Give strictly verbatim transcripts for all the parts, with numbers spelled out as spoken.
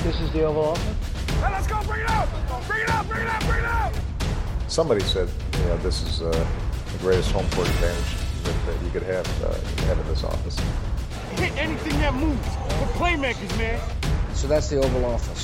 This is the Oval Office. Hey, let's go! Bring it out! Bring it out! Bring it out! Bring it out! Somebody said, you know, this is uh, the greatest home court advantage that, that you could have, uh, have in this office. Hit anything that moves. We're playmakers, man. So that's the Oval Office.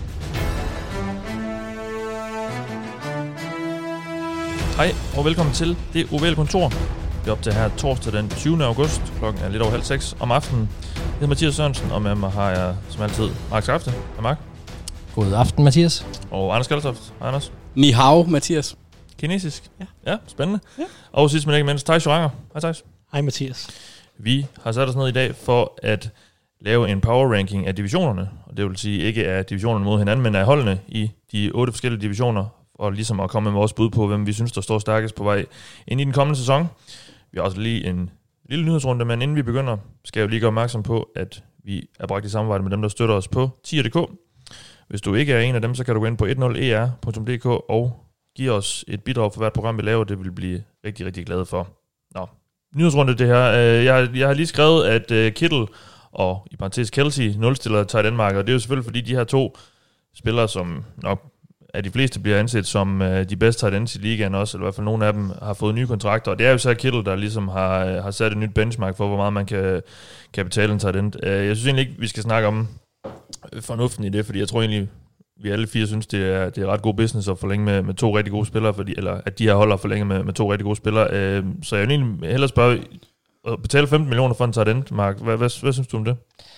Hej og velkommen til Det Ovale Kontor. Vi er op til her torsdag den tyvende august. Klokken er lidt over halv seks om aftenen. Jeg hedder Mathias Sørensen, og med mig har jeg som altid Mark Skafte. Hej Mark. God aften, Mathias. Og Anders Kaltoft. Hej Anders. Ni hao, Mathias. Kinesisk. Ja. Ja, spændende. Ja. Og sidst men ikke mindst, Thijs Joranger. Hej Thijs. Hej Mathias. Vi har sat os ned i dag for at lave en power ranking af divisionerne. Og det vil sige ikke af divisionerne mod hinanden, men af holdene i de otte forskellige divisioner. Og ligesom at komme med vores bud på, hvem vi synes, der står stærkest på vej ind i den kommende sæson. Vi har også lige en lille nyhedsrunde, men inden vi begynder, skal jeg jo lige gøre opmærksom på, at vi er bragt i samarbejde med dem, der støtter os på tier punktum d k. Hvis du ikke er en af dem, så kan du gå ind på ti e r punktum d k og give os et bidrag for hvert program, vi laver. Det vil vi blive rigtig, rigtig glade for. Nå, nyhedsrunde det her. Jeg, jeg har lige skrevet, at Kittle og i parentes Kelsey nulstiller tight end markedet, og det er jo selvfølgelig, fordi de her to spillere, som nok at de fleste bliver anset som øh, de bedste tight ends i ligaen også, eller i hvert fald nogle af dem har fået nye kontrakter, og det er jo så Kittle, der ligesom har, har sat et nyt benchmark for, hvor meget man kan, kan betale en tight end. Jeg synes egentlig ikke, vi skal snakke om fornuften i det, fordi jeg tror egentlig, vi alle fire synes, det er, det er ret god business at forlænge med, med to rigtig gode spillere, fordi, eller at de her holder forlænge med, med to rigtig gode spillere. Så jeg vil egentlig hellere spørge, at betale femten millioner for en tight end, Mark. Hvad, hvad, hvad synes du om det?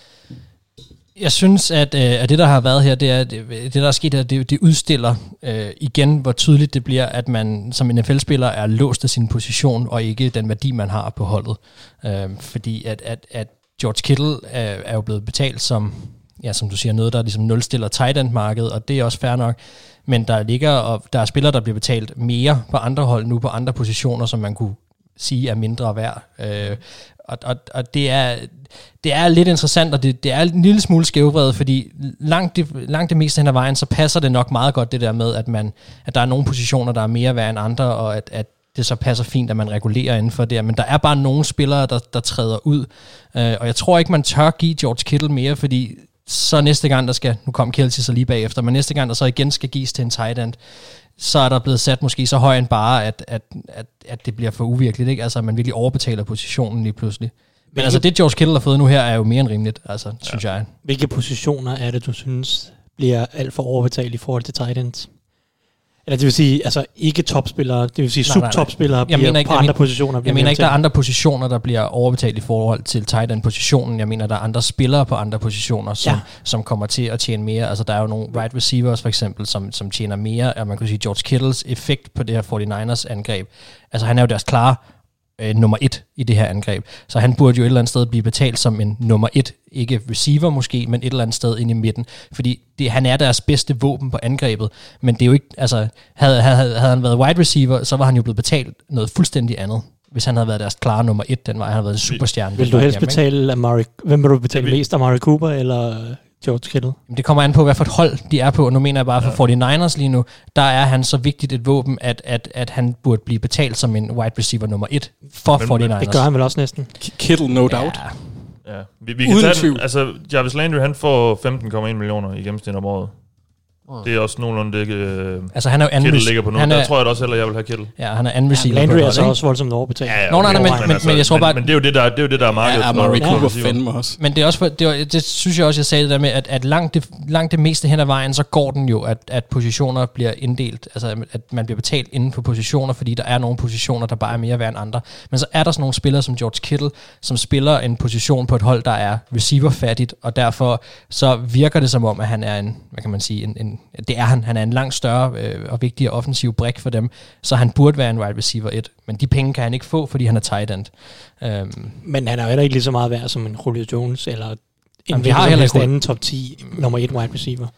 Jeg synes, at, øh, at det, der har været her, det, er, det, det der er sket, at det, det udstiller øh, igen, hvor tydeligt det bliver, at man som N F L-spiller er låst af sin position, og ikke den værdi, man har på holdet. Øh, fordi at, at, at George Kittle er, er jo blevet betalt som, ja, som du siger, noget, der ligesom nulstiller tight end-markedet, og det er også fair nok. Men der ligger, og der er spillere, der bliver betalt mere på andre hold nu, på andre positioner, som man kunne sige er mindre værd. Øh, og, og, og det er det er lidt interessant, og det, det er en lille smule skævvredet, fordi langt det, langt det meste hen ad vejen, så passer det nok meget godt det der med, at, man, at der er nogle positioner, der er mere værd end andre, og at, at det så passer fint, at man regulerer inden for det. Men der er bare nogle spillere, der, der træder ud. Øh, og jeg tror ikke, man tør give George Kittle mere, fordi så næste gang, der skal, nu kom Kelsey så lige bagefter, men næste gang, der så igen skal gives til en tight end, så er der blevet sat måske så høj en bare, at, at, at, at det bliver for uvirkeligt, ikke? Altså, man virkelig overbetaler positionen lige pludselig. Men Hvilke... altså, det George Kittle har fået nu her, er jo mere end rimeligt, altså, ja. synes jeg. Hvilke positioner er det, du synes, bliver alt for overbetalt i forhold til tight ends? Eller det vil sige, altså ikke topspillere, det vil sige subtopspillere bliver mener ikke, på andre men, positioner. Jeg mener ikke, der er andre positioner, der bliver overbetalt i forhold til tight end-positionen. Jeg mener, der er andre spillere på andre positioner, som, ja. som kommer til at tjene mere. Altså der er jo nogle right receivers for eksempel, som, som tjener mere. Og man kan sige, George Kittles effekt på det her forty-niners angreb. Altså han er jo deres klare øh, nummer et i det her angreb. Så han burde jo et eller andet sted blive betalt som en nummer et. Ikke receiver måske, men et eller andet sted inde i midten. Fordi det, han er deres bedste våben på angrebet. Men det er jo ikke, altså, havde, havde, havde han været wide receiver, så var han jo blevet betalt noget fuldstændig andet. Hvis han havde været deres klare nummer et, den var han havde været en superstjerne. Vil du helst betale Amari, hvem vil du betale mest, Amari Cooper eller George Kittle? Det kommer an på, hvad for et hold de er på. Nu mener jeg bare for forty-niners lige nu, der er han så vigtigt et våben, at, at, at han burde blive betalt som en wide receiver nummer et for men, forty-niners. Det gør han vel også næsten. Kittle, no doubt. Ja. Ja, vi, vi kan tage den, altså Jarvis Landry, han får femten komma en millioner i gennemsnit om året. Oh. Det er også nogenlunde det, øh, altså, han er jo Kittle ligger på nu. Der tror jeg da også heller, jeg vil have Kittle. Ja, han er anden receiver. Ja, Landry er så også voldsomt overbetalt. Ja, ja, Nå, nej, nej, men, men, altså, men jeg tror bare... Men, men det er jo det, der, det er, jo det, der er markedet. Ja, Amari Cooper fandme også. Men det er også for, det, var, det synes jeg også, jeg sagde det der med, at, at langt, det, langt det meste hen ad vejen, så går den jo, at, at positioner bliver inddelt. Altså, at man bliver betalt inden for positioner, fordi der er nogle positioner, der bare er mere værd end andre. Men så er der sådan nogle spillere som George Kittle, som spiller en position på et hold, der er receiver-fattigt, og derfor så virker det som om, at han er en, hvad kan man sige, en, en, det er han, han er en langt større øh, og vigtigere offensiv brik for dem, så han burde være en wide receiver et, men de penge kan han ikke få, fordi han er tight end. Um, men han er jo heller ikke lige så meget værd som en Julio Jones, eller en vi har heller ikke anden top ti, nummer et wide receiver.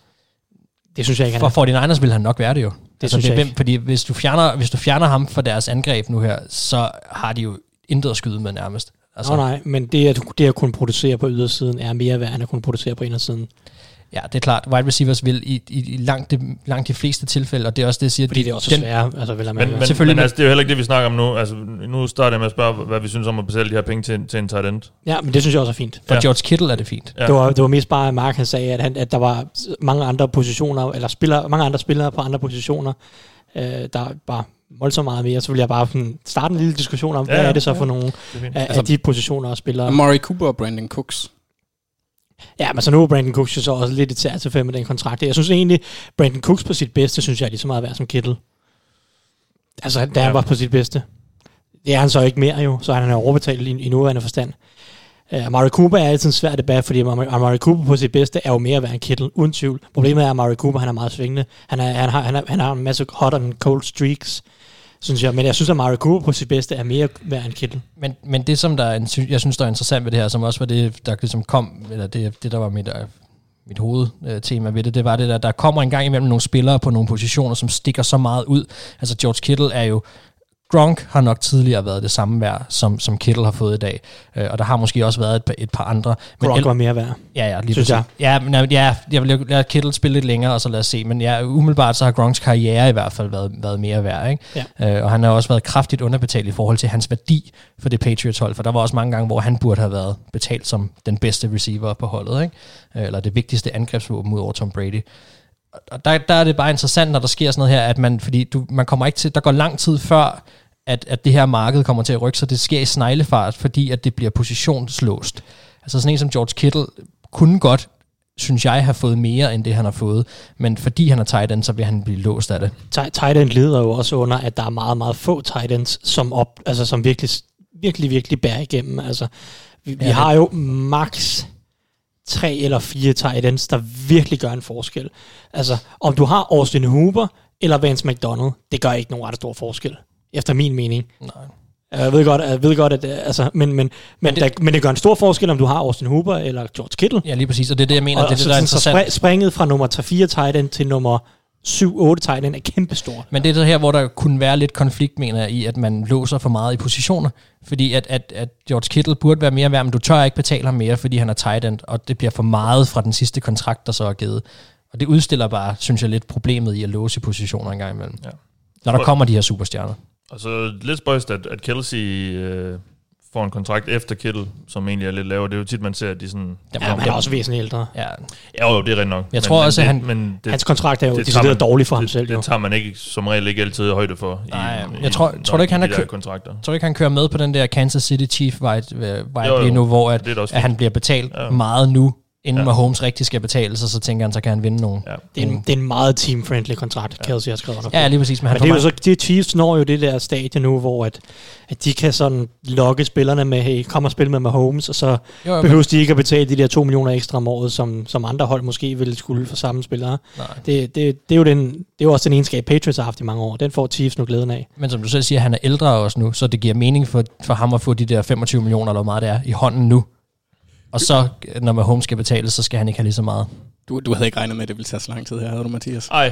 Det synes jeg ikke, for forty-niners vil han nok være det jo. Det altså, synes det, jeg ikke. Fordi hvis du, fjerner, hvis du fjerner ham fra deres angreb nu her, så har de jo intet at skyde med nærmest. Altså, Nå nej, men det at, det at kunne producere på ydersiden er mere værd, end at kunne producere på indersiden. Ja, det er klart. Wide receivers vil i, i, i langt, de, langt de fleste tilfælde, og det er også det, jeg siger. Fordi de, det er også den, svære, altså vil jeg men, men, Selvfølgelig. men altså, det er jo heller ikke det, vi snakker om nu. Altså, nu starter jeg med at spørge, hvad vi synes om at betale de her penge til, til en tight end. Ja, men det synes jeg også er fint. For ja. George Kittle er det fint. Ja. Det, var, det var mest bare, at Mark han sagde, at, han, at der var mange andre positioner, eller spillere, mange andre spillere på andre positioner, øh, der bare målte så meget mere. Så vil jeg bare starte en lille diskussion om, ja, hvad er det så for ja. nogle af, altså, af de positioner og spillere. Amari Cooper og Brandon Cooks. Ja, men så nu er Brandon Cooks jo så også lidt et særtilfælde med den kontrakt. Jeg synes egentlig, Brandon Cooks på sit bedste, synes jeg er lige så meget værd som Kittle. Altså, da ja. han var på sit bedste. Det er han så ikke mere jo, så han er overbetalt i, i nuværende forstand. Uh, Amari Cooper er altid en svær debat, fordi Amari Cooper på sit bedste er jo mere værd end Kittle, uden tvivl. Problemet er, at Amari Cooper han er meget svingende. Han, er, han, har, han, har, han har en masse hot and cold streaks, synes jeg. Men jeg synes, at Amari Cooper på sit bedste er mere værd end Kittle. Men, men det, som der er, jeg synes, der er interessant ved det her, som også var det, der ligesom kom, eller det, det der var mit, mit hovedtema ved det, det var det der, der kommer en gang imellem nogle spillere på nogle positioner, som stikker så meget ud. Altså George Kittle er jo, Gronk har nok tidligere været det samme værd, som, som Kittle har fået i dag. Uh, og der har måske også været et par, et par andre. Men Gronk var mere værd. Ja, ja, lige synes jeg. Ja, men ja, jeg vil lade Kittle spille lidt længere, og så lad os se. Men ja, umiddelbart så har Gronks karriere i hvert fald været, været mere værd. Ikke? Ja. Uh, og han har også været kraftigt underbetalt i forhold til hans værdi for det Patriots-hold. For der var også mange gange, hvor han burde have været betalt som den bedste receiver på holdet. Ikke? Uh, eller det vigtigste angrebsvåben ud over Tom Brady. Og der, der er det bare interessant, når der sker sådan noget her, at man, fordi du, man kommer ikke til, der går lang tid før, at, at det her marked kommer til at rykke, så det sker i sneglefart, fordi at det bliver positionslåst. Altså sådan en som George Kittle kunne godt, synes jeg, have fået mere end det, han har fået, men fordi han er tight end, så vil han blive låst af det. Tight end lider jo også under, at der er meget, meget få tight ends, som, op, altså, som virkelig, virkelig, virkelig bærer igennem. Altså, vi, vi ja, har jo max tre eller fire tight ends, der virkelig gør en forskel. Altså, om du har Austin Hooper eller Vance McDonald, det gør ikke nogen ret stor forskel. Efter min mening. Nej. Jeg ved godt, jeg ved godt at altså, men men men det, der, men det gør en stor forskel om du har Austin Hooper eller George Kittle. Ja, lige præcis, og det er det jeg mener, og, det er så, det der er interessant. Så springet fra nummer fire tight end til nummer syv otte tight end er kæmpestor. Men det er det her, hvor der kunne være lidt konflikt, mener jeg, i at man låser for meget i positioner, fordi at, at, at George Kittle burde være mere værd, men du tør ikke betale ham mere, fordi han er tight end, og det bliver for meget fra den sidste kontrakt, der så er givet. Og det udstiller bare, synes jeg, lidt problemet i at låse positioner en gang imellem. Ja. Når der kommer de her superstjerner. Og så lidt spøjst, at, at Kelsey øh, får en kontrakt efter Kittle, som egentlig er lidt lavere. Det er jo tit, man ser, at de sådan... Ja, men han er også væsentligt ældre. Ja, ja jo, det er rigtig nok. Jeg men, tror også, at han... Men det, hans kontrakt er jo decideret dårligt for ham det, selv. Det, det tager man ikke som regel ikke altid højde for. Nej, i, jeg i, tror, tror du ikke, han er kø- kontrakter. Tror du ikke, han kører med på den der Kansas City Chief vibe lige nu, hvor at, at han bliver betalt ja. meget nu, inden ja. Mahomes rigtig skal betale sig, så tænker han, så kan han vinde nogen. Ja. Det, er en, det er en meget team-friendly kontrakt, ja. Kelsey har skrevet under. Ja, lige præcis. Men, men det er jo så, de Chiefs når jo det der stadie nu, hvor at, at de kan sådan lokke spillerne med, hey, kom og spil med Mahomes, og så jo, jo, behøver de ikke at betale de der to millioner ekstra om året, som, som andre hold måske ville skulle for samme spillere. Det, det, det, er jo den, det er jo også den egenskab, Patriots har haft i mange år. Den får Chiefs nu glæden af. Men som du selv siger, han er ældre også nu, så det giver mening for, for ham at få de der femogtyve millioner, eller hvor meget det er, i hånden nu. Og så, når Mahomes skal betale, så skal han ikke have lige så meget. Du, du havde ikke regnet med, at det ville tage så lang tid her, havde du, Mathias? Ej.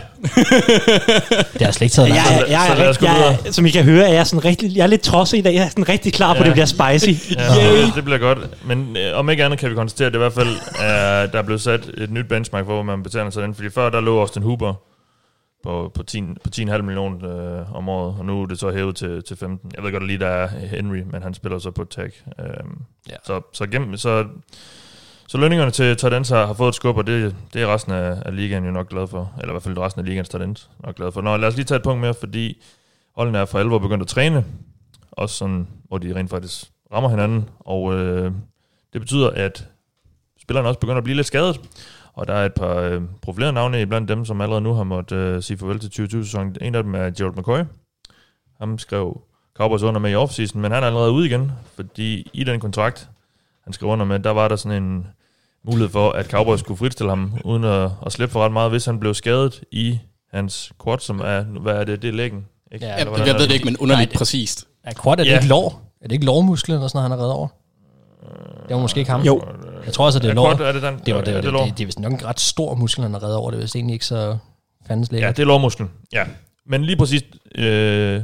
Det har slet ikke taget lang tid. Jeg, jeg, jeg, jeg, jeg, som I kan høre, er jeg, sådan rigtig, jeg er lidt tosset i dag. Jeg er sådan rigtig klar på, ja. Det bliver spicy. Ja, yeah. Det bliver godt. Men øh, om ikke andet kan vi konstatere, at det i hvert fald er, der er blevet sat et nyt benchmark for, hvor man betaler sig den. Fordi før, der lå Austin Hooper på, på ti komma fem millioner øh, om året, og nu er det så hævet til, til femten. Jeg ved godt, at lige der er Henry, men han spiller så på et tag. Øhm, ja. Så, så, gennem, så, så lønningerne til tight ends har, har fået et skub, og det, det er resten af, af ligaen jo nok glad for. Eller i hvert fald resten af ligaens tight ends nok glad for. Nå, lad os lige tage et punkt mere, fordi holdene er for alvor begyndt at træne, også sådan, hvor de rent faktisk rammer hinanden, og øh, det betyder, at spillerne også begynder at blive lidt skadet. Og der er et par øh, profilerede navne blandt dem, som allerede nu har måttet øh, sige farvel til tyve tyve-sæsonen. En af dem er Gerald McCoy. Han skrev Cowboys under med i offseason, men han er allerede ude igen, fordi i den kontrakt, han skrev under med, der var der sådan en mulighed for, at Cowboys skulle fritstille ham, uden at, at slippe for ret meget, hvis han blev skadet i hans quad, som er, hvad er det, det er læggen? Ikke? Ja, jeg, jeg ved det ikke, men underligt Nej, præcist. Er quad, er det ja. ikke lår? Er det ikke lårmusklen, eller sådan noget, han er reddet over? Det var måske ikke ham. Jo. Jeg tror også, at det er lår. Er det, den? det, var, det, ja, det, det, det, det, det er vist nok en ret stor muskel, han er reddet over. Det er vist egentlig ikke så fandens lækkert. Ja, det er lårmusklen. Ja. Men lige præcis, øh,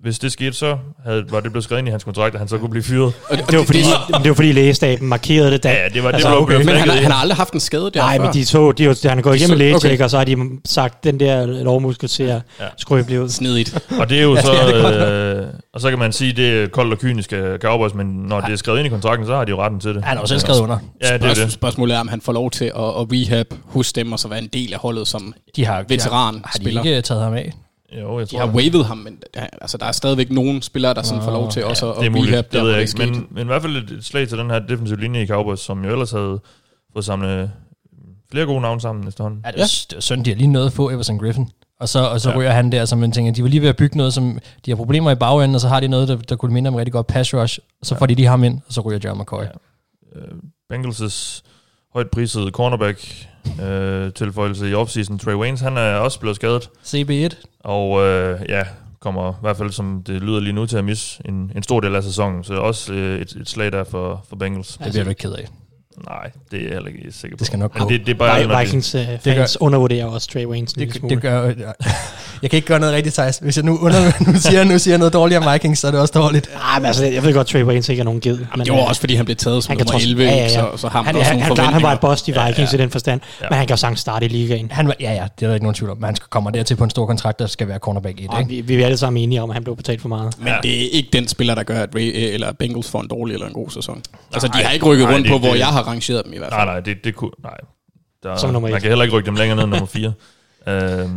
hvis det skete, så havde, var det blevet skrevet ind i hans kontrakt, at han så kunne blive fyret. Og det, det, var fordi, det var fordi lægestaben markerede det. Da, ja, det var det, altså, var okay. Men han, han har aldrig haft en skade der. Nej, før. men de så, de, de, han er gået igennem lægetjek, okay. og så har de sagt, den der lovmuskel ser ja. skrøbelig ud. Snedigt. Og det er jo så, øh, og så kan man sige, det er koldt og kynisk af Cowboys, men når ja. det er skrevet ind i kontrakten, så har de jo retten til det. Han har også skrevet under. Ja, det er det. Spørgsmålet er, om han får lov til at, at rehab hos dem, og så være en del af holdet som de har, veteran. De har, har de ikke taget ham af? Jo, jeg de har waived ham, men altså, der er stadigvæk nogen spillere, der sådan får lov til ja, også at rehab der, det ved jeg ikke. Men, men i hvert fald et, et slag til den her defensive linje i Cowboys, som jo ellers havde fået samlet flere gode navne sammen efterhånden. Ja, det var, ja. synd, de har lige noget at få Everson Griffin. Og så, og så ja. ryger han der, som man tænker, de var lige ved at bygge noget, som de har problemer i bagenden, og så har de noget, der, der kunne minde om rigtig godt pass rush, og så ja. får de lige ham ind, og så ryger Jerry McCoy. Ja. Uh, Bengals' højt prisede cornerback uh, tilføjelse i offseason, Trey Waynes, han er også blevet skadet. C B et. Og uh, ja, kommer i hvert fald, som det lyder lige nu, til at misse en, en stor del af sæsonen, så også uh, et, et slag der for, for Bengals. Det bliver du ikke ked af. Nej, det er jeg heller ikke sikker på. Det skal nok gå. Det, det er bare Vikings uh, fans gør, undervurderer også Trey Waynes. Det, det gør, ja. Jeg kan ikke gøre noget rigtigt, Thijs. Hvis jeg nu, under, nu, siger, nu siger noget dårligt om Vikings, så er det også dårligt. Nej, men altså, jeg ved godt, Trey Waynes ikke er nogen ged. Men det var også, fordi han blev taget som nummer elleve, ja, ja, ja. Så, så har han, han, han, han, han var et boss i Vikings ja, ja. i den forstand, ja. men han kan jo sagtens starte i ligaen. Han var, ja, ja, det er der ikke nogen tvivl om, men han skal komme dertil på en stor kontrakt, der skal være cornerback et. Vi, vi er alle sammen enige om, at han blev betalt for meget. Men ja. det er ikke den spiller, der gør, at Ray, eller Bengals får en dårlig eller en god sæson. Altså, de har ikke rykket rundt på, hvor jeg har rangeret dem i hvert fald. Nej, nej, det, det kunne... Nej. Der, som nummer et. Man kan heller ikke rykke dem længere ned end nummer fire. øhm.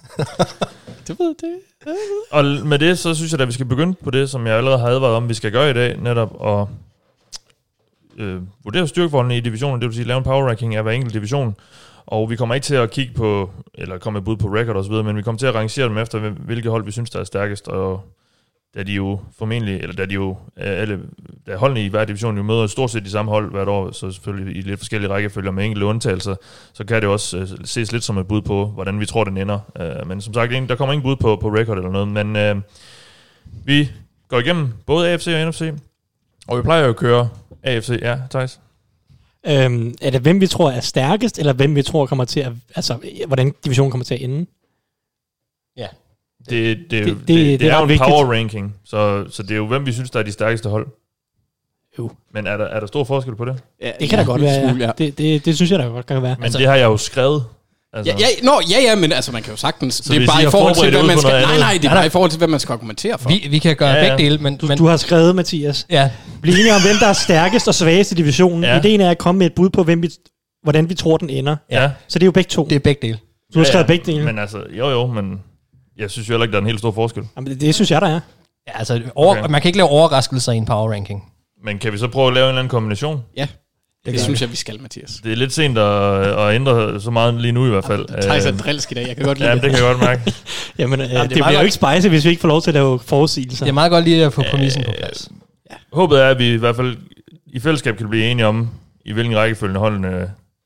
Det ved det. Og med det, så synes jeg, at vi skal begynde på det, som jeg allerede har advaret om, vi skal gøre i dag, netop at øh, vurdere styrkeforholdene i divisionen, det vil sige lave en power ranking af hver enkelt division. Og vi kommer ikke til at kigge på, eller komme med bud på record og så videre, men vi kommer til at rangere dem efter, hvilke hold vi synes, der er stærkest, og da de jo formentlig, eller da de jo, alle, da holdene i hver division jo møder stort set de samme hold hvert år, så selvfølgelig i lidt forskellige rækkefølger med enkelte undtagelser, så kan det også uh, ses lidt som et bud på, hvordan vi tror, den ender. Uh, men som sagt, der kommer ingen bud på, på record eller noget, men uh, vi går igennem både A F C og N F C, og vi plejer jo at køre A F C. Ja, Thijs? Øhm, er det hvem vi tror er stærkest, eller hvem vi tror kommer til at, altså hvordan divisionen kommer til at ende? Ja. Det, det, det, det, det, det, det er jo en vigtigt. power ranking, så, så det er jo, hvem vi synes, der er de stærkeste hold. Jo. Men er der, er der stor forskel på det? Ja, det kan ja, da godt være, ja. ja. Det, det, det synes jeg da godt kan være. Men altså, det har jeg jo skrevet. Altså. Ja, ja, nå, ja, ja, men altså, man kan jo sagtens... Så det er bare i forhold til, hvad man skal... Nej, nej, det er ja, bare i forhold til, hvad man skal argumentere for. Vi, vi kan gøre ja, ja. begge dele, men... Du, men du har skrevet, Mathias. Ja. Bliv enige om, hvem der er stærkest og svagest i divisionen. Ja. Ideen er at komme med et bud på, hvem vi, hvordan vi tror, den ender. Ja. Så det er jo begge to. Det er begge dele. Du har skrevet ja, ja. begge dele. Men altså, jo jo, men... Jeg synes jo heller ikke, der er en helt stor forskel. Jamen, det, det synes jeg, der er. Ja, altså, over, okay. Man kan ikke lave overraskelser i en power ranking. Men kan vi så prøve at lave en eller anden kombination? Ja, det, det synes jeg, vi skal, Mathias. Det er lidt sent at, at ændre så meget lige nu i hvert fald. Det tager sig drilsk i dag, jeg kan godt lide ja, det. det kan jeg godt mærke. Jamen, øh, Jamen, det, det bliver jo ikke spicy, hvis vi ikke får lov til at lave forudsigelser. Det er meget godt lige at få præmissen på plads. Ja. Håbet er, at vi i hvert fald i fællesskab kan blive enige om, i hvilken rækkefølge holdene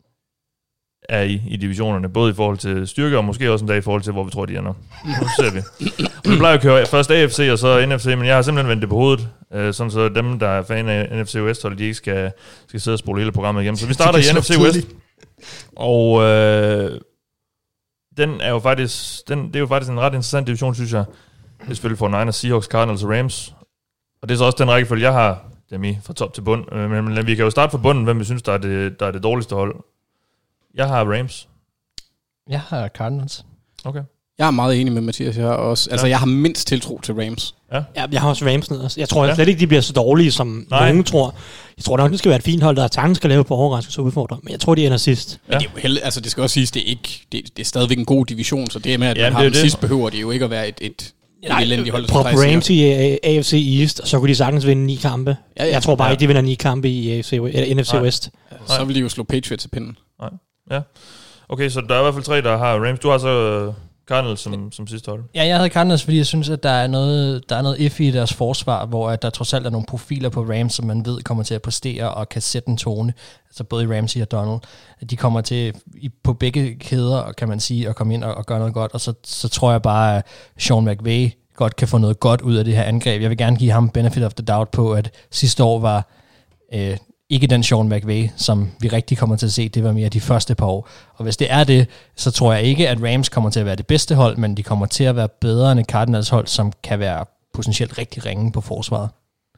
er i, i divisionerne, både i forhold til styrke, og måske også en dag i forhold til, hvor vi tror, de ender. Nu ser vi. Og vi plejer at køre først A F C, og så N F C, men jeg har simpelthen vendt det på hovedet, øh, sådan så dem, der er fan af N F C West, de ikke skal, skal sidde og spole hele programmet igennem. Så vi starter i N F C West, og øh, den er jo faktisk, den, det er jo faktisk en ret interessant division, synes jeg. Det er selvfølgelig for Niners, Seahawks, Cardinals og Rams, og det er så også den rækkefølge, jeg har dem i, fra top til bund. Men, men vi kan jo starte fra bunden, hvem vi synes, der er det, der er det dårligste hold. Jeg har Rams. Jeg har Cardinals. Okay. Jeg er meget enig med Mathias. Jeg har også, altså, jeg har mindst tiltro til Rams. Ja, ja jeg har også Rams ned. Jeg tror ja. slet ikke, de bliver så dårlige, som Nej. nogen tror. Jeg tror nok, det skal være et fint hold, der tanken skal lave på overraskelse og udfordre. Men jeg tror, de ender sidst. Men ja. det er jo held, altså det skal også siges, det er ikke, det, det er stadigvæk en god division, så det er med, at ja, man har den det. sidst, behøver det jo ikke at være et, et Nej, prop Rams i A F C East, og så kunne de sagtens vinde ni kampe. Ja, ja. Jeg tror bare ja. ikke, de vinder ni kampe i A F C, eller N F C Nej. West. Ja, så vil de jo slå Patriots i pinden. Nej. Ja. Okay, så der er i hvert fald tre, der har Rams. Du har så Cardinals som, som sidste hold. Ja, jeg havde Cardinals, fordi jeg synes, at der er noget, der er noget iffy i deres forsvar, hvor at der trods alt er nogle profiler på Rams, som man ved kommer til at præstere og kan sætte en tone. Altså både i Ramsey og Donald. De kommer til i, på begge kæder, kan man sige, at komme ind og, og gøre noget godt. Og så, så tror jeg bare, at Sean McVay godt kan få noget godt ud af det her angreb. Jeg vil gerne give ham benefit of the doubt på, at sidste år var... Øh, ikke den Sean McVay, som vi rigtig kommer til at se, det var mere de første par år. Og hvis det er det, så tror jeg ikke, at Rams kommer til at være det bedste hold, men de kommer til at være bedre end et Cardinals hold, som kan være potentielt rigtig ringe på forsvaret.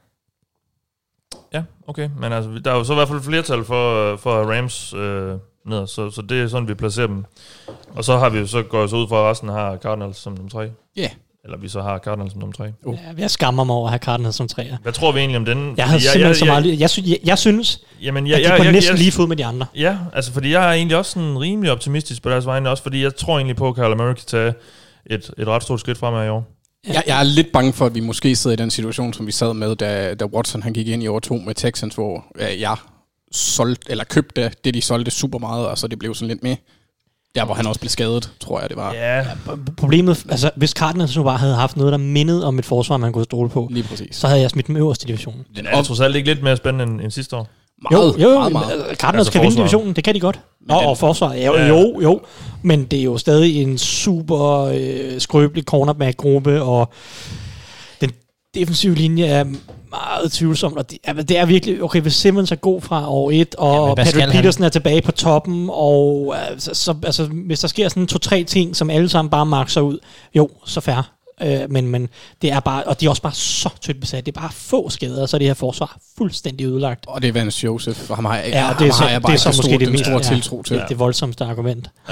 Ja, okay. Men altså, der er jo så i hvert fald flertal for, for Rams øh, ned, så, så det er sådan, vi placerer dem. Og så har vi jo så går jeg så ud fra, at resten har Cardinals som nummer tre. Ja. Yeah. Eller vi så har Cardinals som nummer tre. Uh. Ja, jeg skammer mig over at have Cardinals som treer. Hvad tror vi egentlig om den? Jeg havde simpelthen jeg, jeg, så meget... Jeg, jeg, jeg, jeg synes, jamen, jeg, at de er på jeg, næsten jeg, lige fod med de andre. Ja, altså fordi jeg er egentlig også sådan rimelig optimistisk på deres vegne, også fordi jeg tror egentlig på, at Kyler Murray kan tage et, et ret stort skridt fremad i år. Jeg, jeg er lidt bange for, at vi måske sidder i den situation, som vi sad med, da, da Watson han gik ind i år to med Texans, hvor øh, jeg solgte, eller købte det, de solgte super meget, og så det blev sådan lidt med. Der, hvor han også blev skadet, tror jeg, det var. Ja. Ja, problemet, altså hvis Cardinals nu bare havde haft noget, der mindede om et forsvar, man kunne stole på, lige præcis, så havde jeg smidt dem øverst i divisionen. Den er trods alt ikke lidt mere spændende end, end sidste år. Meget, jo, jo, meget, meget. Cardinals altså kan vinde divisionen, det kan de godt. Nå, den, og forsvaret, jo, ja. jo, jo. Men det er jo stadig en super øh, skrøbelig cornerback-gruppe, og den defensive linje er meget tvivlsomt. Og det, altså, det er virkelig, okay, hvis Simmons er god fra år et, og ja, Patrick Peterson han? er tilbage på toppen, og altså, så, altså, hvis der sker sådan to-tre ting, som alle sammen bare makser ud, jo, så fair. Øh, men, men det er bare, og de er også bare så tyndt besat. Det er bare få skader, så er det her forsvar fuldstændig ødelagt. Og det er Vance Joseph, og ham har jeg, ja, og det er så, har jeg bare det er så måske stor, det mest store tiltro til. Det, det voldsomste argument. Ja.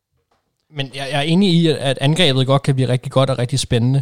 Men jeg, jeg er enig i, at angrebet godt kan blive rigtig godt og rigtig spændende.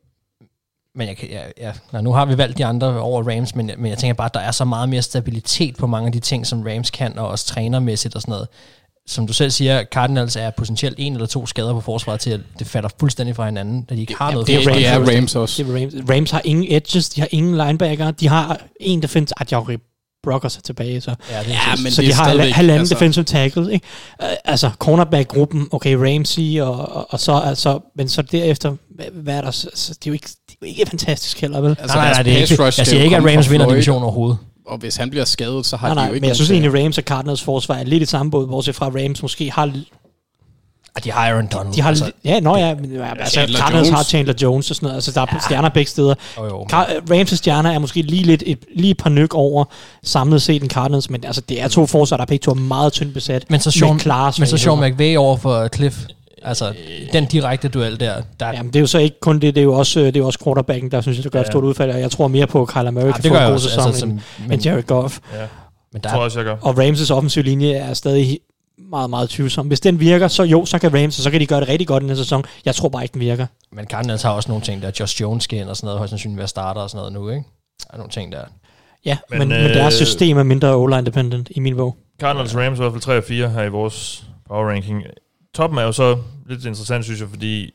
Men jeg kan, ja, ja, nej, nu har vi valgt de andre over Rams, men, men jeg tænker bare, at der er så meget mere stabilitet på mange af de ting, som Rams kan, og også trænermæssigt og sådan noget. Som du selv siger, Cardinals er potentielt en eller to skader på forsvaret til, at det falder fuldstændig fra hinanden, da de ikke har ja, noget. Det er, det er Rams også. Det er Rams. Rams har ingen edges, de har ingen linebacker, de har en defense, at jeg Brockers er tilbage, så, ja, det er ja, men så det de har halvanden altså. defensive tackles, ikke? Uh, altså cornerback-gruppen, okay, Ramsey, og, og, og så altså, men så derefter, hvad, hvad er der, så, så det er jo ikke, det er jo ikke fantastisk heller, vel? Altså, nej, nej, nej, det er ikke, jeg siger ikke, at Rams vinder divisionen overhovedet. Og hvis han bliver skadet, så har nej, de nej, jo ikke... Men jeg synes egentlig, Rams og Cardinals forsvar er lidt i samme båd, bortset fra Rams måske har... De har Aaron Donald. De har, altså, ja, nå ja, men, altså, Cardinals Jones. har Chandler Jones og sådan noget, altså der er ja. stjerner begge steder. Oh, jo, Rams' stjerner er måske lige lidt et, lige et par nyk over samlet set en Cardinals, men altså det er to forsvar, der er begge to er meget tyndt besat. Men så Sean, men så Sean McVay over for Cliff. Altså, den direkte duel der. der Jamen, det er jo så ikke kun det, det er jo også, det er jo også quarterbacken, der synes jeg, der gør et stort udfald, og jeg tror mere på Kyler Murray, ja, det gør jeg også, sæson, altså, end, men, end Jared Goff. Ja, men der tror jeg også, jeg gør. Og Rams' offensive linje er stadig meget, meget tvivlsom. Hvis den virker, så jo, så kan Rams, og så kan de gøre det rigtig godt i den sæson. Jeg tror bare ikke, den virker. Men Cardinals har også nogle ting der. Josh Jones skal ind og sådan noget, højst sandsynligt være starter og sådan noget nu, ikke? Der er nogle ting der. Ja, men, men, øh, men deres system er mindre O-line dependent i min bog. Cardinals Rams i hvert fald tre og fire her i vores power ranking. Toppen er jo så lidt interessant, synes jeg, fordi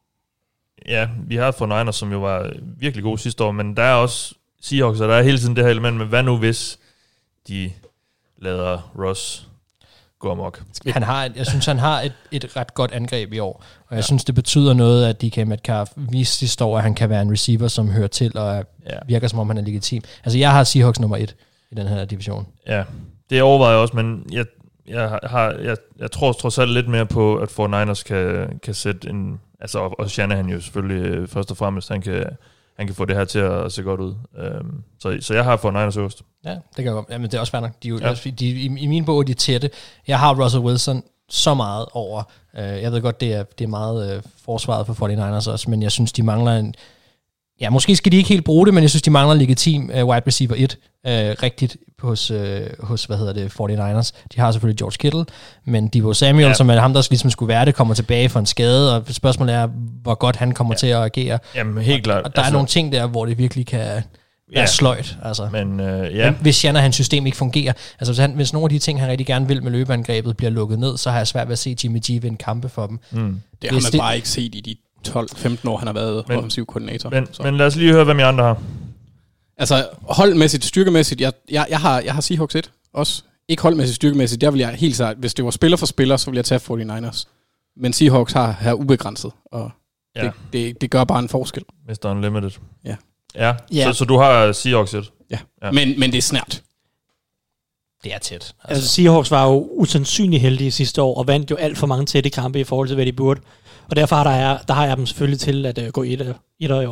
ja, vi har fået Niners, som jo var virkelig gode sidste år, men der er også Seahawks, og der er hele tiden det her element med, hvad nu hvis de lader Ross gå amok. Han har et, jeg synes, han har et, et ret godt angreb i år, og jeg ja. synes, det betyder noget, at D K Metcalf viste sidste år, at han kan være en receiver, som hører til, og ja. virker som om, han er legitim. Altså, jeg har Seahawks nummer et i den her division. Ja, det overvejer jeg også, men jeg, jeg, har, jeg, jeg tror trods alt lidt mere på, at forty-niners kan, kan sætte en... Altså, og, og Shanahan jo selvfølgelig først og fremmest, han kan... han kan få det her til at se godt ud. Um, så, så jeg har forty-niners øverst. Ja, det kan jeg godt. Jamen, det er også fair nok. De, ja. de, de, i, I min bog er de tætte. Jeg har Russell Wilson så meget over. Uh, jeg ved godt, det er, det er meget uh, forsvaret for forty-niners også, men jeg synes, de mangler en... Ja, måske skal de ikke helt bruge det, men jeg synes, de mangler en legitim uh, wide receiver et uh, rigtigt hos, uh, hos, hvad hedder det, forty-niners. De har selvfølgelig George Kittle, men Deebo Samuel, ja. som er ham, der ligesom skulle være det, kommer tilbage fra en skade, og spørgsmålet er, hvor godt han kommer ja. til at agere. Jamen, helt klart. Og, og der altså, er nogle ting der, hvor det virkelig kan være ja. sløjt. Altså. Men, uh, ja. men hvis Shanahan system ikke fungerer, altså hvis, han, hvis nogle af de ting, han rigtig gerne vil med løbeangrebet, bliver lukket ned, så har jeg svært ved at se Jimmy G vinde kampe for dem. Mm. Det har man det, bare ikke set i de tolv femten år, han har været men, offensiv koordinator. Men, men lad os lige høre, hvem I andre har. Altså, holdmæssigt, styrkemæssigt, jeg, jeg, jeg, har, jeg har Seahawks et også. Ikke holdmæssigt, styrkemæssigt, der vil jeg helt sagt, hvis det var spiller for spiller, så vil jeg tage forty-niners. Men Seahawks har her ubegrænset, og ja. det, det, det gør bare en forskel. mister Unlimited. Ja. Ja, ja. Så, så du har Seahawks et? Ja, ja. Men, men det er snært. Det er tæt. Altså. altså, Seahawks var jo usandsynligt heldige sidste år, og vandt jo alt for mange tætte kampe i forhold til, hvad de burde. Og derfor har, der, der har jeg dem selvfølgelig til at uh, gå et, et år i år.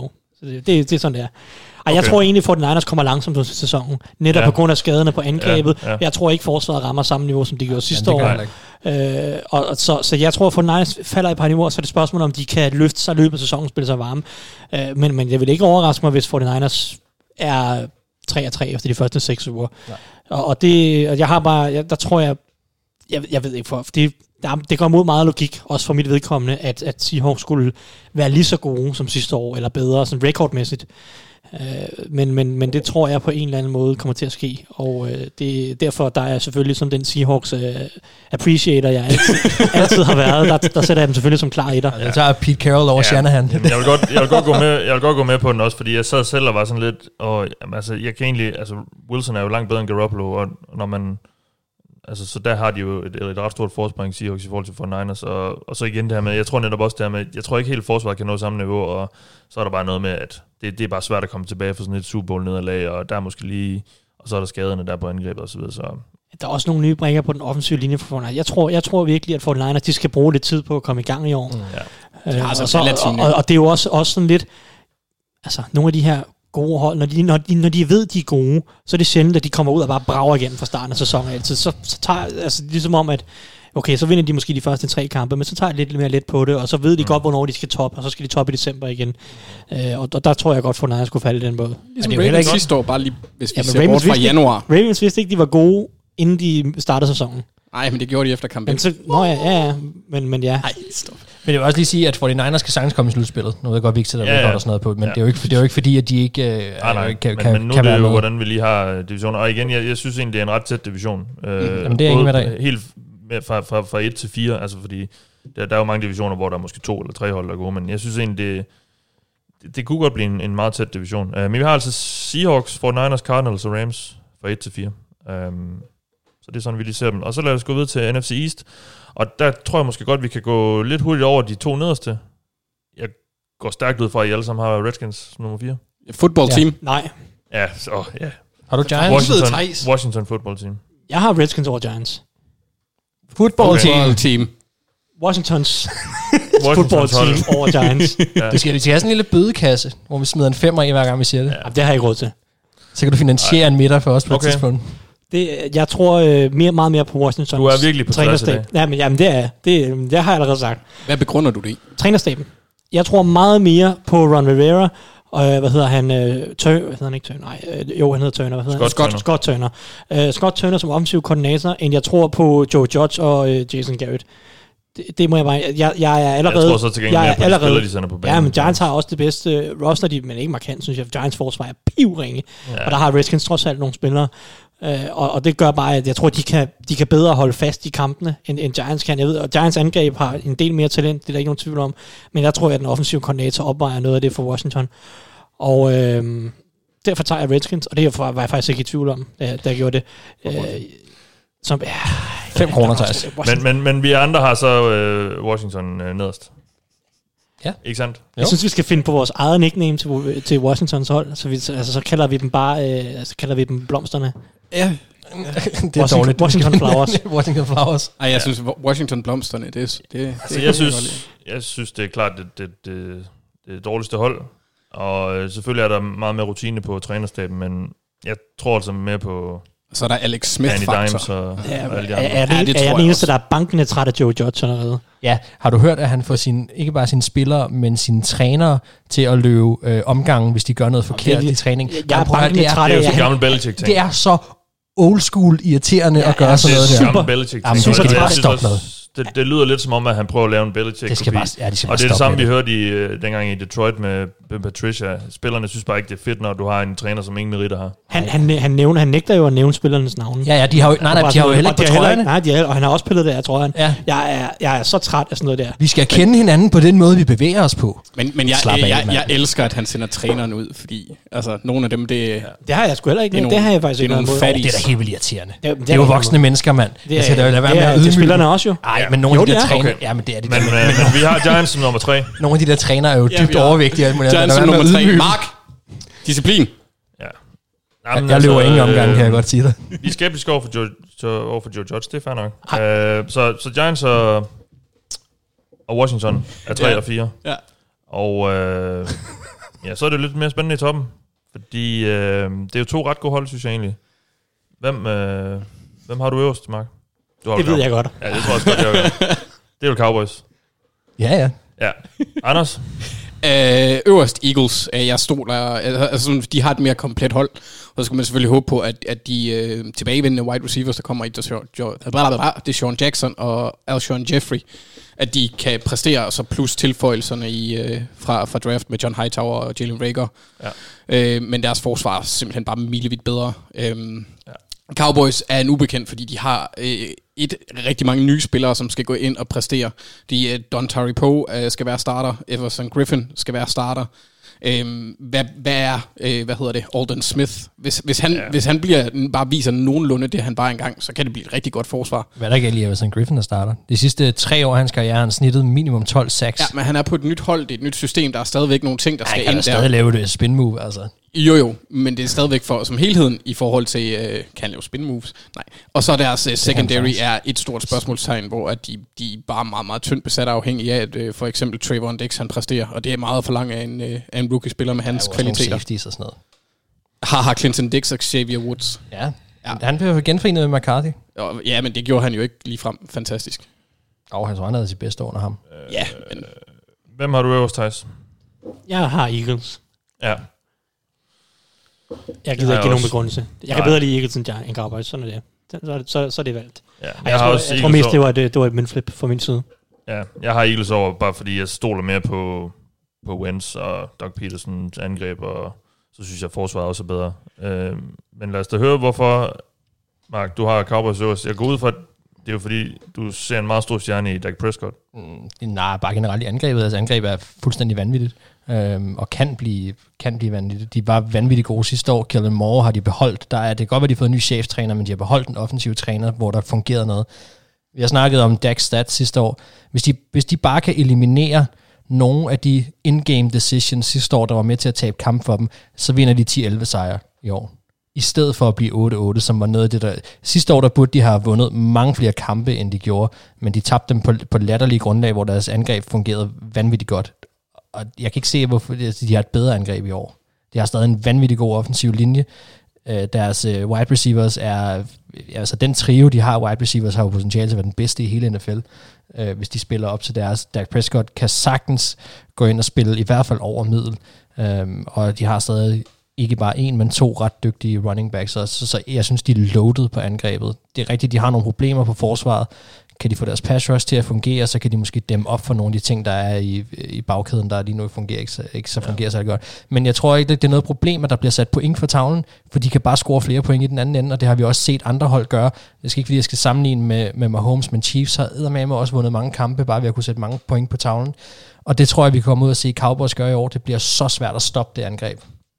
det, det, det er sådan, det er. Og okay. Jeg Okay. tror egentlig, at forty-niners kommer langsomt til sæsonen. Netop Ja. på grund af skaderne på angrebet. Ja, ja. Jeg tror ikke, forsvaret rammer samme niveau, som de gjorde sidste det gør år. jeg Øh, og, og så, så jeg tror, at forty-niners falder i et par niveauer, så er det spørgsmål, om de kan løfte sig i løbet af sæsonen og spille sig varme. Øh, men, men jeg vil ikke overraske mig, hvis forty-niners er tre og tre efter de første seks uger. Og, og det, og jeg har bare, jeg, der tror jeg, jeg, jeg ved ikke, for, fordi der, det går mod meget logik, også for mit vedkommende, at, at Seahawks skulle være lige så gode som sidste år, eller bedre, sådan rekordmæssigt. Øh, men, men, men det tror jeg på en eller anden måde kommer til at ske, og øh, det, derfor der er jeg selvfølgelig som den Seahawks øh, appreciator, jeg altid, altid har været, der, der sætter jeg dem selvfølgelig som klar etter. Ja. Så er Pete Carroll over ja. Shanahan. Jamen, jeg vil godt, jeg vil godt gå med, jeg vil godt gå med på den også, fordi jeg sad selv og var sådan lidt, og jamen, altså, jeg kan egentlig, altså, Wilson er jo langt bedre end Garoppolo, og når man, altså, så der har de jo et, et ret stort forspring, Seahawks, i forhold til forty-niners, og, og så igen det her med, jeg tror netop også det her med, jeg tror ikke helt forsvaret kan nå samme niveau, og så er der bare noget med, at det, det er bare svært at komme tilbage fra sådan et Super Bowl nederlag, og der er måske lige, og så er der skaderne der på angrebet og så videre, så... Der er også nogle nye bringer på den offensive linje for forty-niners. Jeg tror, jeg tror virkelig, at forty-niners, de skal bruge lidt tid på at komme i gang i år. Mm. Ja. Øh, og, så, og, og, og det er jo også, også sådan lidt, altså nogle af de her gode hold, når de, når, de, når de ved, de er gode, så er det sjældent, at de kommer ud og bare brager igen fra starten af sæsonen altid. Så, så tager, altså ligesom om, at okay, så vinder de måske de første tre kampe, men så tager de lidt mere let på det, og så ved de mm. godt, hvornår de skal toppe, og så skal de toppe i december igen. Øh, og, og der tror jeg godt, for Niners skulle falde i den måde. Ligesom ja, Ravens sidste år, bare lige, hvis vi ja, ser bort fra januar. Ikke, Ravens vidste ikke, de var gode, inden de startede sæsonen. Nej, men det gjorde de efter kampen. Men så, nå ja, ja, ja, men, men ja. Ej, stop. Men jeg vil også lige sige, at forty-niners skal sagtens komme i slutspillet. Nu ved jeg godt, vi ikke sætter ja, ja. og sådan noget på, men ja. det, er jo ikke, det er jo ikke fordi, at de ikke øh, ah, nej, kan, men, kan, men nu kan er det jo, med. hvordan vi lige har divisioner. Og igen, jeg, jeg synes egentlig, det er en ret tæt division. Mm. Øh, Jamen, det er ikke med dig. Helt med, fra, fra, fra et til fire, altså fordi der, der er jo mange divisioner, hvor der er måske to eller tre hold, der er gode, men jeg synes egentlig, det, det, det kunne godt blive en, en meget tæt division. Uh, men vi har altså Seahawks, forty-niners, Cardinals og Rams fra et til fire. Um, så det er sådan, vi lige ser dem. Og så lad os gå videre til N F C East. Og der tror jeg måske godt, vi kan gå lidt hurtigt over de to nederste. Jeg går stærkt ud fra, at I alle sammen har Redskins nummer fire. Football team? Ja. Nej. Ja, så ja. Har du Giants? Washington, Washington football team. Jeg har Redskins over Giants. Football okay. team. team. Washingtons football team over Giants. Ja. Du skal, vi skal have sådan en lille bødekasse, hvor vi smider en femmer i, hver gang vi siger det. Ja, det har jeg ikke råd til. Så kan du finansiere Ej. en middag for os på okay. et tidspunkt. Det, jeg tror øh, mere, meget mere på Washingtons. Du er virkelig på trænerstab. Ja, men jamen, det er det, det har jeg allerede sagt. Hvad begrunder du det i? Trænerstaben. Jeg tror meget mere på Ron Rivera, og hvad hedder han? Øh, Tør, hvad hedder han ikke Turner? Nej, øh, jo, han hedder Turner. Hvad hedder Scott, han? Scott, Scott Turner. Uh, Scott Turner som offensiv koordinator, end jeg tror på Joe Judge og øh, Jason Garrett. Det, det må jeg bare... Jeg, jeg er allerede... Jeg tror så til gengæld mere på de spillere, de sender på banen. Ja, men Giants har også det bedste roster, de, men ikke markant, synes jeg. Giants forsvar er pivringe, ja. Og der har Redskins trods alt nogle spillere. Uh, og, og det gør bare, at jeg tror, de kan, de kan bedre holde fast i kampene, end, end Giants kan. Jeg ved, og Giants angreb har en del mere talent, det er der ikke nogen tvivl om. Men jeg tror, at den offensive koordinator opvejer noget af det for Washington. Og øh, derfor tager jeg Redskins, og det var jeg faktisk ikke i tvivl om, da, da jeg gjorde det. Uh, som, ja, Fem kroner tages. Men, men, men vi andre har så øh, Washington øh, nederst. Ja. Ikke sandt? Jeg jo. synes, vi skal finde på vores eget nickname til, til Washingtons hold, så, vi, altså, så kalder vi dem bare, øh, så kalder vi dem blomsterne. Ja. det er Washington, dårligt. Washington Flowers. Washington Flowers. Ej, jeg synes, Washington blomsterne, det er... Det, altså, det jeg, synes, jeg synes, det er klart det, det, det, det dårligste hold. Og øh, selvfølgelig er der meget mere rutine på trænerstaben, men jeg tror altså mere på... Så er der Alex Smith-faktor. Og, ja, og alle de er, er, det, ja, det er jeg den eneste, der er bankende træt af Joe Judge allerede? Ja, har du hørt, at han får sin, ikke bare sine spillere, men sine trænere til at løbe øh, omgangen, hvis de gør noget forkert i træning? Jeg, jeg er bankende træt af... Det er jo så gammel Belichick-ting. Det er så old school irriterende ja, at gøre ja, sådan noget der. Det er gammel Belichick-ting. Super træt. Det, det lyder lidt som om, at han prøver at lave en Belichick-kopi. Ja, de og det er det samme, vi hørte i, uh, dengang i Detroit med Ben Patricia. Spillerne synes bare ikke, det er fedt, når du har en træner, som ingen meritter har. Han, han, han, nævner, han nægter jo at nævne spillernes navne. Ja, ja, de har jo, nej, nej, de har jo heller ikke på trøjerne. Nej, de har, og han har også pillet det, jeg tror han. Ja. Jeg, er, jeg er så træt af sådan noget der. Vi skal kende hinanden på den måde, vi bevæger os på. Men, men jeg, jeg, jeg, jeg elsker, at han sender træneren ud, fordi altså, nogle af dem, det... Ja. Det har jeg sgu heller ikke. Det, nogle, det har jeg faktisk ikke noget imod. Det er da helt vildt irriterende. Det, det, det er jo voksne mennesker, mand. Det er spillerne også jo. Nej, men nogle af de der træner... Ja, men det er det. Men, men, men vi har Giants som nummer tre. Nogle af de der træner er jo dybt ja, overvægtige. Giants som nummer tre. Mark! Disciplin. Ja. Jamen, jeg, jeg løber altså, ingen omgang, øh, kan jeg godt sige dig. Vi er skeptiske over for Joe, over for Joe Judge, det er fair nok. Uh, så, så Giants og, og Washington er tre ja. og fire. Ja. Og uh, Ja, så er det lidt mere spændende i toppen. Fordi øh, det er jo to ret gode hold, synes jeg egentlig. Hvem, øh, hvem har du øverst, Mark? Du har det ved jeg godt. Ja, det tror jeg også godt, jeg gør. Det er jo Cowboys. Ja, ja. Ja. Anders? Øh, øverst Eagles. Øh, jeg stoler, altså, de har et mere komplet hold. Og så skal man selvfølgelig håbe på, at, at de øh, tilbagevendende wide receivers, der kommer i DeSean Jackson og Alshon Jeffrey, at de kan præstere, og så plus tilføjelserne i, øh, fra, fra draft med John Hightower og Jalen Reagor. Ja. Øh, men deres forsvar er simpelthen bare milevidt bedre. Øh, ja. Cowboys er en ubekendt, fordi de har øh, et rigtig mange nye spillere, som skal gå ind og præstere. De, uh, Don Tari Poe uh, skal være starter, Everson Griffin skal være starter. Um, hvad, hvad er, uh, hvad hedder det, Alden Smith? Hvis, hvis, han, ja. hvis han bliver, bare viser nogenlunde det, han bare engang, så kan det blive et rigtig godt forsvar. Hvad er der galt i Everson Griffin, der starter? De sidste tre år af hans karriere har han snittet minimum tolv sacks. Ja, men han er på et nyt hold, det er et nyt system, der er stadigvæk nogle ting, der Ej, skal ind der. Han kan stadig lave det spin move, altså. Jo jo, men det er stadigvæk for som helheden i forhold til, uh, kan han lave spin moves? Nej. Og så deres uh, secondary er et stort spørgsmålstegn, hvor at de, de er bare meget, meget tyndt besat afhængig af, at uh, for eksempel Trayvon Diggs han præsterer, og det er meget for langt af en, uh, af en rookie-spiller med hans ja, kvaliteter. Og sådan noget. Har, har Clinton Dix og Xavier Woods. Ja, ja. Han blev genforenet med McCarthy. Og, ja, men det gjorde han jo ikke ligefrem fantastisk. Og han havde sit bedste år under ham. Øh, ja, men... Hvem har du øverst, Thijs? Jeg har Eagles. Ja. Jeg gider ikke give nogen begrundelse. Jeg kan Nej. bedre lide Eagles end jeg en Cowboys, sådan er det. Så er det, så, så er det valgt. Ja, jeg, jeg, har tror, også jeg tror mest, det var, et, det var et mindflip fra min side. Ja, jeg har Eagles over, bare fordi jeg stoler mere på, på Wentz og Doug Petersons angreb, og så synes jeg, at forsvaret også er bedre. Øh, men lad os da høre, hvorfor, Mark, du har Cowboys øverst. Jeg går ud fra, det er jo fordi, du ser en meget stor stjerne i Dak Prescott. Mm, nej, bare generelt i angrebet. Altså angreb er fuldstændig vanvittigt. Øhm, og kan blive, kan blive vanvittigt. De var vanvittigt gode sidste år. Kellen Moore har de beholdt. Der er, det kan godt være, de har fået en ny cheftræner, men de har beholdt en offensiv træner, hvor der fungerede noget. Vi har snakket om Dak's stats sidste år. Hvis de, hvis de bare kan eliminere nogle af de in-game decisions sidste år, der var med til at tabe kamp for dem, så vinder de ti elleve sejre i år. I stedet for at blive otte otte, som var noget af det, der... Sidste år, der burde de have vundet mange flere kampe, end de gjorde, men de tabte dem på, på latterlige grundlag, hvor deres angreb fungerede vanvittigt godt. Og jeg kan ikke se, hvorfor de har et bedre angreb i år. De har stadig en vanvittig god offensiv linje. Deres wide receivers er... Altså den trio, de har, wide receivers, har jo potentiale til at være den bedste i hele N F L. Hvis de spiller op til deres. Dak Prescott kan sagtens gå ind og spille i hvert fald over middel. Og de har stadig ikke bare en, men to ret dygtige running backs. Så, så, så jeg synes, de er loaded på angrebet. Det er rigtigt, de har nogle problemer på forsvaret. Kan de få deres pass rush til at fungere, så kan de måske dæmme op for nogle af de ting, der er i, i bagkæden, der lige nu fungerer ikke så, ikke så fungerer ja. så godt. Men jeg tror ikke, det er noget problem, at der bliver sat point for tavlen, for de kan bare score flere point i den anden ende, og det har vi også set andre hold gøre. Det skal ikke, fordi jeg skal sammenligne med, med Mahomes, men Chiefs har eddermame også vundet mange kampe, bare ved at kunne sætte mange point på tavlen. Og det tror jeg, vi kommer ud og se Cowboys gøre i år. Det bliver så svært at stoppe det angreb.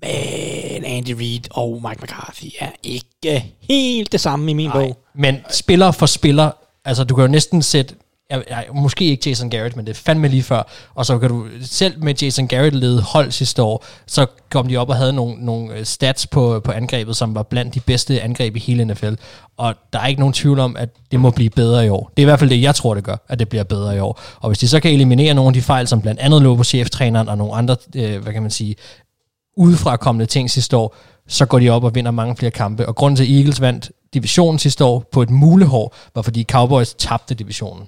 Men Andy Reid og Mike McCarthy er ikke helt det samme i min Nej, bog. Men spiller for spiller, altså du kan jo næsten sætte, ja, ja, måske ikke Jason Garrett, men det er fandme lige før, og så kan du selv med Jason Garrett lede hold sidste år, så kom de op og havde nogle, nogle stats på, på angrebet, som var blandt de bedste angreb i hele N F L, og der er ikke nogen tvivl om, at det må blive bedre i år. Det er i hvert fald det, jeg tror, det gør, at det bliver bedre i år. Og hvis de så kan eliminere nogle af de fejl, som blandt andet lå på cheftræneren, og nogle andre, øh, hvad kan man sige, udefrakommende ting sidste år, så går de op og vinder mange flere kampe. Og grunden til, at Eagles vandt divisionen sidste år på et mulehår, var fordi Cowboys tabte divisionen.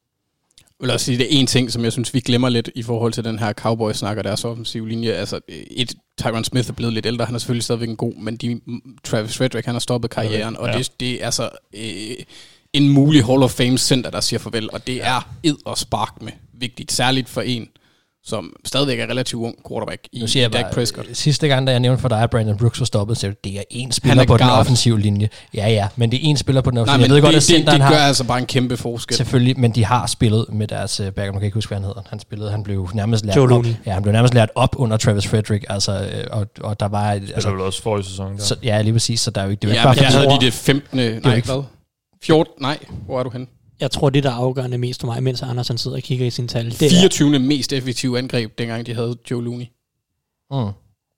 Jeg vil også sige, det er en ting, som jeg synes, vi glemmer lidt i forhold til den her Cowboys-snak og deres offensive linje. Altså, et, Tyron Smith er blevet lidt ældre, han er selvfølgelig stadigvæk en god, men de, Travis Frederick, han har stoppet karrieren, og ja. det, det er altså øh, en mulig Hall of Fame-center, der siger farvel, og det er ed og spark med vigtigt, særligt for en, som stadigvæk er relativt ung quarterback i, i Dak Prescott. Sidste gang, da jeg nævnte for dig, at Brandon Brooks var stoppet, så det er én spiller er på guard. Den offensive linje. Ja, ja, men det er én spiller på den offensive linje. Jeg ved det, godt, at det, det gør har, altså bare en kæmpe forskel. Selvfølgelig, men de har spillet med deres uh, back, man kan ikke huske, hvad han hedder. Han spillede, han blev nærmest lært Joe op. Looney. Ja, han blev nærmest lært op under Travis Frederick, altså, og, og der var... Det altså, vel også forrige sæson. Så, ja, lige præcis, så der er jo ikke... Det er ja, ikke bare jeg havde de det femtende Nej, hvad? fjorten Nej, hvor er du henne? Jeg tror, det der er afgørende mest for mig, mens Anders han sidder og kigger i sine tal, det fireogtyvende mest effektive angreb, dengang de havde Joe Looney. Mm.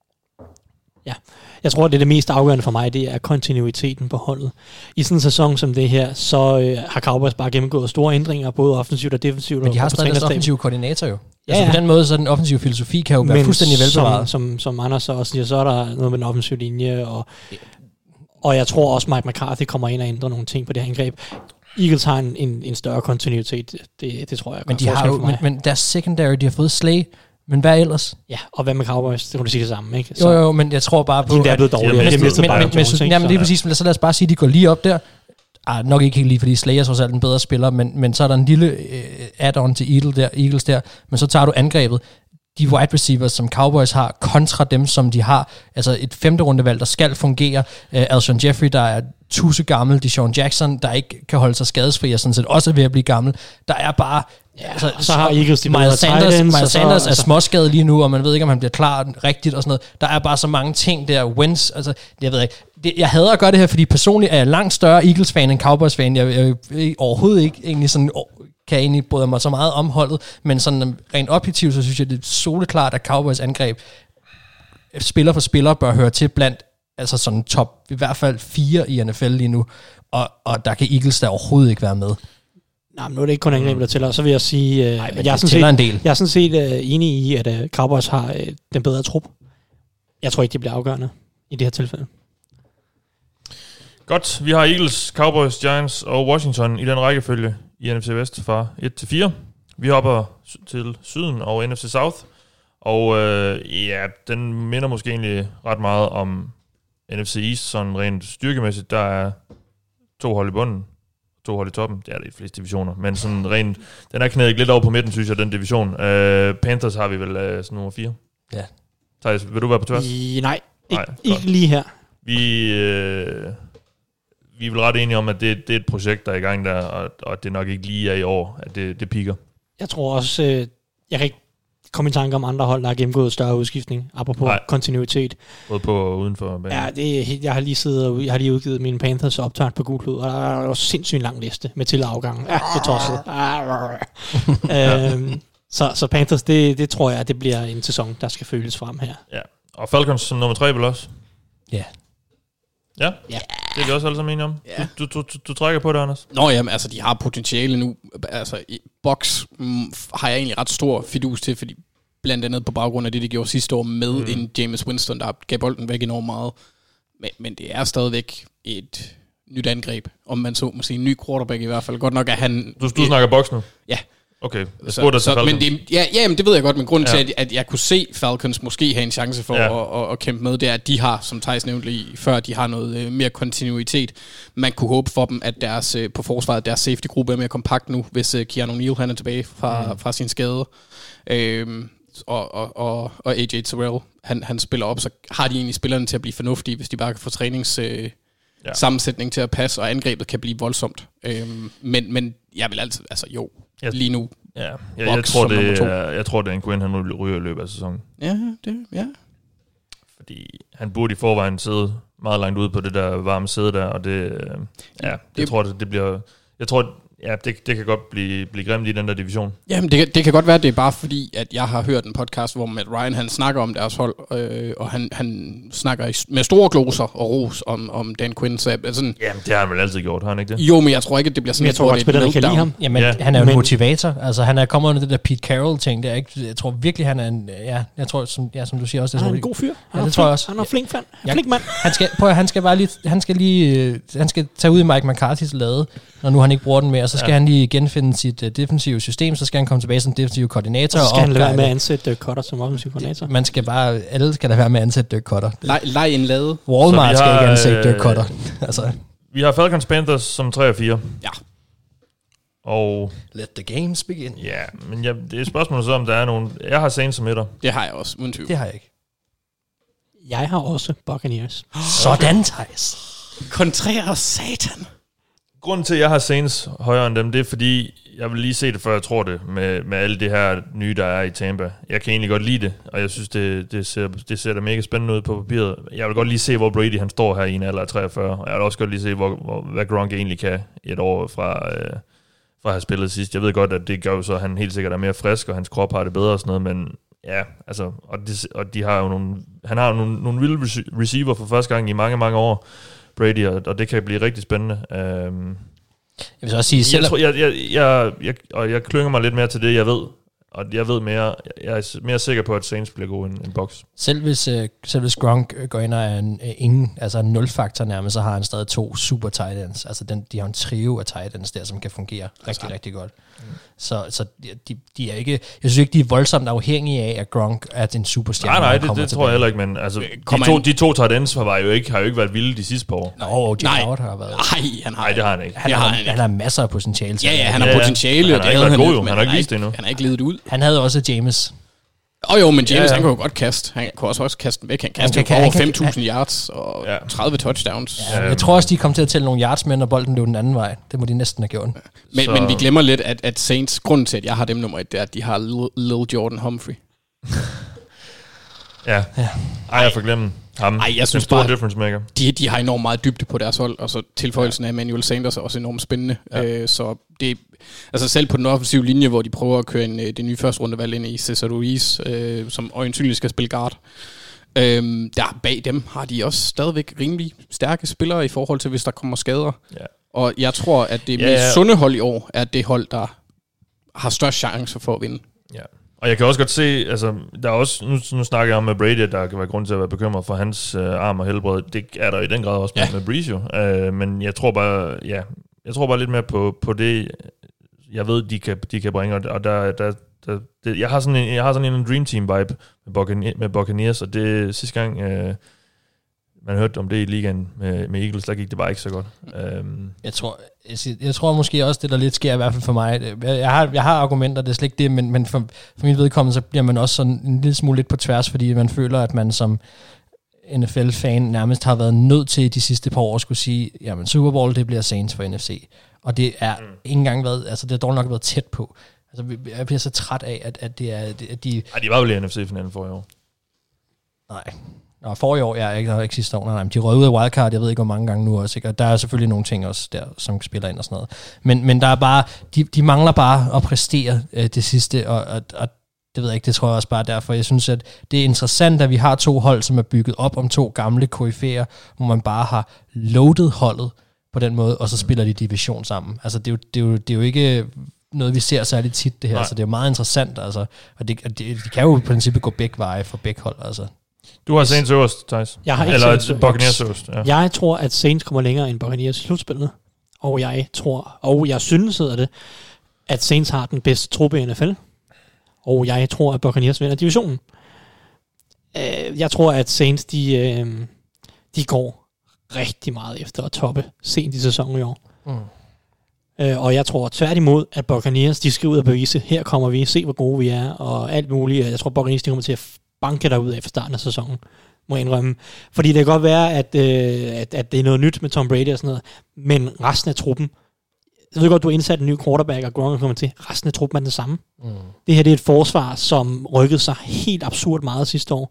Ja, jeg tror, det er det mest afgørende for mig, det er kontinuiteten på holdet. I sådan en sæson som det her, så øh, har Cowboys bare gennemgået store ændringer, både offensivt og defensivt. Men de har og stadig deres offensive koordinator jo. Ja, altså ja. På den måde, så den offensive filosofi kan jo være men fuldstændig velbevaret. Som, som, som Anders så også siger, så er der noget med den offensive linje, og, og jeg tror også, Mike McCarthy kommer ind og ændrer nogle ting på det her angreb. Eagles har en, en, en større kontinuitet, det, det tror jeg. Men de har jo, men, men deres secondary, de har fået Slay, men hvad ellers? Ja, og hvad med Cowboys? Det kunne du sige det samme, ikke? Så, jo, jo, men jeg tror bare på... De er blevet dårligere. Men, de men, men, men, men, jamen, det er præcis, så lad os bare sige, at de går lige op der. Ah, nok ikke helt lige, fordi Slayer er selv en bedre spiller, men, men så er der en lille øh, add-on til Eagles der, Eagles der, men så tager du angrebet. De wide receivers, som Cowboys har, kontra dem, som de har, altså et femte rundevalg, der skal fungere. Uh, Alshon Jeffrey, der er tusse gammel, DeSean Jackson, der ikke kan holde sig skadesfri, og sådan set også er ved at blive gammel. Der er bare... Ja, altså, så har Eagles de Miles Sanders, ends, Miles Sanders så, er småskadet lige nu, og man ved ikke, om han bliver klar rigtigt og sådan noget. Der er bare så mange ting der. Wentz, altså, jeg ved ikke. Det, jeg hader at gøre det her, fordi personligt er jeg langt større Eagles-fan end Cowboys-fan. Jeg, jeg, jeg overhovedet ikke egentlig sådan... kan jeg egentlig bryde mig så meget om holdet, men sådan rent objektivt, så synes jeg, det er soleklart, at Cowboys angreb spiller for spiller bør høre til blandt altså sådan top, i hvert fald fire i N F L lige nu, og, og der kan Eagles der overhovedet ikke være med. Nej, men nu er det ikke kun angrebet, der tæller. Så vil jeg sige, uh, Nej, jeg, er set, en del. jeg er sådan set uh, enig i, at uh, Cowboys har uh, den bedre trup. Jeg tror ikke, de bliver afgørende i det her tilfælde. Godt, vi har Eagles, Cowboys, Giants og Washington i den rækkefølge i N F C West fra et til fire. Vi hopper til syden og N F C South. Og øh, ja, den minder måske egentlig ret meget om N F C East, sådan rent styrkemæssigt. Der er to hold i bunden, to hold i toppen. Det er det i fleste divisioner. Men sådan rent, den er knædet lidt over på midten, synes jeg, den division. Øh, Panthers har vi vel øh, sådan nummer fire. Ja. Thijs, vil du være på tværs? I, nej, ikke, nej ikke lige her. Vi... Øh, Vi er vel ret enige om, at det, det er et projekt, der er i gang der, og, og det nok ikke lige er i år, at det, det piker. Jeg tror også, øh, jeg kan ikke komme i tanke om andre hold, der har gennemgået større udskiftning, apropos Nej. kontinuitet. Både på og uden for banen. Ja, det, jeg har lige siddet og, jeg har lige udgivet mine Panthers optagt på Google, og der er også sindssygt en lang liste med til afgangen. Ja, det er tosset. øhm, så, så Panthers, det, det tror jeg, det bliver en sæson, der skal føles frem her. Ja, og Falcons som nummer tre vel også? Ja. Ja, ja. Det er vi også alle sammen enige om. Ja. Du, du, du, du trækker på det, Anders. Nå jamen, altså de har potentiale nu. Altså i box mm, har jeg egentlig ret stor fidus til, fordi blandt andet på baggrund af det, de gjorde sidste år med mm. en Jameis Winston, der gav bolden væk enormt meget. Men, men det er stadigvæk et nyt angreb, om man så må sige en ny quarterback i hvert fald. Godt nok, at han... Du, du snakker box nu? Ja. Okay, jeg spurgte så, dig til men det, ja, ja, men det ved jeg godt, men grunden ja. til, at, at jeg kunne se Falcons måske have en chance for ja. at, at, at kæmpe med, det er, at de har, som Thijs nævnte lige før, de har noget øh, mere kontinuitet. Man kunne håbe for dem, at deres øh, på forsvaret, deres safety-gruppe er mere kompakt nu, hvis øh, Keanu Neal han er tilbage fra, mm. fra sin skade. Øhm, og, og, og, og A J Terrell, han, han spiller op, så har de egentlig spillerne til at blive fornuftige, hvis de bare kan få trænings... Øh, ja. sammensætning til at passe, og angrebet kan blive voldsomt. Øhm, men, men jeg vil altid, altså jo, jeg, lige nu... Ja, jeg, jeg, tror, det er, jeg tror, det er en Quinn, han ryger i løbet af sæsonen. Ja, det, ja. Fordi han burde i forvejen sidde meget langt ude på det der varme sæde der, og det, ja, det, det tror jeg, det bliver... Jeg tror, ja, det, det kan godt blive, blive grimt i den der division. Jamen, det, det kan godt være, at det er bare fordi, at jeg har hørt en podcast, hvor Matt Ryan, han snakker om deres hold, øh, og han, han snakker med store gloser og ros om, om Dan Quinn. Så, altså, Jamen, det har han vel altid gjort, har han ikke det? Jo, men jeg tror ikke, at det bliver sådan, jeg tror, at spillerne kan lide ham. Jamen, ja. Han er jo en motivator. Altså, han er kommet under det der Pete Carroll-ting. Det er ikke, jeg tror virkelig, han er en... Ja, jeg tror, som, ja, som du siger også... Det han er en god fyr. Ja, det tror jeg også. Han er flink fan. Han er flink mand. Han skal, prøv, han skal bare lige... Han skal lige... Han skal tage ud i Mike McCarthy's lade, når nu han ikke bruger den mere, så skal ja. han lige genfinde sit uh, defensive system, så skal han komme tilbage som defensive koordinator. Og så skal og han lade være med at ansætte Dirk Cutter som offensiv koordinator. Man skal bare... Alle skal da være med at ansætte Dirk Cutter. Leg, leg en lade. Walmart skal ikke ansætte Dirk Cutter. altså. Vi har Falcons Panthers som tre og fire. Ja. Og... Let the games begin. Ja, men jeg, det er spørgsmålet så, om der er nogen... Jeg har Saints som etter. Det har jeg også, uden tvivl. Det har jeg ikke. Jeg har også Buccaneers. Sådan, Thijs. Kontrære satan. Grunden til, at jeg har Saints højere end dem, det er fordi, jeg vil lige se det, før jeg tror det, med, med alle det her nye, der er i Tampa. Jeg kan egentlig godt lide det, og jeg synes, det, det, ser, det ser da mega spændende ud på papiret. Jeg vil godt lige se, hvor Brady han står her i en alder af treogfyrre, og jeg vil også godt lige se, hvor, hvor, hvad Gronk egentlig kan et år fra, øh, fra at have spillet sidst. Jeg ved godt, at det gør jo så, at han helt sikkert er mere frisk, og hans krop har det bedre og sådan noget, men ja, altså, og de, og de har jo nogle, han har jo nogle, nogle vilde receiver for første gang i mange, mange år, Brady, og det kan blive rigtig spændende. Um, jeg vil så også sige, jeg, tror, jeg, jeg, jeg, jeg, og jeg klynger mig lidt mere til det, jeg ved og jeg ved mere, jeg er mere sikker på, at Saints bliver gode end, end Bucks. Selv hvis, øh, selv hvis Gronk går ind og er en, øh, ingen, altså en nul-faktor nærmest, så har han stadig to super tight ends. Altså den, de har en trio af tight ends der, som kan fungere rigtig, ja. rigtig godt. Mm. Så, så de, de er ikke, jeg synes ikke, de er voldsomt afhængige af, at Gronk er en superstjerne. Nej, nej, det, det tror jeg heller ikke, men altså, de, to, de to tight ends var jo ikke, har jo ikke været vilde de sidste par år. Nå, og Jay Howard har været. Nej, han har, nej, det har han ikke. Han, har, han, han har masser af potentiale. Ja, ja, han har potentiale. Han har ikke været god, jo. Han har ikke vist det endnu. Han har ikke ledet ud. Han havde også James. Åh oh, jo, men James, ja, ja. han kan jo godt kaste. Han kunne også, også kaste væk. Han kaster kan, over fem tusind yards og ja. tredive touchdowns. Ja, jeg tror også, de kom til at tælle nogle yards med, når bolden løb den anden vej. Det må de næsten have gjort. Men, men vi glemmer lidt, at, at Saints, grunden til, at jeg har dem nummer et, det er, at de har Lil, Lil Jordan Humphrey. ja. ja. Ej, jeg får glemme ham. Ej, jeg synes en stor bare, difference maker. De, de har enormt meget dybde på deres hold, og så tilføjelsen af Emmanuel Sanders er også enormt spændende. Ja. Øh, så det altså selv på den offensive linje, hvor de prøver at køre en, det nye første rundevalg ind i Cesar Ruiz, øh, som øjensynligt skal spille guard. Øh, der bag dem har de også stadigvæk rimelig stærke spillere i forhold til, hvis der kommer skader. Ja. Og jeg tror, at det ja, mest ja. sunde hold i år er det hold, der har størst chance for at vinde. Ja. Og jeg kan også godt se, altså, der er også, nu, nu snakker jeg om med Brady, at der kan være grund til at være bekymret for hans øh, arm og helbred. Det er der i den grad også med, ja. med Breeze jo. Øh, men jeg tror bare, ja, jeg tror bare lidt mere på, på det, jeg ved, de kan, de kan bringe. Og der, der, der det, jeg har sådan en, jeg har sådan en dream team vibe med, Buccaneers, med Buccaneers, og det sidste gang, øh, man hørte om det i ligaen med, med Eagles, der gik det bare ikke så godt. Um. Jeg tror, jeg, jeg tror måske også, det der lidt sker, i hvert fald for mig. Jeg har, jeg har argumenter, det er slet ikke det, men, men for, for mit vedkommende, så bliver man også sådan en lille smule lidt på tværs, fordi man føler, at man som N F L-fan nærmest har været nødt til de sidste par år at skulle sige, jamen Super Bowl, det bliver Saints for N F C. Og det er mm. ikke engang været, altså det har dog nok været tæt på. Altså jeg bliver så træt af, at, at det er, at de... Ej, de var vel i N F C-finalen for i år. Nej. Nå, for i år, ja, ikke, der er ikke sidste år. Nej, nej, de røg ud af wildcard, jeg ved ikke, hvor mange gange nu også. Ikke? Og der er selvfølgelig nogle ting også der, som spiller ind og sådan noget. Men, men der er bare, de, de mangler bare at præstere øh, det sidste, og, og, og det ved jeg ikke, det tror jeg også bare derfor. Jeg synes, at det er interessant, at vi har to hold, som er bygget op om to gamle koryfæer, hvor man bare har loadet holdet på den måde, og så spiller de division sammen. Altså, det er jo, det er jo, det er jo ikke noget, vi ser særligt tit, det her. Nej. Så det er jo meget interessant, altså. Og det, det, de kan jo i princippet gå begge veje for begge hold, altså. Du har Saints øverst, Thijs. Jeg har ikke Eller Buccaneers øverst. Ja. Jeg tror, at Saints kommer længere end Buccaneers i slutspillet. Og jeg tror, og jeg synes, hedder det, at Saints har den bedste truppe i N F L. Og jeg tror, at Buccaneers vinder divisionen. Jeg tror, at Saints, de, de går rigtig meget efter at toppe sent i sæsonen i år. Mm. Og jeg tror tværtimod, at Buccaneers, de skal ud og bevise, her kommer vi, se hvor gode vi er, og alt muligt. Jeg tror, Buccaneers, de kommer til at banke derud af fra starten af sæsonen, må jeg indrømme. Fordi det kan godt være, at, øh, at, at det er noget nyt med Tom Brady og sådan noget, men resten af truppen, jeg ved godt, du har indsat en ny quarterback, og Gronk kommer til, resten af truppen er den samme. Mm. Det her det er et forsvar, som rykkede sig helt absurd meget sidste år,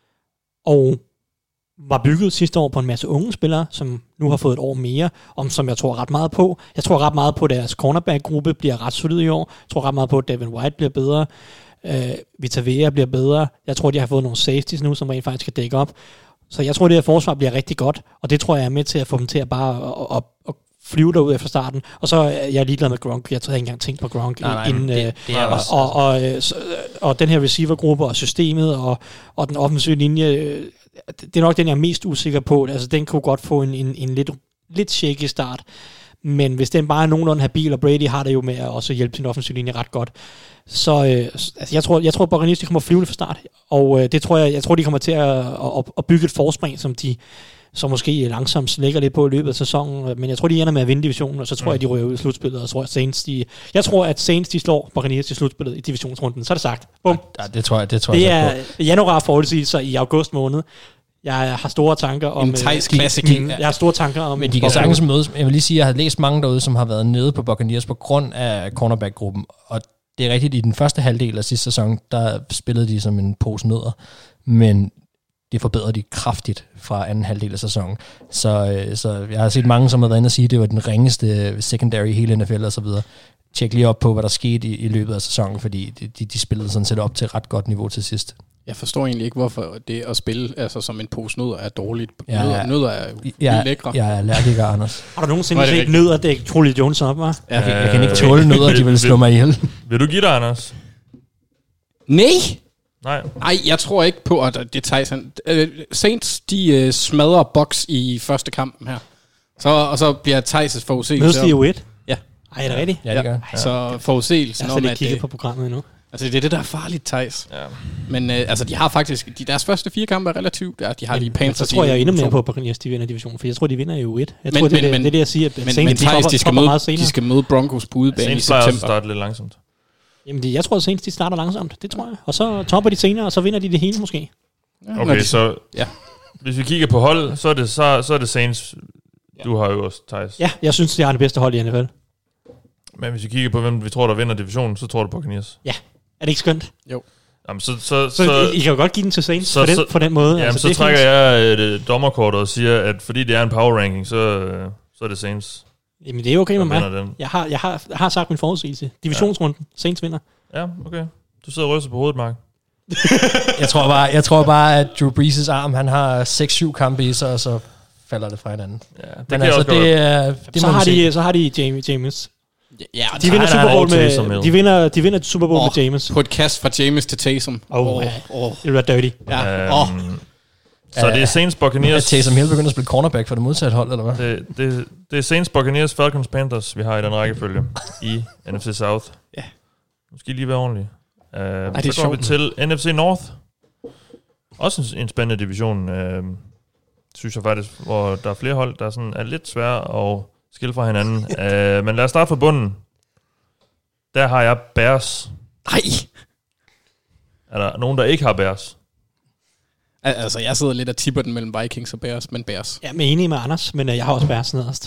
og var bygget sidste år på en masse unge spillere, som nu har fået et år mere, om som jeg tror ret meget på. Jeg tror ret meget på, at deres cornerback-gruppe bliver ret solid i år. Jeg tror ret meget på, at Devin White bliver bedre. Uh, Vita Vea bliver bedre. Jeg tror, de har fået nogle safeties nu, som rent faktisk kan dække op. Så jeg tror, det her forsvar bliver rigtig godt, og det tror jeg er med til at få dem til at bare at, at, at flyve derud efter starten. Og så er jeg ligeglad med Gronk. Jeg tror ikke engang tænkt på Gronk. Nej, nej, inden, det, det er og, også, og, og, og, og den her receivergruppe og systemet og, og den offensive linje, det er nok den, jeg er mest usikker på. Altså, den kunne godt få en, en, en lidt, lidt shaky start. Men hvis den bare er nogenlunde habil, og Brady har det jo med at også hjælpe sin offensive linje ret godt, så øh, altså jeg tror, jeg tror Buccaneers, de kommer flyvende fra start, og øh, det tror jeg, jeg tror, de kommer til at, at, at bygge et forspring, som de så måske langsomt slækker lidt på i løbet af sæsonen, men jeg tror, de ender med at vinde divisionen, og så tror mm. jeg, de ryger ud i slutspillet, og så tror jeg, Saints, de, jeg tror, at Saints, de slår Buccaneers i slutspillet i divisionsrunden, så er det sagt. Bum. Ja, det tror jeg, det tror det jeg. Det er januar forudsigelser i august måned. Jeg har store tanker om... En Thijs Classic. Jeg har store tanker om... Men de kan sagtens mødes. Jeg vil lige sige, at jeg har læst mange derude, som har været nede på Buccaneers på grund af cornerback-gruppen. Og det er rigtigt, i den første halvdel af sidste sæson, der spillede de som en pose nødder. Men det forbedrede de kraftigt fra anden halvdel af sæsonen. Så, så jeg har set mange, som har været inde og sige, at det var den ringeste secondary i hele N F L og så videre. Tjek lige op på, hvad der skete i, i løbet af sæsonen, fordi de, de, de spillede sådan set op til ret godt niveau til sidst. Jeg forstår egentlig ikke, hvorfor det at spille altså, som en pose nødder er dårligt. Ja, nødder, nødder er jo ja, lækre. Jeg er allergiker, Anders. Har du nogensinde set nødder dække Julio Jones op, hva'? Jeg, jeg, jeg kan ikke tåle nødder, de vil slå mig ihjel. Vil du give dig, Anders? Nej! Nej. Nej, jeg tror ikke på, at det tager uh, Saints, de uh, smadrer Bucks i første kampen her. Så, og så bliver Thijs' forudsigelse... Mødes de i U et? Ja. Ej, er det rigtigt? Ja, det gør. Ja. Så forudsigelsen Jeg har om, slet at... ikke kigget Uh, på programmet endnu. altså, det er det, der er farligt, Thijs. Ja. Men uh, altså, de har faktisk... De, deres første fire kampe er relativt... Ja, de har lige Men Panthers... så tror jeg i endnu mere to. på, at Buccaneers de vinder divisionen, for jeg tror, de vinder i U et. Jeg Men- tror, det, men- er, men- det er det, jeg siger. At Men, Saints, men de Thijs, topper- de skal, topper møde, meget senere. de skal møde Broncos på udebane i Saints plejer også at september. starte lidt langsomt. Jamen, det, jeg tror, at Saints de starter langsomt. Det tror jeg. Og så topper de senere, og så vinder de det hele måske. Ja, når Okay, de- så Ja. hvis vi kigger på hold, så er det, så, så er det Saints. Du har jo også, Thijs. Ja, jeg synes, de har det bedste hold i N F L. Men hvis vi kigger på, hvem vi tror, der vinder divisionen, så tror du på Buccaneers. Er det ikke skønt? Jamen, så, så, Så, så, I kan jo godt give den til Saints så- på, den, så- på den måde. jamen, altså, så det er trækker fint. jeg et, et dommerkort og siger, at fordi det er en power ranking, så, øh, så er det Saints, Jamen, det er okay der med mig. vinder den. Jeg har, jeg har, jeg har sagt min forudsigelse. Divisionsrunden. Saints vinder. Ja, okay. Du sidder og ryster på hovedet, Mark. Jeg tror bare, jeg tror bare at Drew Brees' arm, han har seks syv kampe i sig, og så falder det fra hinanden. Ja, det Men kan altså, også godt. det, er- det så, må vi har se. de, så har de James. James. Ja, De vinder nej, Super nej, Bowl nej, Taysom med, Hill. de vinder, de vinder Super Bowl Åh, med James. på et kast fra James til Taysom. Oh, Åh, ja. åh. Det er dirty. Ja. Øhm, Åh. Så det er Saints, Er Buccaneers. Taysom Hill begyndt at spille cornerback for det modsatte hold, eller hvad? Det, det, det er Saints, Buccaneers, Falcons, Panthers, vi har i den rækkefølge i N F C South. Ja. Nu skal I lige være ordentlige. Uh, det er så går vi sjovt. til N F C North. Også en, en spændende division, uh, synes jeg faktisk, hvor der er flere hold, der sådan er lidt svære at skille fra hinanden. uh, men lad os starte fra bunden. Der har jeg Bears. Nej. Er der nogen, der ikke har Bears? Al- Altså, jeg sidder lidt og tipper den mellem Vikings og Bears, men Bears. Jeg er enig med Anders, men uh, jeg har også Bears nederst.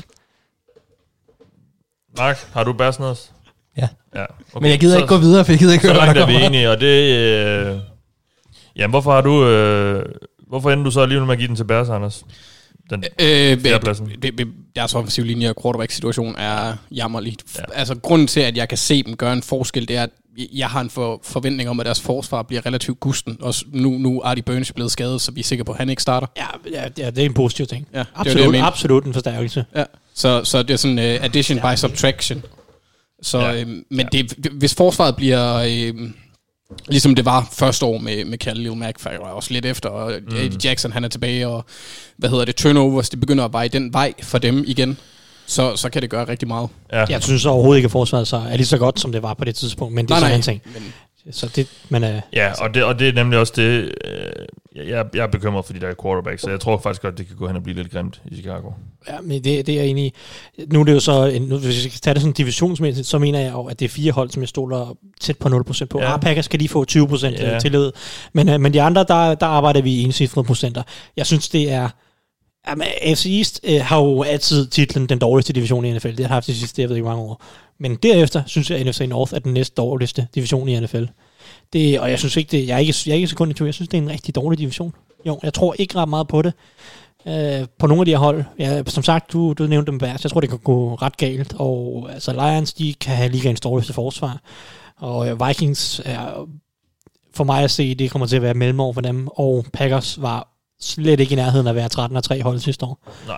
Mark, har du Bears nederst? Ja. Ja. Okay. Men jeg gider så, ikke gå videre, for jeg gider ikke Så høre, hvad langt der er vi kommer. enige, og det... Øh, jamen, hvorfor har du... Øh, hvorfor ender du så alligevel med at give den til Bears, Anders? Den Øh, fjerdepladsen. det, det, deres offensive linje og quarterback-situation er jammerlig. Ja. Ja. Altså, grunden til, at jeg kan se dem gøre en forskel, det er, at jeg har en for, forventning om, at deres forsvar bliver relativt gusten. Og nu, nu er de Burns blevet skadet, så vi er sikre på, at han ikke starter. Ja, ja, ja, det er en positiv ting. Ja, det er Absolut, det, jeg mener. absolut en forstærkelse. Ja. Så, så det er sådan uh, addition by subtraction. Så, Ja. ja. øh, men ja. det, hvis forsvaret bliver... Øh, ligesom det var første år med, med Khalil Mack, og også lidt efter, og mm. Eddie Jackson, han er tilbage, og hvad hedder det, turnovers, det begynder at veje den vej for dem igen, så, så kan det gøre rigtig meget. Ja. Jeg synes overhovedet ikke, at forsvaret så er lige så godt, som det var på det tidspunkt, men det er Nej, sådan nej. en ting. Men, Så det, men, øh, Ja, og det, og det er nemlig også det... Øh, jeg, jeg er bekymret for de der quarterbacks, så jeg tror faktisk godt, det kan gå hen og blive lidt grimt i Chicago. ja, men det, det er jeg enig i. Nu er det jo så, en, nu, hvis vi skal tage det sådan divisionsmæssigt, så mener jeg jo, at det er fire hold, som jeg stoler tæt på nul procent på. Ja. Ja. Packers skal de få tyve procent Ja. ja. tillid, men, øh, men de andre, der, der arbejder vi i encifrede procenter. Jeg synes, det er... Jamen, A F C East øh, har jo altid titlen den dårligste division i N F L. Det har haft de sidste, jeg ved ikke, mange år. Men derefter synes jeg, at N F C North er den næst dårligste division i N F L. Det, og jeg synes ikke, det, jeg er ikke, jeg er ikke sekund i tvivl. Jeg synes, det er en rigtig dårlig division. Jo, jeg tror ikke ret meget på det. Øh, på nogle af de her hold. Ja, som sagt, du, du nævnte dem værst. Jeg tror, det kan gå ret galt. Og altså, Lions, de kan have ligaens dårligste forsvar. Og øh, Vikings er for mig at se, det kommer til at være mellemår for dem. Og Packers var slet ikke i nærheden af at være tretten og tre hold sidste år. Nej.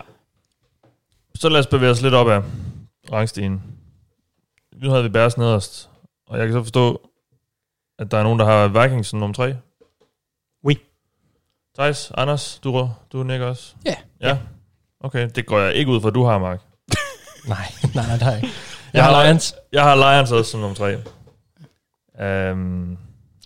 Så lad os bevæge os lidt op af rangstigen. Nu havde vi Bears nederst, og jeg kan så forstå, at der er nogen, der har Vikings som nummer tre. Oui. Thijs, Anders, du, du nikker også? Ja. Ja? Okay, det går jeg ikke ud fra, du har, Mark. Nej, nej, nej, det har jeg ikke. Jeg, Jeg har har- Lions. Jeg har Lions også som nummer tre. Um,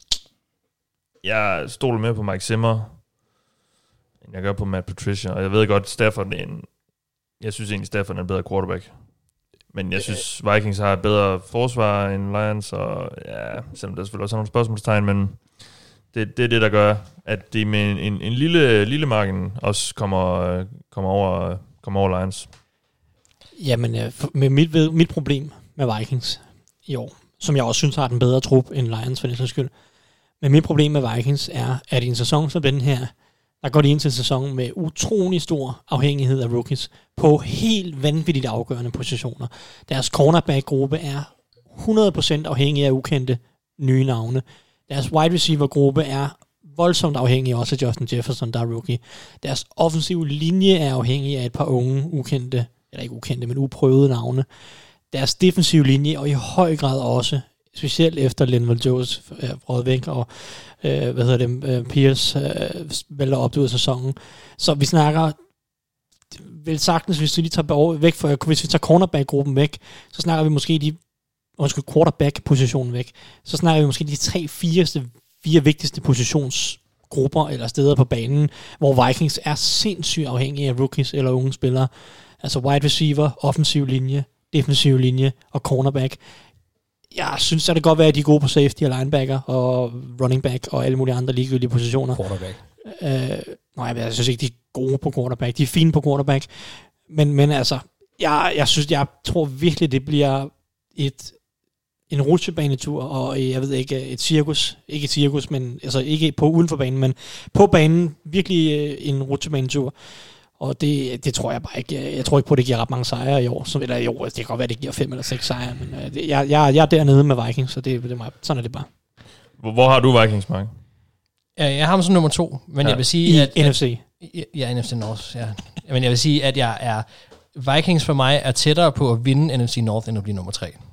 jeg stoler mere på Mike Zimmer, end jeg gør på Matt Patricia. Og jeg ved godt, Stafford er en... Jeg synes egentlig, Stafford er en bedre quarterback. Men jeg synes, Vikings har et bedre forsvar end Lions, og ja, selvom der selvfølgelig også er nogle spørgsmålstegn, men det, det er det, der gør, at de med en, en, en lille, lille marken også kommer, kommer, over, kommer over Lions. Jamen, øh, for- med mit, ved- mit problem med Vikings i år, som jeg også synes har den bedre trup end Lions for den sags skyld, men mit problem med Vikings er, at i en sæson som den her, der går de ind til en sæson med utrolig stor afhængighed af rookies på helt vanvittigt afgørende positioner. Deres cornerback-gruppe er hundrede procent afhængig af ukendte nye navne. Deres wide receiver-gruppe er voldsomt afhængig også af Justin Jefferson, der er rookie. Deres offensive linje er afhængig af et par unge, ukendte, eller ikke ukendte, men uprøvede navne. Deres defensive linje, og i høj grad også specielt efter Linval Jones er røget væk, og øh, hvad hedder det, øh, Pierce øh, vælger op ud af sæsonen. Så vi snakker vel sagtens, hvis vi lige tager væk, for, hvis vi tager cornerback-gruppen væk, så snakker vi måske de, undskyld, quarterback-positionen væk, så snakker vi måske de tre, fireste, fire vigtigste positionsgrupper eller steder på banen, hvor Vikings er sindssygt afhængige af rookies eller unge spillere. Altså wide receiver, offensiv linje, defensiv linje og cornerback. Jeg synes, at det godt være, at de er gode på safety og linebacker og running back og alle mulige andre ligegyldige positioner. Quarterback. Øh, nej, jeg synes ikke, de er gode på quarterback. De er fine på quarterback. Men, men altså, jeg, jeg synes, jeg tror virkelig, det bliver et en rutsjebanetur, og jeg ved ikke, et cirkus. Ikke et cirkus, men altså ikke på uden for banen, men på banen virkelig en rutsjebanetur. Og det, det tror jeg bare ikke. Jeg tror ikke på, at det giver ret mange sejre i år. Så, eller i år, det kan godt være, at det giver fem eller seks sejre, men uh, det, jeg, jeg, jeg er dernede med Vikings, så det, det er, sådan er det bare. Hvor, hvor har du Vikings, Mark? Ja, jeg har dem som nummer to, men ja. jeg vil sige, I at... N F C. Ja, ja, N F C North, ja. Men jeg vil sige, at jeg er... Vikings for mig er tættere på at vinde N F C North, end at blive nummer tre.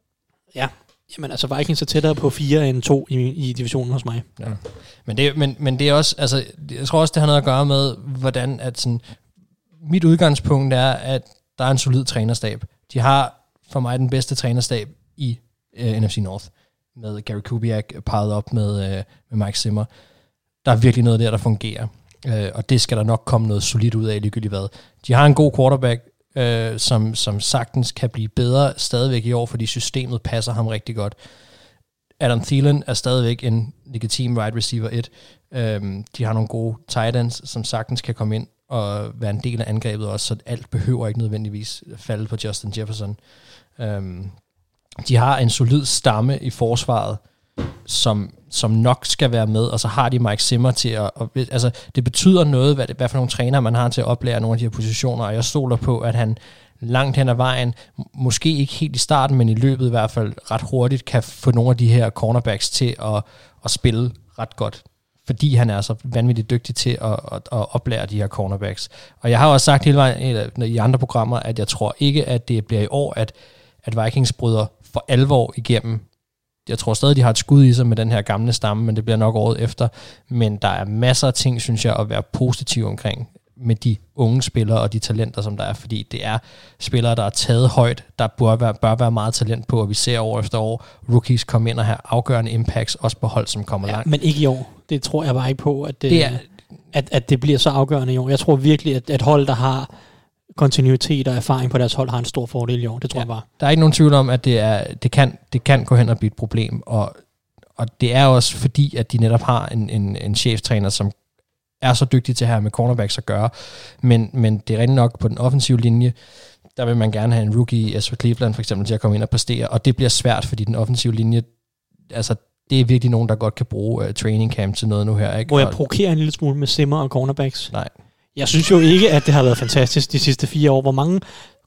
Ja, jamen altså Vikings er tættere på fire end to i, i divisionen hos mig. Ja. Men, det, men, men det er også... Altså, jeg tror også, det har noget at gøre med, hvordan at sådan... Mit udgangspunkt er, at der er en solid trænerstab. De har for mig den bedste trænerstab i uh, N F C North, med Gary Kubiak parret op med, uh, med Mike Zimmer. Der er virkelig noget der, der fungerer, uh, og det skal der nok komme noget solidt ud af, ligegyldigt hvad. De har en god quarterback, uh, som, som sagtens kan blive bedre stadigvæk i år, fordi systemet passer ham rigtig godt. Adam Thielen er stadigvæk en legitim wide receiver et. Uh, de har nogle gode tight ends, som sagtens kan komme ind og være en del af angrebet også, så alt behøver ikke nødvendigvis falde på Justin Jefferson. Um, de har en solid stamme i forsvaret, som, som nok skal være med, og så har de Mike Zimmer til at... Og, altså, det betyder noget, hvad, det, hvad for nogle træner man har til at oplære nogle af de her positioner, og jeg stoler på, at han langt hen ad vejen, måske ikke helt i starten, men i løbet i hvert fald ret hurtigt, kan få nogle af de her cornerbacks til at, at spille ret godt, fordi han er så vanvittigt dygtig til at, at, at oplære de her cornerbacks. Og jeg har også sagt hele vejen i andre programmer, at jeg tror ikke, at det bliver i år, at, at Vikings bryder for alvor igennem. Jeg tror stadig, de har et skud i sig med den her gamle stamme, men det bliver nok året efter. Men der er masser af ting, synes jeg, at være positiv omkring med de unge spillere og de talenter, som der er, fordi det er spillere, der er taget højt, der bør være, bør være meget talent på, og vi ser år efter år rookies komme ind og have afgørende impacts, også på hold, som kommer ja, langt. Men ikke i år. Det tror jeg bare ikke på, at det, det er, at, at det bliver så afgørende i år. Jeg tror virkelig, at et hold, der har kontinuitet og erfaring på deres hold, har en stor fordel i år. Det tror ja, jeg bare. Der er ikke nogen tvivl om, at det, er, det, kan, det kan gå hen og blive et problem, og, og det er også fordi, at de netop har en, en, en cheftræner, som er så dygtig til at have med cornerbacks at gøre, men, men det er rigtig nok på den offensive linje, der vil man gerne have en rookie, Ezra Cleveland for eksempel, til at komme ind og præstere, og det bliver svært, fordi den offensive linje, altså det er virkelig nogen, der godt kan bruge uh, training camp til noget nu her. Ikke? Må jeg provokere en lille smule med Zimmer og cornerbacks? Nej. Jeg synes jo ikke, at det har været fantastisk de sidste fire år. Hvor mange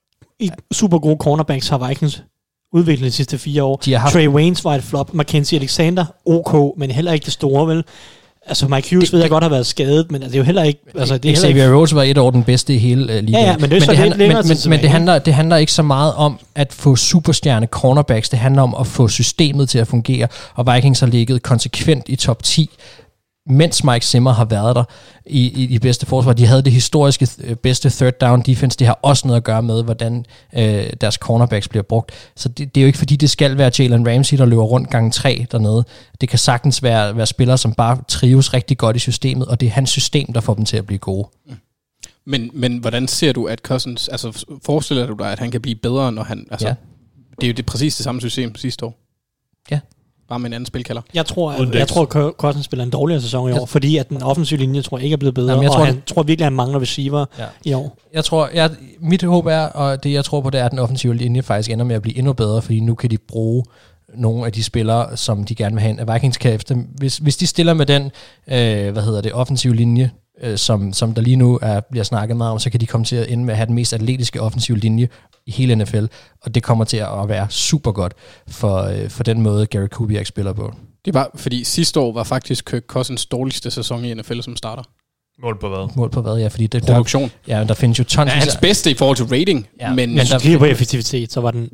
super gode cornerbacks har Vikings udviklet de sidste fire år? De haft... Trey Waynes var et flop. Mackenzie Alexander, ok, men heller ikke det store, vel? Altså Mike Hughes det, ved jeg det, godt har været skadet, men det er jo heller ikke... Altså, det er Xavier heller ikke... Rhodes var et år den bedste i hele uh, ligaen. Ja, ja, men det, er men så det, handler, men, men, men det, handler, det handler ikke så meget om at få superstjerne cornerbacks, det handler om at få systemet til at fungere, og Vikings har ligget konsekvent i top ti, mens Mike Zimmer har været der i, i de bedste forsvar. De havde det historiske bedste third down defense. Det har også noget at gøre med, hvordan øh, deres cornerbacks bliver brugt. Så det, det er jo ikke fordi, det skal være Jalen Ramsey, der løber rundt gang tre dernede. Det kan sagtens være, være spillere, som bare trives rigtig godt i systemet, og det er hans system, der får dem til at blive gode. Mm. Men, men hvordan ser du, at Cousins, altså forestiller du dig, at han kan blive bedre, når han, altså, ja. Det er jo det præcis det samme system sidste år. Ja. Bare med en anden spilkalder. Jeg tror, at, jeg tror at Cousins spiller en dårligere sæson i år, ja. Fordi at den offensive linje, tror jeg, ikke er blevet bedre, Jamen, jeg og tror, han det... tror virkelig, at han mangler receiver ja. i år. Jeg tror, jeg, mit håb er, og det jeg tror på, det er, at den offensive linje faktisk ender med at blive endnu bedre, fordi nu kan de bruge nogle af de spillere, som de gerne vil have. Vikings kan efter, hvis, hvis de stiller med den, øh, hvad hedder det, offensive linje, øh, som, som der lige nu er, bliver snakket meget om, så kan de komme til at ende med at have den mest atletiske offensive linje i hele N F L, og det kommer til at være super godt for, øh, for den måde, Gary Kubiak spiller på. Det var, fordi sidste år var faktisk Kirk Cousins dårligste sæson i N F L som starter. Mål på hvad? Mål på hvad, ja, fordi det, produktion. Der, ja, der findes jo tons. Ja, hans bedste i forhold til rating, ja, men... Men hvis du kigger på effektivitet, så var den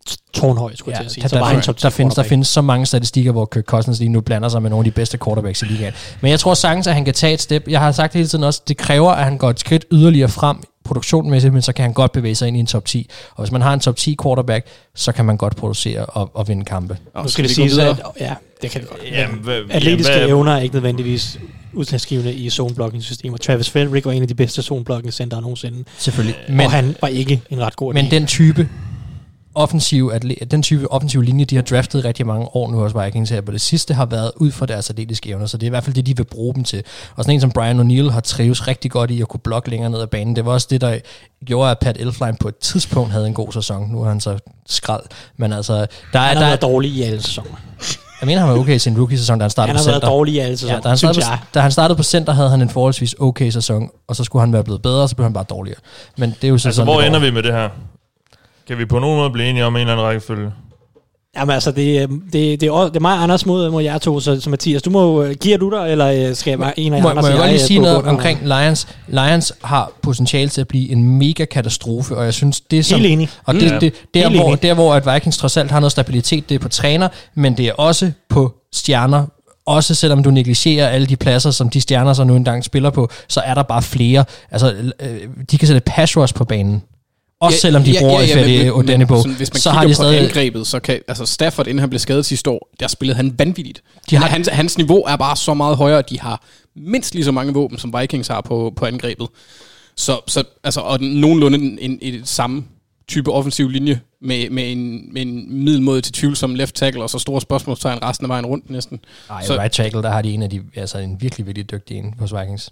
tårnhøj, skulle Ja, jeg til at sige. der, Så var der, han findes, top ti der, findes, der quarterback. findes så mange statistikker, hvor Kirk Cousins lige nu blander sig med nogle af de bedste quarterbacks i ligaen. Men jeg tror sagtens, at han kan tage et step. Jeg har sagt hele tiden også, det kræver, at han går et skridt yderligere frem produktionmæssigt, men så kan han godt bevæge sig ind i en top ti. Og hvis man har en top ti quarterback, så kan man godt producere og, og vinde kampe. Og Nu skal det vi gå siges, videre? at ja, det kan det godt. Ja, Men hva- atletiske ja, hvad- evner er ikke nødvendigvis udslagsgivende i zone-blocking-systemer. Travis Frederick var en af de bedste zone-blocking-centere nogensinde. Selvfølgelig. Men, og han var ikke en ret god Men atlet. den type offensiv, den type offensiv linje, de har draftet rigtig mange år nu hos Vikings her, på det sidste har været ud fra deres atletiske evner, så det er i hvert fald det, de vil bruge dem til. Og sådan en som Brian O'Neill har trives rigtig godt i at kunne blokke længere ned ad banen. Det var også det, der gjorde, at Pat Elflein på et tidspunkt havde en god sæson. Nu er han så skrald. Men altså, der er... Han har der været er, dårlig i alle sæsoner. jeg mener, han var okay i sin rookie-sæson, da han startede Han på har været center. dårlig i alle sæsoner, Ja, da, han synes startede jeg. på, da han startede på center, havde han en forholdsvis okay sæson, og så skulle han være blevet bedre, og så blev han bare dårligere. Men det er jo så Altså, sådan, hvor det ender går. vi med det her? Kan vi på nogen måde blive enige om en eller anden rækkefølge? Jamen altså, det, er- det, det, er, også- det er mig og Anders mod, mod jer to, så, så Mathias, du må, øh, giver du dig, eller øh, skal jeg bare en af jer Må, Anders må jeg og godt lige øh, sige på noget bunden? omkring Lions. Lions har potentiale til at blive en mega katastrofe, og jeg synes, det er som... Helt enig. Og det, Mm. det, det, der, Helt hvor, enig. der, hvor at Vikings trods alt har noget stabilitet, det er på træner, men det er også på stjerner. Også selvom du negligerer alle de pladser, som de stjerner så nu engang spiller på, så er der bare flere. Altså, øh, de kan sætte pass rush på banen. Også ja, selvom de ja, bruger ja, ja, ja, Odenigbo, hvis man så kigger har de på stadig... angrebet, så kan, altså Stafford, inden han blev skadet sidste år, der spillede han vanvittigt. De har- hans, hans niveau er bare så meget højere, at de har mindst lige så mange våben, som Vikings har på, på angrebet. Så, så altså, og nogenlunde en, en, en samme type offensiv linje, med, med en, med en middelmåde til tvivlsom left tackle, og så store spørgsmålstegn resten af vejen rundt næsten. Ej, Så- right tackle, der har de en af de, altså en virkelig, virkelig dygtig en hos Vikings.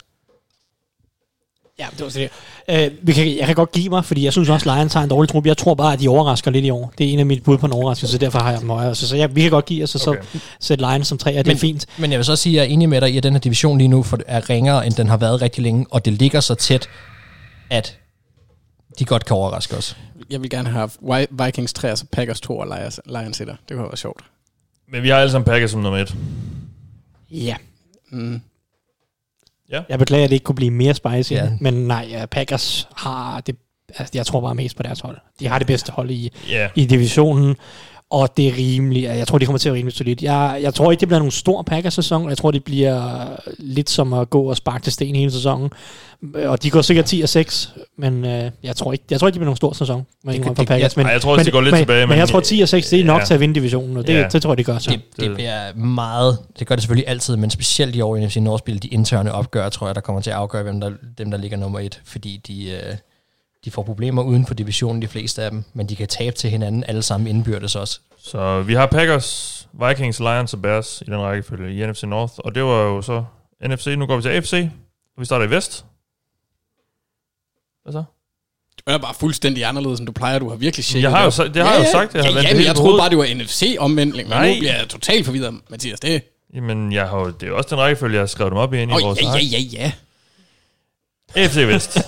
Ja, det var så det. Øh, vi kan, jeg kan godt give mig, fordi jeg synes også, Lions har en dårlig trup. Jeg tror bare, at de overrasker lidt i år. Det er en af mine bud på en overraskelse, så derfor har jeg dem højere. Så, så ja, vi kan godt give os, og så Okay. sætte Lions som tre, og det Men- er fint. Men jeg vil så sige, at jeg er enig med dig i, at den her division lige nu for- er ringere, end den har været rigtig længe, og det ligger så tæt, at de godt kan overraske os. Jeg vil gerne have Vi- Vikings tre, altså Packers to og Lions, Lions etter. Det kunne være sjovt. Men vi har alle sammen Packers som nummer et. Ja. Mm. Jeg beklager, at det ikke kunne blive mere spicy, Ja. ja. men nej, ja, Packers har det, altså, jeg tror bare mest på deres hold. De har det bedste hold i, Ja. i divisionen, og det er rimeligt. Jeg tror, de kommer til at være rimelig solidt. Jeg, jeg tror ikke, det bliver nogen stor Packers-sæson, og jeg tror, det bliver lidt som at gå og sparke til sten hele sæsonen. Og de går sikkert ti og seks, men øh, jeg tror ikke, jeg tror ikke, det bliver nogen stor sæson med Det det, kan- for det- Packers. jeg- Men, Ej, jeg tror også, men, de går lidt men, tilbage, Men, men- jeg tror, ti og seks, det er nok Ja. til at vinde divisionen, og det, Ja. det tror jeg, de gør så. Det, det bliver meget, det gør det selvfølgelig altid, men specielt i år i N F C North-spil, de interne opgør, tror jeg, der kommer til at afgøre, hvem der, dem, der ligger nummer et, fordi de, øh, de får problemer uden for divisionen, de fleste af dem, men de kan tabe til hinanden alle sammen indbyrdes også. Så vi har Packers, Vikings, Lions og Bears i den rækkefølge i N F C North. Og det var jo så N F C. Nu går vi til A F C, og vi starter i Vest. Hvad så? Det er bare fuldstændig anderledes, end du plejer. Du har virkelig shaket Jeg har jo, op. sa- det har jeg jo sagt. Jeg har ja, vendt ja, det men hele jeg på troede hovedet. bare, det var N F C-omvendling, men Nej. nu bliver jeg totalt forvirret, Mathias. Det Jamen, jeg har jo, det er jo også den rækkefølge, jeg har skrevet dem op i, ind i Åh, vores ja, ja, ark. ja, ja. A F C Vest.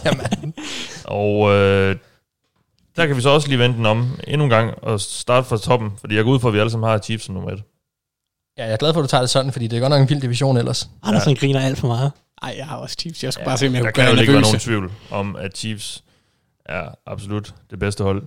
Og øh, der kan vi så også lige vente den om endnu en gang og starte fra toppen, fordi jeg går ud fra, at vi alle sammen har Chiefs som nummer et. Ja, jeg er glad for, at du tager det sådan, fordi det er godt nok en vild division ellers. Andersen ja. griner alt for meget. Ej, jeg har også Chiefs. Jeg skulle ja, bare se, om jeg Der kunne kan gøre jo ikke være nogen nervøse. tvivl om, at Chiefs er absolut det bedste hold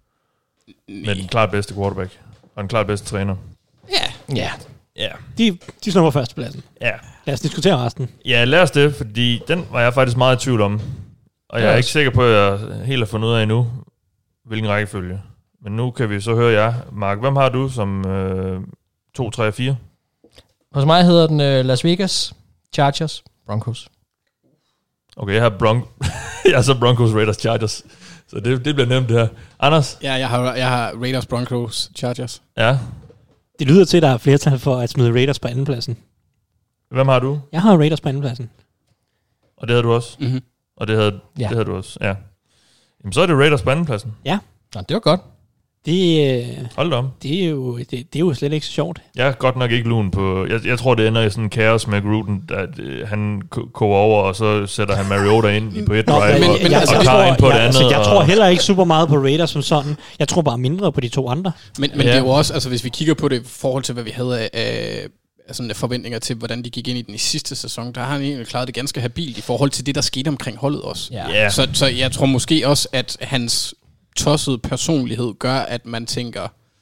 med den klart bedste quarterback og den klart bedste træner. Ja. Ja. Ja. De, de snupper førstepladsen. Ja. Lad os diskutere resten. Ja, lad os det, fordi den var jeg faktisk meget i tvivl om. Og jeg er ikke sikker på, at jeg helt har fundet ud af endnu, hvilken rækkefølge. Men nu kan vi så høre jer. Mark, hvem har du som øh, to, tre og fire? Hos mig hedder den øh, Las Vegas, Chargers, Broncos. Okay, jeg har Bron- jeg har så Broncos, Raiders, Chargers. Så det, det bliver nemt det her. Anders? Ja, jeg har, jeg har Raiders, Broncos, Chargers. Ja. Det lyder til, at der er flertal for at smide Raiders på andenpladsen. Hvem har du? Jeg har Raiders på andenpladsen. Og det havde du også? Mm-hmm. Og det havde, Ja. det havde du også, ja. Jamen, så er det Raiders på andenpladsen. Ja. Nå, det var godt. Det, øh, Hold da om. det, er jo, det, det er jo slet ikke så sjovt. Jeg er godt nok ikke lun på... Jeg, jeg tror, det ender i sådan en kaos med Gruden, at øh, han ko- koger over, og så sætter han Mariota ind i på et Nå, drive, men, og, men, og, altså, og jeg, Carr ind på tror, det jeg, andet. altså, jeg og, tror heller ikke super meget på Raiders som sådan. Jeg tror bare mindre på de to andre. Men, men Ja. det er jo også, altså hvis vi kigger på det i forhold til, hvad vi havde af, af, af sådan forventninger til, hvordan de gik ind i den i sidste sæson, der har han egentlig klaret det ganske habilt i forhold til det, der skete omkring holdet også. Ja. Ja. Så, så jeg tror måske også, at hans tosset personlighed gør, at man tænker,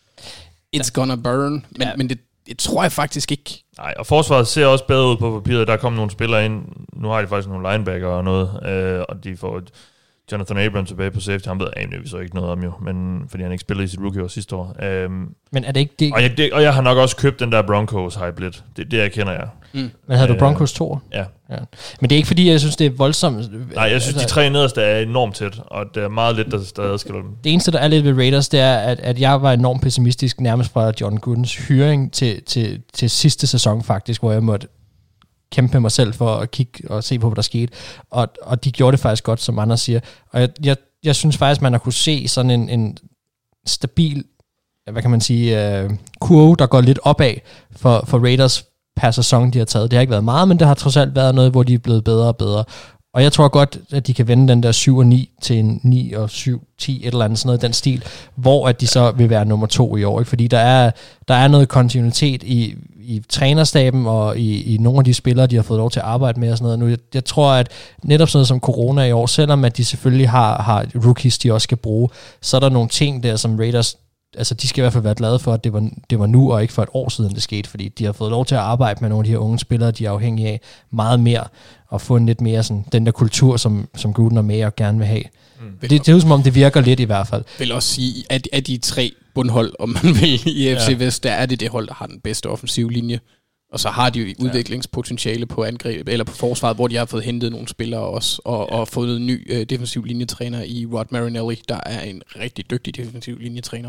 it's gonna burn. Men, ja. men det, det tror jeg faktisk ikke. Nej, og forsvaret ser også bedre ud på papiret. Der kommer nogle spillere ind. Nu har de faktisk nogle linebacker og noget, øh, og de får Jonathan Abrams tilbage på safety. Han ved aner vi så ikke noget om jo, men fordi han ikke spillede i sit rookie-år sidste år. Øhm, men er det ikke det? Og jeg, det? og jeg har nok også købt den der Broncos-hype lidt. Det, det erkender jeg. Mm. Men havde du Broncos to? Ja. ja. Men det er ikke fordi, jeg synes, det er voldsomt. Nej, jeg synes, altså, de tre nederste er enormt tæt, og det er meget lidt, der stadig adskiller dem. Det eneste, der er lidt ved Raiders, det er, at, at jeg var enormt pessimistisk nærmest fra John Goodens hyring til, til, til sidste sæson faktisk, hvor jeg måtte kæmpe med mig selv for at kigge og se på, hvad der skete. Og, og de gjorde det faktisk godt, som andre siger. Og jeg, jeg, jeg synes faktisk, man har kunne se sådan en, en stabil, hvad kan man sige, uh, kurve, der går lidt opad for, for Raiders per sæson, de har taget. Det har ikke været meget, men det har trods alt været noget, hvor de er blevet bedre og bedre. Og jeg tror godt, at de kan vende den der syv og ni til en ni og syv, ti, et eller andet sådan noget, den stil, hvor at de så vil være nummer to i år. Ikke? Fordi der er, der er noget kontinuitet i, i trænerstaben og i, i nogle af de spillere, de har fået lov til at arbejde med og sådan noget. Nu, jeg, jeg tror, at netop sådan noget som corona i år, selvom at de selvfølgelig har, har rookies, de også skal bruge, så er der nogle ting der, som Raiders, altså de skal i hvert fald være glade for, at det var, det var nu og ikke for et år siden, det skete, fordi de har fået lov til at arbejde med nogle af de her unge spillere, de er afhængige af meget mere, og få en lidt mere sådan, den der kultur, som, som Gruden og Mayer gerne vil have. Mm. Det, det er jo som om, det virker lidt i hvert fald. Jeg vil også sige, at af de tre bundhold, om man vil, i F C ja. Vest, der er det det hold, der har den bedste offensive linje. Og så har de jo udviklingspotentiale på angreb, eller på forsvaret, hvor de har fået hentet nogle spillere også, og, ja. og fået en ny øh, defensiv linjetræner i Rod Marinelli, der er en rigtig dygtig defensiv linjetræner.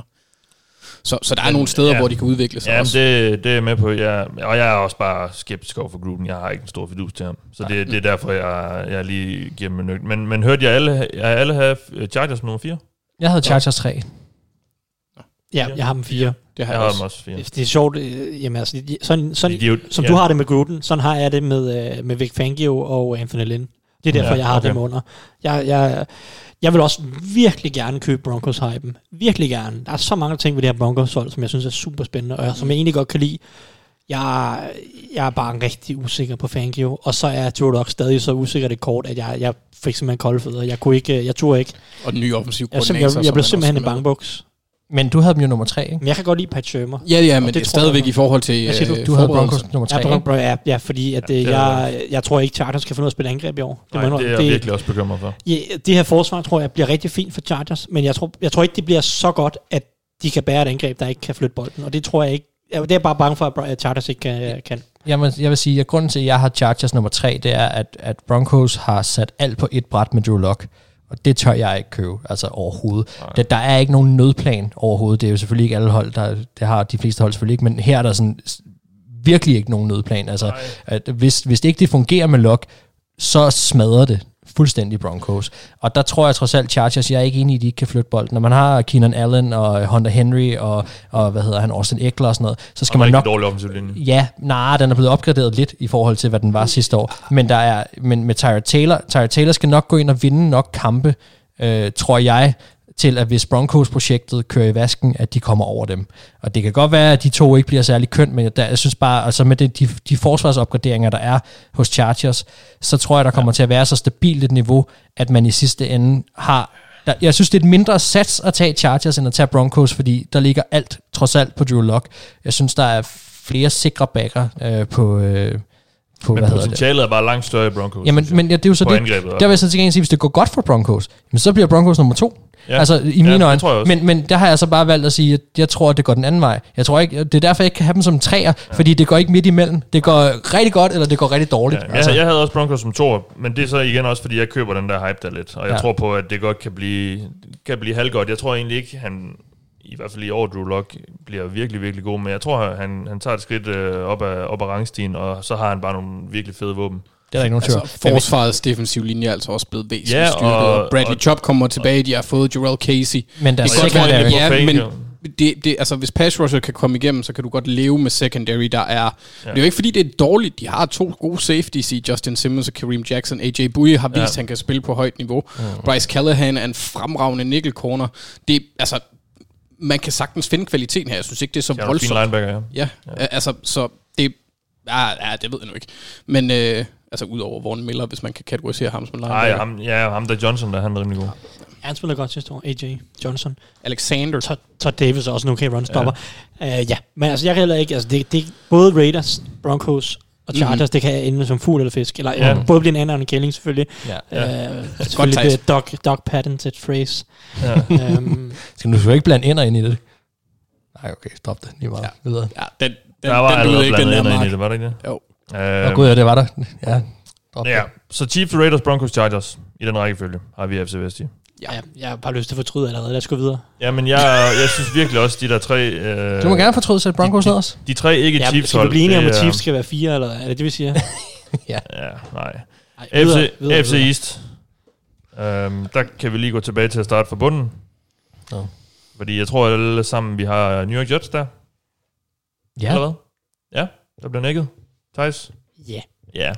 Så, så der er men, nogle steder, ja. hvor de kan udvikle sig ja, også. Det, det er jeg med på, ja. Og jeg er også bare skeptisk over for Gruden. Jeg har ikke en stor fidus til ham. Så det, det er derfor, jeg, jeg lige giver dem en nøgle. Men, men hørte jeg alle, jeg alle have Chargers nummer fire? Jeg havde Chargers tre. Ja, jeg har dem fire. Det har jeg, jeg også. også fire. Det er sjovt. Øh, jamen, altså, sådan, sådan, de, de, som ja. du har det med Gruden, sådan har jeg det med, øh, med Vic Fangio og Anthony Lynn. Det er derfor, ja, jeg har okay. dem under. Jeg, jeg, jeg vil også virkelig gerne købe Broncos-hypen. Virkelig gerne. Der er så mange ting ved det her Broncos-hold, som jeg synes er super spændende, og som jeg egentlig godt kan lide. Jeg, jeg er bare rigtig usikker på Fangio, og så er Drew Lock stadig så usikker det kort, at jeg, jeg fik simpelthen kolde fødder. Jeg kunne ikke, jeg turde ikke. Og den nye offensiv koordinator. Jeg, jeg, jeg blev simpelthen en bangbuks. Men du havde dem jo nummer tre, ikke? Men jeg kan godt lide Pat Shurmur. Ja, ja, men det er stadigvæk jeg, i forhold til jeg siger, du, du havde Broncos nummer tre, ja, Bron- ja, ja, fordi at, ja, det jeg, jeg tror ikke, Chargers kan finde ud af at spille angreb i år. Det, Nej, det er jeg det, virkelig også bekymret for. Ja, det her forsvar, tror jeg, bliver rigtig fint for Chargers, men jeg tror, jeg tror ikke, det bliver så godt, at de kan bære et angreb, der ikke kan flytte bolden, og det tror jeg ikke. Det er bare bange for, at Chargers ikke kan. kan. Jeg, vil, jeg vil sige, at grunden til, at jeg har Chargers nummer tre, det er, at, at Broncos har sat alt på et bræt med Drew Lock. Og det tør jeg ikke købe, altså overhovedet. Der, der er ikke nogen nødplan overhovedet. Det er jo selvfølgelig ikke alle hold, der det har de fleste hold selvfølgelig ikke, men her er der sådan virkelig ikke nogen nødplan. Altså, at hvis, hvis det ikke det fungerer med Lock, så smadrer det fuldstændig Broncos. Og der tror jeg trods alt Chargers, jeg er ikke enig i, at de ikke kan flytte bolden. Når man har Keenan Allen og Hunter Henry og, og hvad hedder han, Austin Eckler og sådan noget, så skal og man nok... dårlig offensiv linje. Ja, nej, den er blevet opgraderet lidt i forhold til, hvad den var sidste år. Men der er, men med Tyrod Taylor, Tyrod Taylor skal nok gå ind og vinde nok kampe, øh, tror jeg, til at hvis Broncos-projektet kører i vasken, at de kommer over dem. Og det kan godt være, at de to ikke bliver særlig kønt, men der, jeg synes bare, altså med det, de, de forsvarsopgraderinger, der er hos Chargers, så tror jeg, der kommer ja. til at være så stabilt et niveau, at man i sidste ende har... Der, jeg synes, det er et mindre sats at tage Chargers, end at tage Broncos, fordi der ligger alt, trods alt, på Drew Lock. Jeg synes, der er flere sikre backer øh, på... Øh, På, men potentialet er bare langt større i Broncos. Jamen, men ja, det er jo så det. Der vil jeg så til gengæld sige, hvis det går godt for Broncos, men så bliver Broncos nummer to. Ja. Altså i mine ja, øjne. Men, men der har jeg så bare valgt at sige, at jeg tror, at det går den anden vej. Jeg tror ikke, det er derfor, jeg ikke kan have dem som træer, ja. fordi det går ikke midt imellem. Det går rigtig godt, eller det går rigtig dårligt. Ja, altså. jeg, jeg havde også Broncos som toer, men det er så igen også, fordi jeg køber den der hype der lidt. Og jeg ja. tror på, at det godt kan blive, kan blive halvgodt. Jeg tror egentlig ikke, han... i hvert fald i år, Drew Lock bliver virkelig, virkelig god, men jeg tror, han, han tager et skridt øh, op ad, op ad rangstigen, og så har han bare nogle virkelig fede våben. Det er der ikke nogen tvivl. Altså, forsvarets defensiv linje er altså også blevet væsentligt ja, styrket. Og, Bradley og, Chubb kommer tilbage, de har fået Jarrell Casey. Men der er secondary. Ja, men det, det, altså, hvis pass rusher kan komme igennem, så kan du godt leve med secondary, der er... Ja. Det er jo ikke, fordi det er dårligt. De har to gode safeties i Justin Simmons og Kareem Jackson. A J Bouye har vist, at ja. han kan spille på højt niveau. Mm. Bryce Callahan er en fremragende nickel corner. Det altså... Man kan sagtens finde kvaliteten her. Jeg synes ikke, det er så voldsomt. Ja, linebacker, ja. Ja, ja. Altså, så det... Ja, ja, det ved jeg nu ikke. Men, øh, Altså ud over Vaughn Miller, hvis man kan kategorisere ham som linebacker. Nej, ham, ja, ham der Johnson, der han er rimelig god. Ja, han spiller godt sidste år. A J Johnson. Alexander. Todd, Todd Davis er også en okay runstopper. Ja. Uh, ja, men altså jeg kan heller ikke, altså det, det både Raiders, Broncos og Chargers, mm-hmm. det kan ende som fugl eller fisk. Eller ja. både blive en anden og en kælling selvfølgelig. Ja. Uh, ja. Selvfølgelig det dog, dog patented phrase. Ja. um, Skal du så ikke blande ender ind i det? Nej, okay, stop det. Lige meget. Ja, videre. Ja, den, den, der var den allerede blandet ender ind i det, var det ikke det? Jo. Åh uh, gud, ja, det var der. Ja, ja. Så Chiefs, Raiders, Broncos, Chargers. I den rækkefølge har vi F C Vest i. Ja, jeg, jeg har bare lyst til at fortryde allerede. Lad os gå videre. Ja, men jeg, jeg synes virkelig også, de der tre... Øh, du må gerne fortryde sig Broncos ned også. De, de tre ikke ja, Chiefs hold. Skal vi blive enige om, at Chiefs skal være fire, eller er det det, vi siger? ja. ja, nej. Ej, videre, F C, videre, F C videre. East. Um, der kan vi lige gå tilbage til at starte fra bunden. Ja. Fordi jeg tror, at alle sammen, vi har New York Jets der. Ja. Eller hvad? Ja, der bliver nækket. Thijs? Ja. Yeah. Ja.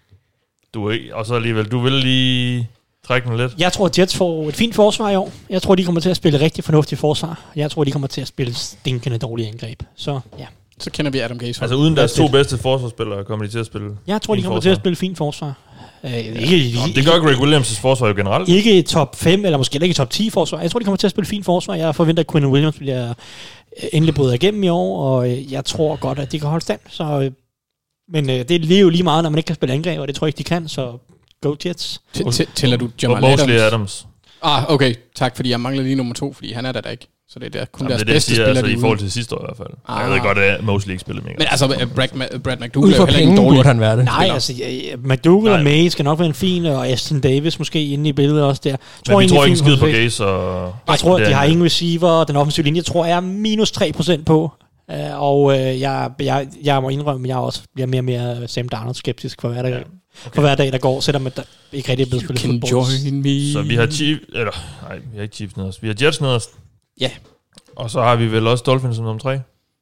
Du er ikke... Og så alligevel, du vil lige... trække den lidt. Jeg tror, at Jets får et fint forsvar i år. Jeg tror, de kommer til at spille rigtig fornuftigt forsvar. Jeg tror, de kommer til at spille stinkende dårlige angreb. Så ja. Så kender vi Adam Gase. Altså uden deres to bedste forsvarsspillere kommer de til at spille. Jeg tror, de kommer forsvar. til at spille fint forsvar. Uh, ja. ikke, Nå, det gør Greg Williams' forsvar jo generelt. Ikke top fem, eller måske ikke top ti forsvar. Jeg tror, de kommer til at spille fint forsvar. Jeg forventer, at Quinn Williams bliver endelig bryder igennem i år, og jeg tror godt, at de kan holde stand. Så, men uh, det er jo lige meget, når man ikke kan spille angreb, og det tror jeg ikke, de kan, så go Jets. Tæller du Jamal Adams? Adams? Adams. Ah, okay. Tak, fordi jeg mangler lige nummer to, fordi han er der da ikke. Så det er der, kun Jamen, deres det bedste det, spiller, altså, de i forhold til sidste år i hvert fald. Ah. Jeg ved godt, at Mosley ikke spiller mere. Men altså, Brad, Brad McDougal er jo heller ikke dårlig. Han være det. Nej, altså, McDougal og May skal nok være en fin, og Aston Davis måske inde i billedet også der. Tror Men vi tror ikke skid på Gase og... Jeg tror, de har ingen receiver, den offensive linje, tror jeg er minus tre procent på. Uh, og uh, jeg, jeg, jeg må indrømme, at jeg også bliver mere og mere Sam Darnold skeptisk for hver dag, ja, okay. for hver dag der går, selvom der ikke rigtig er blevet spillet fodbold. Så vi har Chiefs, eller nej, vi har ikke Chiefs nederst, vi har Jets nederst. Ja. Og så har vi vel også Dolphins som nummer tre.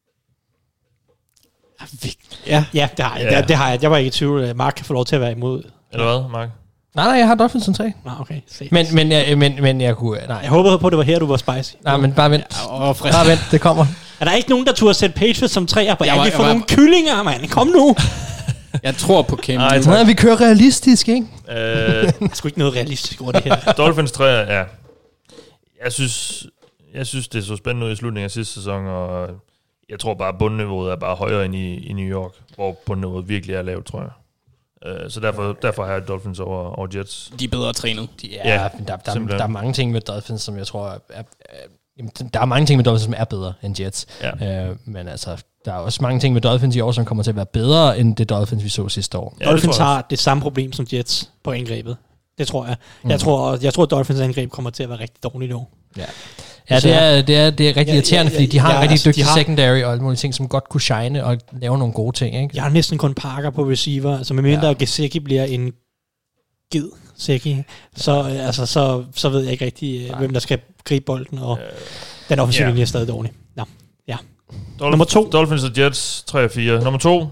Ja, ja, det har jeg. Ja. Det, det har jeg. Jeg var ikke i tvivl. Mark kan få lov til at være imod. Eller hvad, Mark? Nej, nej, jeg har Dolphins som tre. Nå, okay. Men, men, jeg, men, men jeg kunne... Nej. Jeg håbede på, at det var her, du var spicy. Nej, men bare vent. Ja, og bare vent, det kommer. Er der ikke nogen, der turde sætte Patriots som treer? Jeg har lige fået nogle kyllinger, mand. Kom nu. Jeg tror på Cam. Nej, nej, vi kører realistisk, ikke? Øh, der er sgu ikke noget realistisk over det her. Dolphins treer, ja. Jeg synes, jeg synes, det er så spændende ud i slutningen af sidste sæson, og jeg tror bare, at bundniveauet er bare højere end i, i New York, hvor bundniveauet virkelig er lavt, tror jeg. Uh, så derfor, derfor har jeg Dolphins over, over Jets. De er bedre trænet. De er, ja, der, der, der, der er mange ting med Dolphins, som jeg tror er, er, er... Der er mange ting med Dolphins, som er bedre end Jets. Ja. Uh, men altså, der er også mange ting med Dolphins i år, som kommer til at være bedre end det Dolphins, vi så sidste år. Ja, Dolphins det har det samme problem som Jets på angrebet. Det tror jeg. Mm. Jeg tror, jeg tror, at Dolphins angreb kommer til at være rigtig dårligt i år. Ja. Ja, det er, det er, det er rigtig ja, irriterende, ja, ja, fordi de har ja, en rigtig dygtig har, secondary og alle mulige ting, som godt kunne shine og lave nogle gode ting. Ikke? Jeg har næsten kun Parker på receiver, altså med mindre ja. Gesicki bliver en gid Gesicki, så, ja. altså, så, så ved jeg ikke rigtig, ja. hvem der skal gribe bolden, og øh, den offensive linje ja. er stadig dårlig. Ja. Ja. Dolph- nummer to. Dolphins og Jets, tre og fire. Nummer to.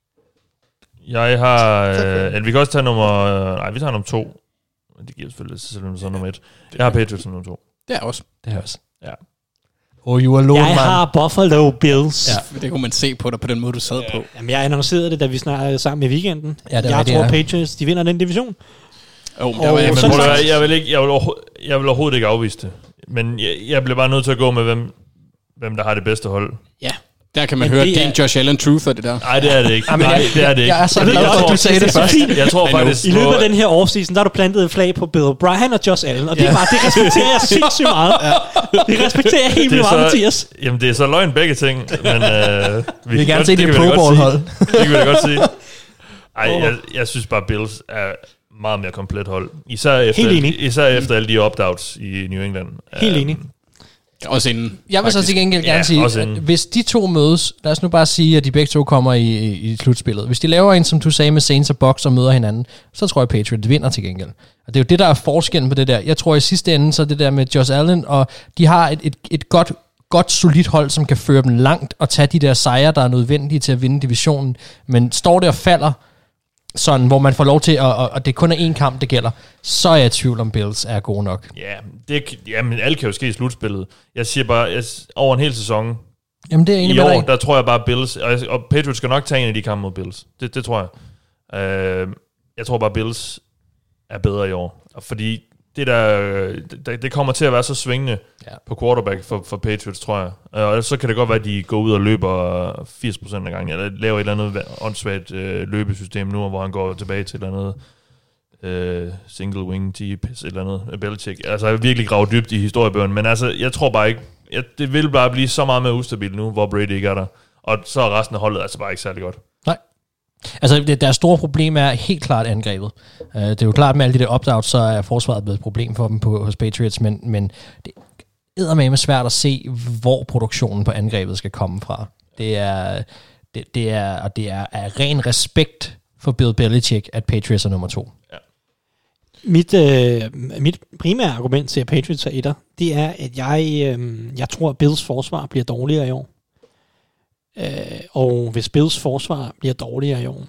Jeg har... Øh, vi kan også tage nummer... Nej, vi tager nummer to. Det giver selvfølgelig selvom så nummer et. Jeg har Patriots som nummer to. Det er også. Det er også. Ja. Oh, you alone, jeg man. har Buffalo Bills. Ja. Det kunne man se på dig på den måde, du sad ja. på. Jamen, jeg annoncerede det, da vi snakkede sammen i weekenden. Ja, det jeg det, tror, ja. Patriots, de vinder den division. Oh, men, og, jeg, men jeg, jeg, vil ikke, jeg, vil jeg vil overhovedet ikke afvise det. Men jeg, jeg bliver bare nødt til at gå med, hvem, hvem der har det bedste hold. Ja. Der kan man men høre, det er en Josh Allen truth af det der. Nej, det er det ikke. Nej, det er det ikke. Jeg er så glad for, at du sagde det først. Jeg tror faktisk... I løbet af den her offseason, der har du plantet et flag på Bill O'Brien og Josh Allen, og det, er bare, det respekterer jeg sindssygt meget. Ja. Det respekterer jeg helt vildt meget, Mathias. Jamen, det er så løgn begge ting, men... Øh, vi vil gerne se det Pro Bowl-hold. Det kan vi da godt sige. Ej, jeg, jeg synes bare, Bills er meget mere komplet hold. Især efter, især efter alle de opt-outs i New England. Helt enig. Også inden. Jeg vil så til gengæld gerne ja, sige, at hvis de to mødes, lad os nu bare sige, at de begge to kommer i, i, i slutspillet. Hvis de laver en, som du sagde, med Saints og Bucks og møder hinanden, så tror jeg, Patriots vinder til gengæld. Og det er jo det, der er forskellen på det der. Jeg tror i sidste ende, så det der med Josh Allen, og de har et, et, et godt, godt solidt hold, som kan føre dem langt og tage de der sejre, der er nødvendige til at vinde divisionen. Men står det og falder, sådan, hvor man får lov til, at, og det kun er én kamp, det gælder, så er jeg i tvivl om Bills er gode nok. Ja, det, jamen, alt kan jo ske i slutspillet. Jeg siger bare, jeg, over en hel sæson, jamen, det er i år, der tror jeg bare Bills, og, og Patriots skal nok tage en af de kampe mod Bills. Det, det tror jeg. Øh, jeg tror bare, Bills er bedre i år. Fordi det der, det, det kommer til at være så svingende ja. på quarterback for, for Patriots, tror jeg. Og så kan det godt være, at de går ud og løber firs procent af gangen, eller laver et eller andet åndssvagt øh, løbesystem nu, hvor han går tilbage til et eller andet øh, single wing deep, et eller andet Belichick. Altså, jeg virkelig graver dybt i historiebøgerne, men altså, jeg tror bare ikke, jeg, det vil bare blive så meget mere ustabilt nu, hvor Brady ikke er der. Og så er resten af holdet altså bare ikke særlig godt. Nej. Altså, det, deres store problem er helt klart angrebet. Uh, det er jo klart med alle de der opt-outs, så er forsvaret blevet et problem for dem på, hos Patriots, men, men det er eddermame svært at se, hvor produktionen på angrebet skal komme fra. Det er, det, det er, og det er af ren respekt for Bill Belichick, at Patriots er nummer to. Ja. Mit, øh, mit primære argument til, at Patriots er etter, det er, at jeg, øh, jeg tror, at Bills forsvar bliver dårligere i år. Øh, og hvis Bills forsvar bliver dårligere i år,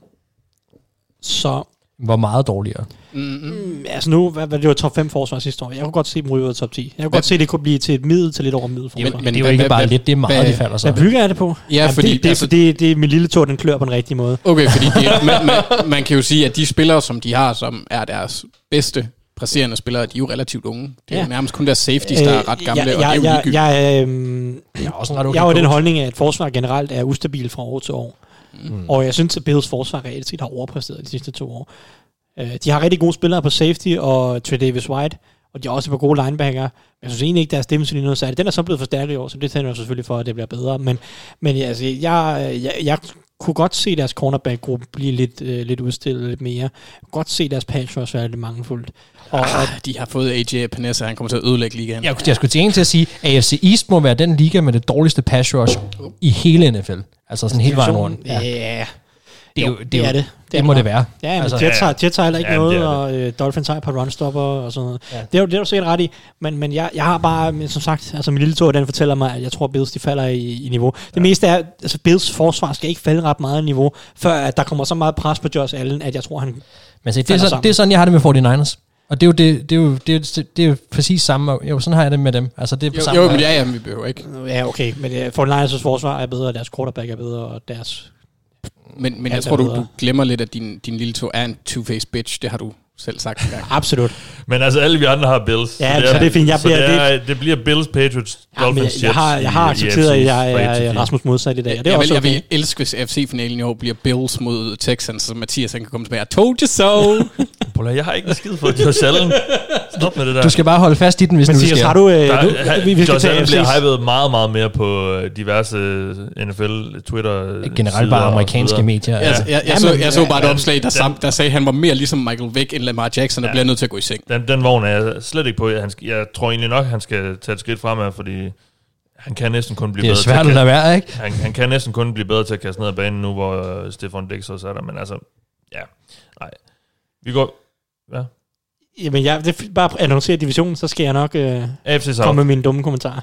så... Hvor meget dårligere? Mm, altså nu, hvad, hvad det var top fem forsvar sidste år. Jeg kunne godt se dem ryge ud af top ti. Jeg kunne hvad? godt se, at det kunne blive til et middel til lidt over middel forsvar. Men, men det er jo ikke bare lidt, det er meget, de falder så. Hvad bygger jeg det på? Ja, Jamen, fordi... Det, det, altså, det, det er min lille tår, den klør på den rigtige måde. Okay, fordi det, man, man, man kan jo sige, at de spillere, som de har, som er deres bedste præsterende spillere, de er jo relativt unge. Det er ja. jo nærmest kun deres safeties, der er ret gamle, øh, ja, og det er jo ligegyldigt. Jeg, jeg, øh, jeg, er også en ret okay jeg har den holdning af, at forsvar generelt er ustabil fra år til år. Mm. Og jeg synes, at Bills forsvar reelt set har overpræsteret de sidste to år. Uh, de har rigtig gode spillere på safety og Tre'Davious White, og de har også på gode linebacker. Men jeg synes egentlig ikke, deres defensiv er noget særligt. Den er så blevet forstærket i år, så det tænder jeg selvfølgelig for, at det bliver bedre. Men, men altså, jeg, jeg, jeg kunne godt se deres cornerback-gruppe blive lidt, øh, lidt udstillet lidt mere. Jeg kunne godt se deres pass rush være lidt mangelfuldt. Og, ah, og de har fået A J Epinesa, han kommer til at ødelægge ligaen. Jeg, jeg skulle til en til at sige, at A F C East må være den liga med det dårligste pass rush i hele N F L. Altså sådan helt vejen rundt. Ja, yeah. Det er jo, det, det, er er det. Det, det må det være. Ja, men altså, Jets, har, Jets har heller ikke ja, noget, det og øh, Dolphins har et par runstopper og sådan noget. Ja. Det, er, det er du sikkert ret i, men, men jeg, jeg har bare, men som sagt, altså min lille tog, den fortæller mig, at jeg tror, Bills de falder i, i niveau. Ja. Det meste er, altså Bills forsvar skal ikke falde ret meget i niveau, før at der kommer så meget pres på Josh Allen, at jeg tror, han men se, det, er så, det er sådan, jeg har det med forty-niners. Og det er jo det, det er jo det er, det er jo præcis samme. Jo, sådan har jeg det med dem. Altså det er på jo, samme. Jo, men ja, ja, vi behøver ikke. Ja, okay, men uh, forty-niners' forsvar er bedre, og deres quarterback er bedre, og deres Men, men jeg tror, du, du glemmer lidt, at din, din lille tog er en two-faced bitch. Det har du selv sagt. Absolut. Men altså, alle vi andre har Bills. Ja, så det er, det er fint. Jeg bliver, det, er, det bliver Bills, Patriots, ja, Dolphins, Jets. Jeg, jeg har, jeg har accepteret, at jeg er Rasmus modsat i dag. Og det er jeg, også vil, okay. jeg vil elske, hvis F C-finalen i år bliver Bills mod Texans, så Mathias han kan komme tilbage. I told you so! Jeg har ikke en skid for Josh Allen. Stop med det der. Du skal bare holde fast i den, hvis Mathias, nu skal. har du... Øh, der, du ha, vi, vi Josh Allen bliver hypet meget, meget mere på diverse N F L, Twitter... Generelt bare amerikanske medier. Ja. Jeg, jeg, jeg, så, jeg så bare et opslag, der, sam, der sagde, at han var mere ligesom Michael Vick end Lamar Jackson, og ja. bliver nødt til at gå i seng. Den, den vogn er jeg slet ikke på. Jeg, jeg tror egentlig nok, han skal tage et skridt fremad, fordi han kan næsten kun blive bedre til at... Det er svært at være, ikke? Han, han kan næsten kun blive bedre til at kaste ned ad banen nu, hvor Stefan Diggs også er der. Men altså, ja, nej. Vi går... Ja. Jamen, jeg, det er bare at annoncere divisionen, så skal jeg nok øh, A F C South. komme med mine dumme kommentarer.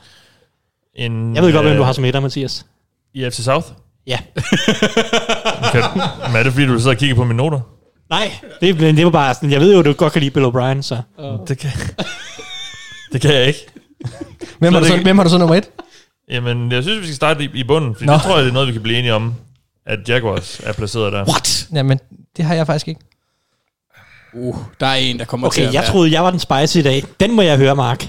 En, jeg ved godt, øh, hvem du har som etter, Mathias. I A F C South? Ja. Okay. Men er det fordi, du sidder og kigger på mine noter? Nej, det, det var bare sådan, jeg ved jo, du godt kan lide Bill O'Brien, så... Uh. Det kan det kan jeg ikke. Hvem har, du så, hvem har du så nummer et? Jamen, jeg synes, vi skal starte i, i bunden, for det tror jeg, det er noget, vi kan blive enige om, at Jaguars er placeret der. What? Jamen, det har jeg faktisk ikke. Uh, der er en, der kommer okay, til at Okay, jeg være. troede, jeg var den spicy i dag. Den må jeg høre, Mark.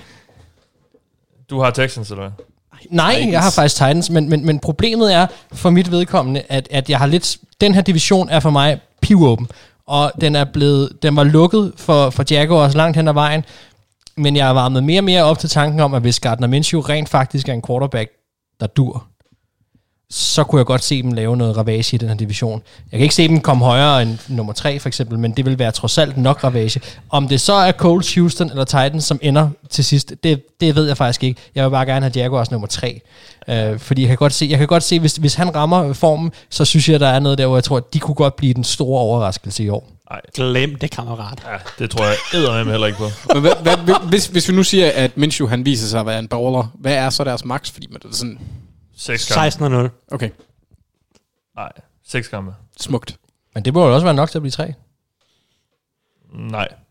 Du har Texans, eller hvad? Nej, Titans. Jeg har faktisk Titans, men, men, men problemet er for mit vedkommende, at, at jeg har lidt... Den her division er for mig pivåben, og den er blevet... Den var lukket for, for Jaguars langt hen ad vejen, men jeg har varmet mere og mere op til tanken om, at hvis Gardner Minshew rent faktisk er en quarterback, der dur, så kunne jeg godt se dem lave noget ravage i den her division. Jeg kan ikke se dem komme højere end nummer tre for eksempel, men det vil være trods alt nok ravage. Om det så er Colts, Houston eller Titans, som ender til sidst, det, det ved jeg faktisk ikke. Jeg vil bare gerne have Jaguars nummer tre. Uh, fordi jeg kan godt se, jeg kan godt se hvis, hvis han rammer formen, så synes jeg, der er noget der, hvor jeg tror, at de kunne godt blive den store overraskelse i år. Nej, glem det, kammerat. Ja, det tror jeg eddermame heller ikke på. Men hvad, hvad, hvis, hvis vi nu siger, at Minshew han viser sig at være en baller, hvad er så deres max? Fordi man er sådan... seksten nul. Okay. Nej, seks kampe. Smukt. Men det må jo også være nok til at blive tre. Nej,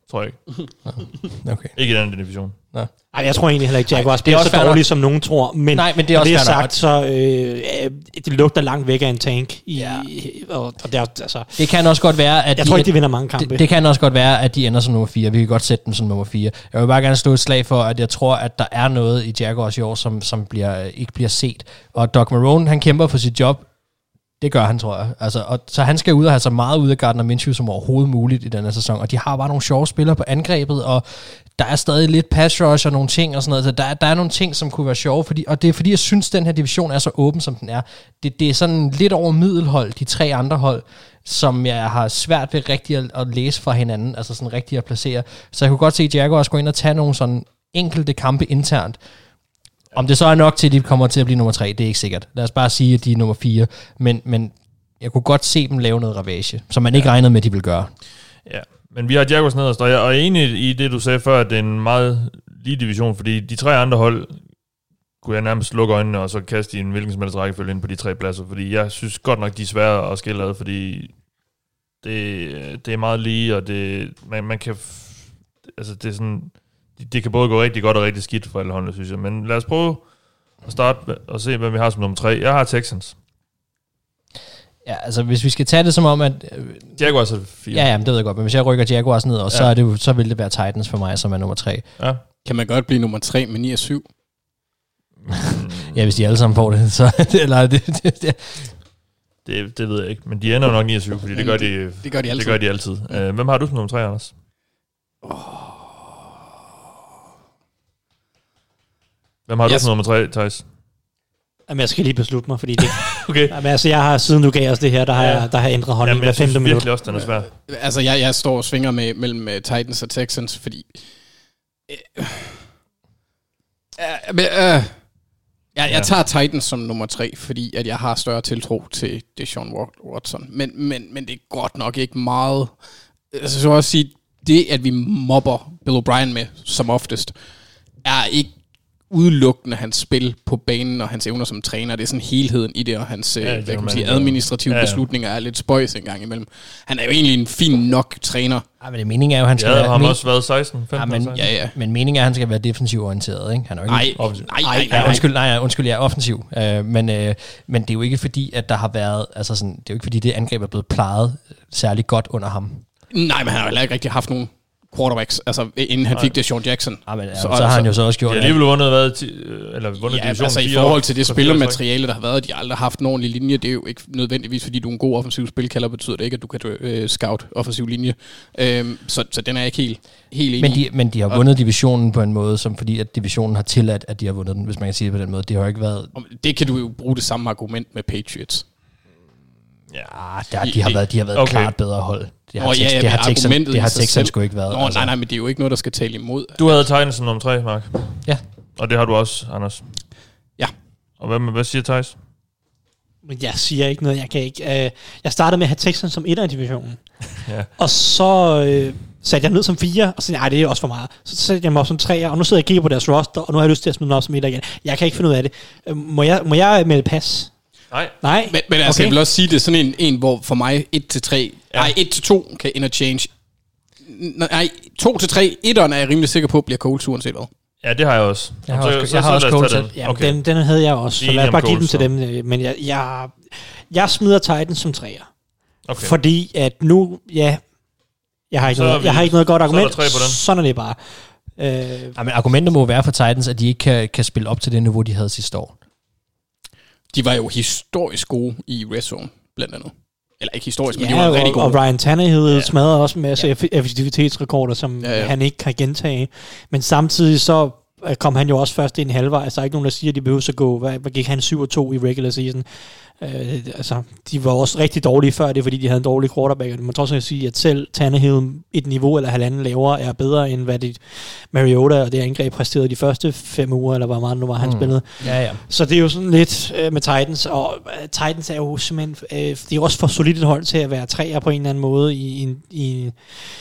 Tror jeg ikke. Okay. Ikke i den division. Nej, jeg tror egentlig heller ikke, Jaguars bliver så fair dårlige, nok. som nogen tror. Men Nej, men det er når også det er fair sagt, så øh, det lugter langt væk af en tank. I, Ja. og, og der, altså, Det kan også godt være, at jeg de, tror ikke, de vinder mange kampe. det, det kan også godt være, at de ender som nummer fire. Vi kan godt sætte dem som nummer fire. Jeg vil bare gerne slå et slag for, at jeg tror, at der er noget i Jaguars i år, som, som bliver, ikke bliver set. Og Doug Marrone, han kæmper for sit job. Det gør han, tror jeg. Altså, og, så han skal ud og have så meget ud af Gardner Minshew som overhovedet muligt i denne sæson. Og de har bare nogle sjove spillere på angrebet, og der er stadig lidt pass rush og nogle ting og sådan noget. Så der, der er nogle ting, som kunne være sjove, fordi, og det er fordi, jeg synes, at den her division er så åben, som den er. Det, det er sådan lidt over middelhold, de tre andre hold, som jeg har svært ved rigtig at, at læse fra hinanden, altså sådan rigtig at placere. Så jeg kunne godt se, at Jaguars gå ind og tage nogle sådan enkelte kampe internt. Om det så er nok til, at de kommer til at blive nummer tre, det er ikke sikkert. Lad os bare sige, at de er nummer fire. Men, men jeg kunne godt se dem lave noget ravage, som man ikke ja. regnede med, at de ville gøre. Ja, men vi har Jaguars nederst, og jeg er enig i det, du sagde før, at det er en meget lige division, fordi de tre andre hold kunne jeg nærmest lukke øjnene og så kaste i en hvilken som helst rækkefølge ind på de tre pladser, fordi jeg synes godt nok, de er svære at skille ad, fordi det, det er meget lige, og det, man, man kan... Altså, det er sådan... Det kan både gå rigtig godt og rigtig skidt for alle holdene, synes jeg. Men lad os prøve at starte og se, hvad vi har som nummer tre. Jeg har Texans. Ja, altså hvis vi skal tage det som om, at... Jaguars er fire. Ja, ja, det ved jeg godt. Men hvis jeg rykker Jaguars ned, og ja. så, er det jo, så vil det være Titans for mig, som er nummer tre. Ja. Kan man godt blive nummer tre med ni og syv? Ja, hvis de alle sammen får det. Så, eller det, det, det. Det, det ved jeg ikke. Men de ender jo nok ni og syv, fordi det gør de, det gør de altid. Det gør de altid. Uh, hvem har du som nummer tre, Anders? Oh. Hvem har yes. du som nummer tre, Thijs? Jamen, jeg skal lige beslutte mig, fordi det... Okay. Jamen, altså, jeg har, siden du gav os det her, der har, ja. jeg, der har jeg ændret holdning hver femte minut. Jamen, jeg synes virkelig også, den er svær. Altså, jeg, jeg står og svinger med, mellem uh, Titans og Texans, fordi... Uh, uh, uh, jeg, jeg tager Titans som nummer tre, fordi at jeg har større tiltro til Deshaun Watson. Men, men, men det er godt nok ikke meget... Altså, så vil jeg også sige, det, at vi mobber Bill O'Brien med, som oftest, er ikke udelukkende hans spil på banen og hans evner som træner. Det er sådan helheden i det, og hans ja, hvad kan man sige, administrative ja, ja. beslutninger er lidt spøjs en gang imellem. Han er jo egentlig en fin nok træner. Ja, men det meningen er jo, han skal ja, være... har han også været seksten, femten, ja, men, seksten. ja, ja. men meningen er, at han skal være defensiv orienteret, ikke? Han er jo ikke... Nej, nej, nej, nej. Ja, undskyld, nej, undskyld, jeg er offensiv. Uh, men, uh, men det er jo ikke fordi, at der har været... Altså sådan, det er jo ikke fordi, det angreb er blevet plejet særlig godt under ham. Nej, men han har heller ikke rigtig haft nogen quarterbacks, altså inden han fik det Sean Jackson. Ja, men, ja, så, så har han jo så også gjort det. Ja, alligevel vundet hvad, ti, eller vundet ja, division altså i forhold til det spillermateriale, der har været, de har aldrig haft en ordentlig linje. Det er jo ikke nødvendigvis, fordi du er en god offensiv spilkalder, betyder det ikke, at du kan øh, scout offensiv linje. Øhm, så, så den er jeg ikke helt, helt enig men de, men de har vundet divisionen på en måde, som fordi at divisionen har tilladt, at de har vundet den, hvis man kan sige det på den måde. Det har jo ikke været... Det kan du jo bruge det samme argument med Patriots. Ja, der, de har været, de har været okay. klart bedre hold. Det har, oh, ja, ja, det har Texan, det har Texan sgu ikke været. Nå, altså. Nej, nej, men det er jo ikke noget, der skal tale imod. Du havde Titans som nummer tre, Mark. Ja. Og det har du også, Anders. Ja. Og hvad, hvad siger Thijs? Jeg siger ikke noget, jeg kan ikke. Uh, jeg startede med at have Texans som etter i divisionen. ja. Og så uh, satte jeg ned som fire, og så nej, det er også for meget. Så satte jeg mig op som treer, og nu sidder jeg og kigger på deres roster, og nu har jeg lyst til at smide mig op som etter igen. Jeg kan ikke finde ud af det. Uh, må, jeg, må jeg melde pas? Nej. Nej. Men, men altså, okay. Jeg vil også sige, det er sådan en, en hvor for mig et til tre, ja. nej, et til to kan interchange. Nej, to til tre, etteren er jeg rimelig sikker på, bliver Colts uanset hvad. Ja, det har jeg også. Jeg har også, så, jeg har også Colts. Ja, okay. den, den havde jeg også, så lad os bare give den til dem. Men jeg, jeg, jeg smider Titans som treer. Okay. Fordi at nu, ja, jeg har ikke, noget, vi, jeg har ikke noget godt argument, så er sådan er det bare. Øh, ja, men argumentet må være for Titans, at de ikke kan, kan spille op til det niveau, de havde sidste år. De var jo historisk gode i Red Zone, blandt andet. Eller ikke historisk, ja, men de var og, rigtig gode. Og Ryan Tannehill ja. smadrede også en masse ja. effektivitetsrekorder, som ja, ja. han ikke kan gentage. Men samtidig så kom han jo også først ind i halvvejs. Der er ikke nogen, der siger, at de behøver at gå. Hvad, hvad gik han syv og to i regular season? Øh, altså, de var også rigtig dårlige før det, fordi de havde en dårlig quarterback. Man tror også at sige, at selv Tannehill et niveau eller halvanden lavere er bedre end hvad det Mariota og det angreb præsterede de første fem uger, eller hvor meget nu var han mm. spillet. Ja, ja. Så det er jo sådan lidt øh, med Titans, og øh, Titans er jo simpelthen, øh, det er også for solidt et hold til at være treer på en eller anden måde i en... I,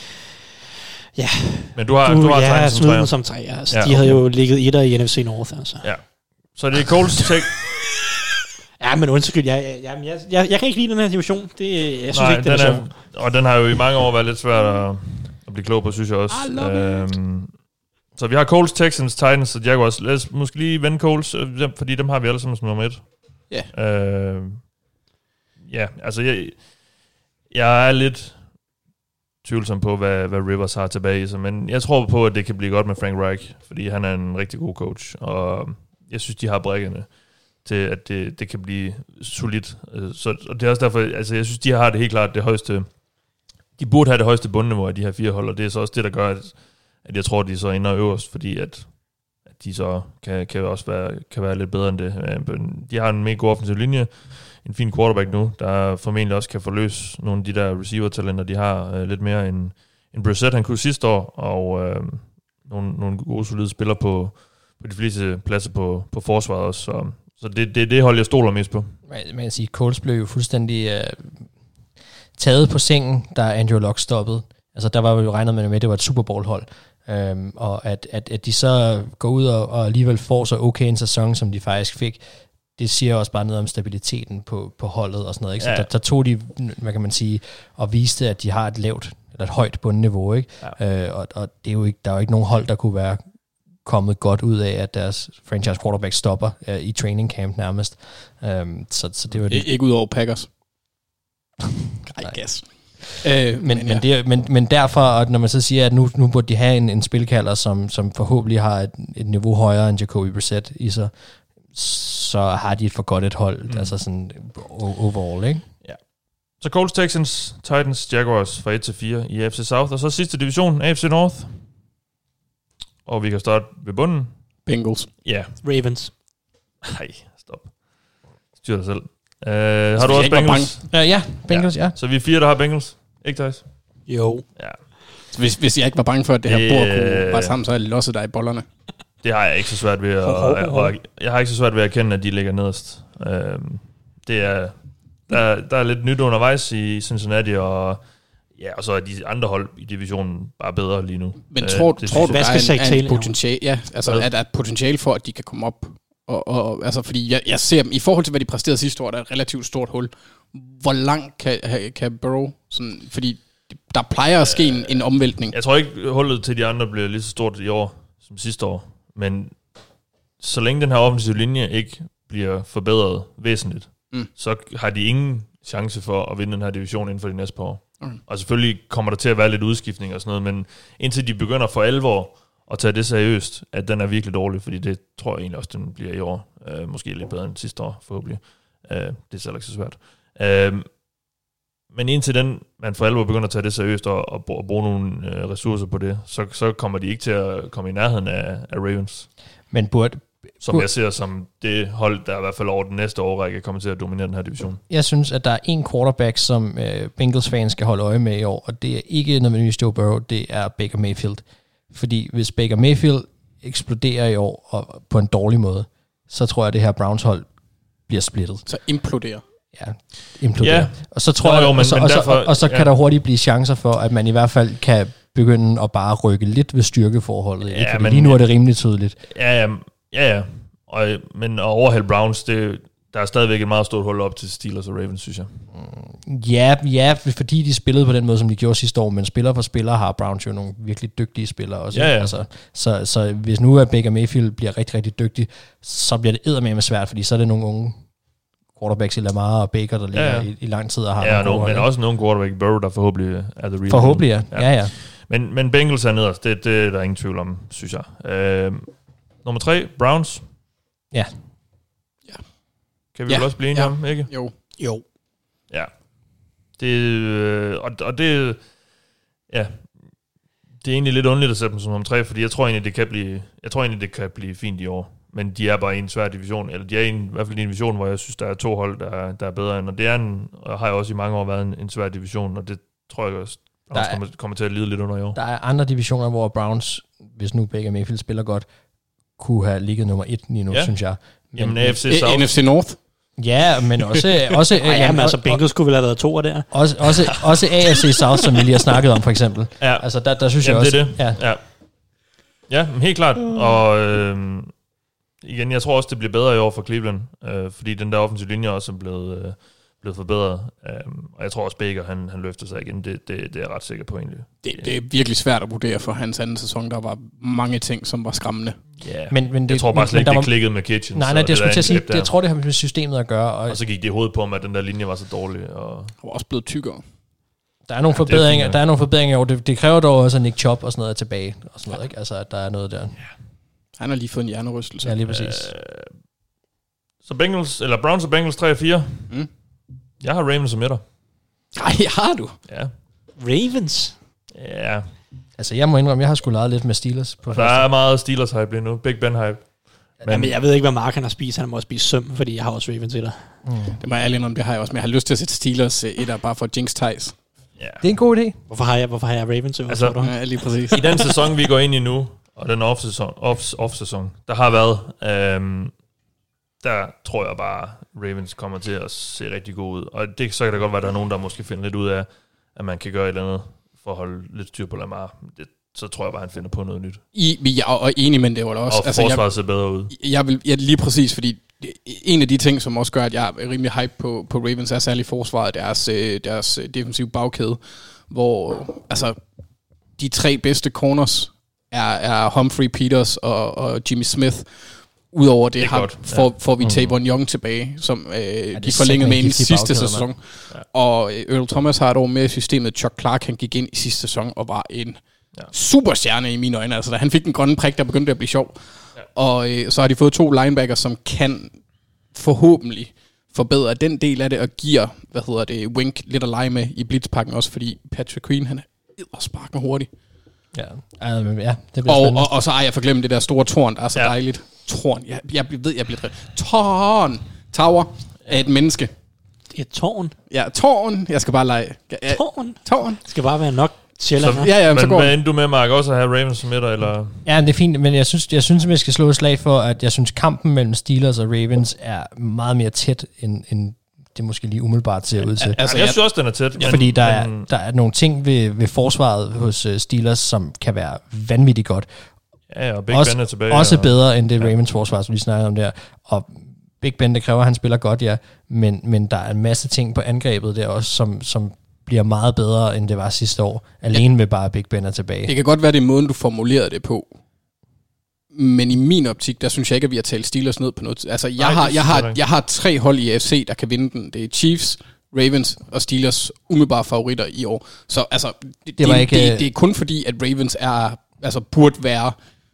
ja. Men du har, du, du har ja, Titans som treer. som treer. Altså, ja, de okay. havde jo ligget etter i N F C North, altså. Ja. Så det er Colts tech. Ja, men undskyld, jeg, jeg, jeg, jeg, jeg kan ikke lide den her division. Det, jeg synes Nej, ikke, det er sjovt. Og den har jo i mange år været lidt svært at, at blive klog på, synes jeg også. Øhm, så vi har Colts, Texans, Titans og Jaguars. Lad os måske lige vende Colts, fordi dem har vi alle sammen som nummer et. Ja. Yeah. Øh, ja, altså jeg, jeg er lidt tvivlsom på, hvad, hvad Rivers har tilbage i sig, men jeg tror på, at det kan blive godt med Frank Reich, fordi han er en rigtig god coach, og jeg synes, de har brækkerne til, at det, det kan blive solidt. Så, og det er også derfor, altså jeg synes, de har det helt klart det højeste, de burde have det højeste bundniveau af de her fire hold, og det er så også det, der gør, at, at jeg tror, de er så inde og øverst, fordi at, at de så kan, kan også være, kan være lidt bedre end det. De har en mega god offensiv linje, en fin quarterback nu, der formentlig også kan forløse nogle af de der receiver-talenter, de har øh, lidt mere end, end Brissett, han kunne sidste år, og øh, nogle, nogle gode, solide spillere på, på de fleste pladser på, på forsvaret også. Så, så det, det, det hold, jeg stoler mest på. Man kan sige, at Colts blev jo fuldstændig øh, taget på sengen, da Andrew Luck stoppede. Altså der var vi jo regnet med, at det var et Super Bowl-hold. Um, og at, at, at de så går ud og, og alligevel får så okay en sæson, som de faktisk fik, det siger også bare noget om stabiliteten på, på holdet og sådan noget. Ikke? Så ja. der, der tog de, hvad kan man sige, og viste, at de har et lavt, eller et højt bundniveau. Ikke? Ja. Uh, og og det er jo ikke, der er jo ikke nogen hold, der kunne være kommet godt ud af, at deres franchise quarterback stopper uh, i training camp nærmest. Um, så, så det var det. Ikke ud over Packers. Nej, gas. Øh, men, men, ja. men, det, men, men derfor, at når man så siger, at nu, nu burde de have en, en spilkalder, som, som forhåbentlig har et, et niveau højere end Jacoby Brissett i sig, så har de et for godt et hold, mm. altså sådan overall, ikke? Ja. Så Colts, Texans, Titans, Jaguars fra et til fire i A F C South, og så sidste division, A F C North. Og vi kan starte ved bunden. Bengals. Ja. Yeah. Ravens. Nej, stop. Styr dig selv. Uh, har du også Bengals? Uh, ja, Bengals, ja. ja. Så vi er fire, der har Bengals. Ikke, Thijs? Jo. Ja. Hvis, hvis jeg ikke var bange for, at det her det, bord kunne være sammen, så havde jeg losset dig i bollerne. Det har jeg ikke så svært ved at... Og, og, jeg har ikke så svært ved at erkende, at de ligger nederst. Uh, det er... Der, der er lidt nyt undervejs i Cincinnati, og... Ja, og så er de andre hold i divisionen bare bedre lige nu. Men tror, uh, tror du, der er en, en potentiale, ja, altså, at der er et potentiale for, at de kan komme op? Og, og, altså, fordi jeg, jeg ser dem, i forhold til, hvad de præsterede sidste år, der er et relativt stort hul. Hvor langt kan, kan Burrow, sådan, fordi der plejer at ske en, en omvæltning. Jeg tror ikke, hullet til de andre bliver lige så stort i år, som sidste år. Men så længe den her offensive linje ikke bliver forbedret væsentligt, mm. så har de ingen chance for at vinde den her division inden for de næste par år. Mm. Og selvfølgelig kommer der til at være lidt udskiftning og sådan noget, men indtil de begynder for alvor at tage det seriøst, at den er virkelig dårlig, fordi det tror jeg egentlig også, den bliver i år. Øh, måske lidt bedre end sidste år, forhåbentlig. Øh, det er selv ikke så svært. Øh, men indtil den, man for alvor begynder at tage det seriøst og, og, og bruge nogle øh, ressourcer på det, så, så kommer de ikke til at komme i nærheden af, af Ravens. Men burde... Som burde, jeg ser som det hold, der i hvert fald over den næste årrække kommer til at dominere den her division. Jeg synes, at der er en quarterback, som øh, Bengals-fans skal holde øje med i år, og det er ikke nødvendigvis Joe Burrow, det er Baker Mayfield. Fordi hvis Baker Mayfield eksploderer i år og på en dårlig måde, så tror jeg, at det her Browns-hold bliver splittet. Så imploderer. Ja, imploderer. Ja. Og så tror Nå, jeg, jo, men, og så, men og derfor, og så, og så kan ja. der hurtigt blive chancer for, at man i hvert fald kan begynde at bare rykke lidt ved styrkeforholdet. Ja, fordi men, lige nu er det rimelig tydeligt. Ja, ja. Ja, ja. Og, men at overhælde Browns, det, der er stadigvæk et meget stort hul op til Steelers og Ravens, synes jeg. Ja, ja, fordi de spillede på den måde, som de gjorde sidste år, men spiller for spillere har Browns jo nogle virkelig dygtige spillere også. Ja, ja. Altså, så, så hvis nu at Baker Mayfield bliver rigtig, rigtig dygtig, så bliver det eddermame svært, fordi så er det nogle unge quarterbacks i Lamar og Baker, der ligger ja, ja. I, i lang tid og har ja, nogle, men ja. også nogle quarterback Burrow, der forhåbentlig er the real. Forhåbentlig, ja. ja. ja, ja. Men, men Bengals er nederst, det, det er der ingen tvivl om, synes jeg. Øh, Nummer tre, Browns. Ja. Ja. Kan vi ja. vel også blive enige ja. om, ikke? Jo. Jo. Ja. Det, øh, og, og det, ja, det er egentlig lidt underligt at sætte dem som nummer tre, fordi jeg tror egentlig, det kan blive, jeg tror egentlig, det kan blive fint i år. Men de er bare i en svær division, eller de er i, en, i hvert fald i en division, hvor jeg synes, der er to hold, der er, der er bedre end, og det er en, og har jo også i mange år været en, en svær division, og det tror jeg også, også er, kommer, kommer til at lide lidt under i år. Der er andre divisioner, hvor Browns, hvis nu Baker Mayfield spiller godt, kunne have ligget nummer et lige nu, ja. synes jeg. Men, Jamen A F C South. N F C North. Ja, men også... også Ej, ja, men altså Bengals skulle vel have været to der. Også, også, også A F C South, som vi lige har snakket om, for eksempel. Ja. Altså, der, der synes Jamen, jeg også... det er det. Ja, ja. ja helt klart. Og øh, igen, jeg tror også, det bliver bedre i år for Cleveland, øh, fordi den der offensive linje også er blevet, øh, blevet forbedret. Um, og jeg tror også, Baker, han, han løfter sig igen. Det, det, det er jeg ret sikker på egentlig. Det, det er virkelig svært at vurdere for hans anden sæson. Der var mange ting, som var skræmmende. Yeah. Men, men det, jeg tror bare slet ikke, det var, klikkede med Kitchens. Nej, nej, det, det skulle til at sige, det, jeg tror, det har med systemet at gøre. Og, og så gik det i hovedet på ham, at den der linje var så dårlig. Og var også blevet tykkere. Der er nogle ja, forbedringer, er der er nogle forbedringer, og det, det kræver dog også, at Nick Chubb og sådan noget er tilbage, og sådan noget, ikke? Altså, at der er noget der. Ja. Han har lige fået en hjernerystelse. Ja, lige præcis. Øh, så Bengals, eller Browns og Bengals tre og fire. Mm. Jeg har Ravens som etter. Nej, har du? Ja. Ravens? Ja. Altså, jeg må indrømme, jeg har sgu leget lidt med Steelers på Der første. er meget Steelers-hype lige nu. Big Ben-hype. Men Jamen, jeg ved ikke, hvad Mark han har spist. Han må også spise søm, fordi jeg har også Ravens etter. Mm. Det må jeg ærlig indrømme, det har jeg også. Men jeg har lyst til at sætte Steelers etter bare for Jinx Ties. Yeah. Det er en god idé. Hvorfor har jeg, hvorfor har jeg Ravens øver? Altså, ja, lige præcis. I den sæson, vi går ind i nu, og den off-sæson, off, off-sæson der har været, øhm, der tror jeg bare, Ravens kommer til at se rigtig god ud. Og det, så kan det godt være, at der er nogen, der måske finder lidt ud af, at man kan gøre et eller andet for at holde lidt styr på Lamar. Det, så tror jeg bare, han finder på noget nyt. I, jeg er enig med det var også. Og altså, forsvaret ser bedre ud. Jeg, jeg vil, ja, lige præcis, fordi en af de ting, som også gør, at jeg er rimelig hype på, på Ravens, er særligt forsvaret, deres, deres defensive bagkæde, hvor altså, de tre bedste corners er, er Humphrey, Peters og, og Jimmy Smith. Udover det, det har, får, ja. får vi Tavon Young tilbage, som øh, ja, de forlængede med i sidste sæson. Ja. Og Earl Thomas har et år med i systemet. Chuck Clark, han gik ind i sidste sæson og var en ja. superstjerne i mine øjne. Altså, da han fik den grønne prik, der begyndte det at blive sjov. Ja. Og øh, så har de fået to linebackers, som kan forhåbentlig forbedre den del af det, og giver, hvad hedder det, Wink lidt at lege med i blitzpakken også, fordi Patrick Queen, han er eddersparkende hurtig. Ja, altså, ja, det bliver og, spændende. Og, og så ej, jeg forglemte det der store tårn, der er så ja. dejligt. Tårn, jeg, jeg ved, jeg bliver drevet. Tårn! Tower er et menneske. Et tårn? Ja, tårn. Jeg skal bare lege. Ja, tårn? Tårn. Det skal bare være nok. Så, ja, ja, men så går hvad endte du med, Mark, også at have Ravens som etter, eller? Ja, det er fint, men jeg synes, jeg synes, at vi skal slå et slag for, at jeg synes, kampen mellem Steelers og Ravens er meget mere tæt, end, end det måske lige umiddelbart ser ud til. Altså, jeg, jeg synes også, den er tæt. Men, fordi der, men, er, der er nogle ting ved, ved forsvaret hos Steelers, som kan være vanvittigt godt. Ja, og Big også, Ben er tilbage. Også og, bedre end det ja. Ravens forsvar, som vi snakkede om der. Og Big Ben, det kræver, at han spiller godt, ja. Men, men der er en masse ting på angrebet der også, som, som bliver meget bedre, end det var sidste år. Alene med bare Big Ben er tilbage. Det kan godt være, det er måden, du formulerede det på. Men i min optik, der synes jeg ikke, at vi har talt Steelers ned på noget. Altså, jeg, Nej, har, jeg, har, jeg har tre hold i A F C, der kan vinde den. Det er Chiefs, Ravens og Steelers umiddelbare favoritter i år. Så altså, det, det, det, ikke, det, det er kun fordi, at Ravens er, altså, burde være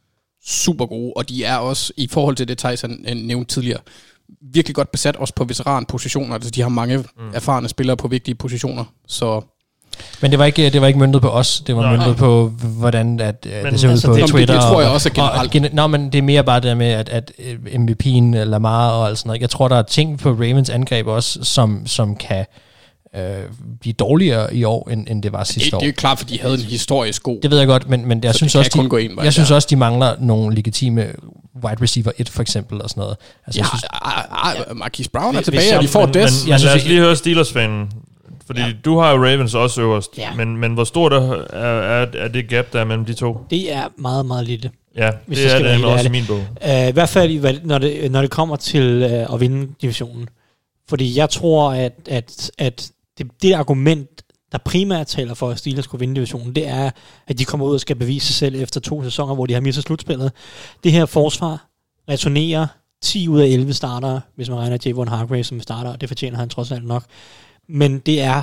super gode, og de er også, i forhold til det, Tyson nævnte tidligere, virkelig godt besat også på veteranpositioner. Altså, de har mange mm. erfarne spillere på vigtige positioner, så... Men det var ikke det var ikke møntet på os, det var Nej. møntet på hvordan at men, det ser altså, ud på det, Twitter. Det, det tror jeg også er generelt. Og, og, nå, men det er mere bare det med at at M V P'en Lamar og alt sådan noget. Jeg tror der er ting på Ravens angreb også som som kan øh, blive dårligere i år end, end det var sidste det, år. Det er klart, fordi de havde en historisk god. Det ved jeg godt, men men jeg så synes også de, jeg jeg synes også de mangler nogle legitime wide receiver et for eksempel og sådan noget. Altså ja, jeg synes, ja, Marquise Brown er tilbage, og de får det. Men, men lad os lige høre Steelers-fanen. Fordi ja. du har jo Ravens også øverst, ja. men, men hvor stort er, er, er det gap, der er mellem de to? Det er meget, meget lille. Ja, det er det også i min bog. Uh, I hvert fald, når det, når det kommer til uh, at vinde divisionen. Fordi jeg tror, at, at, at det, det argument, der primært taler for, at Steelers skulle vinde divisionen, det er, at de kommer ud og skal bevise sig selv efter to sæsoner, hvor de har mistet slutspillet. Det her forsvar returnerer ti ud af elleve starter, hvis man regner Javon Hargrave som starter, og det fortjener han trods alt nok. Men det er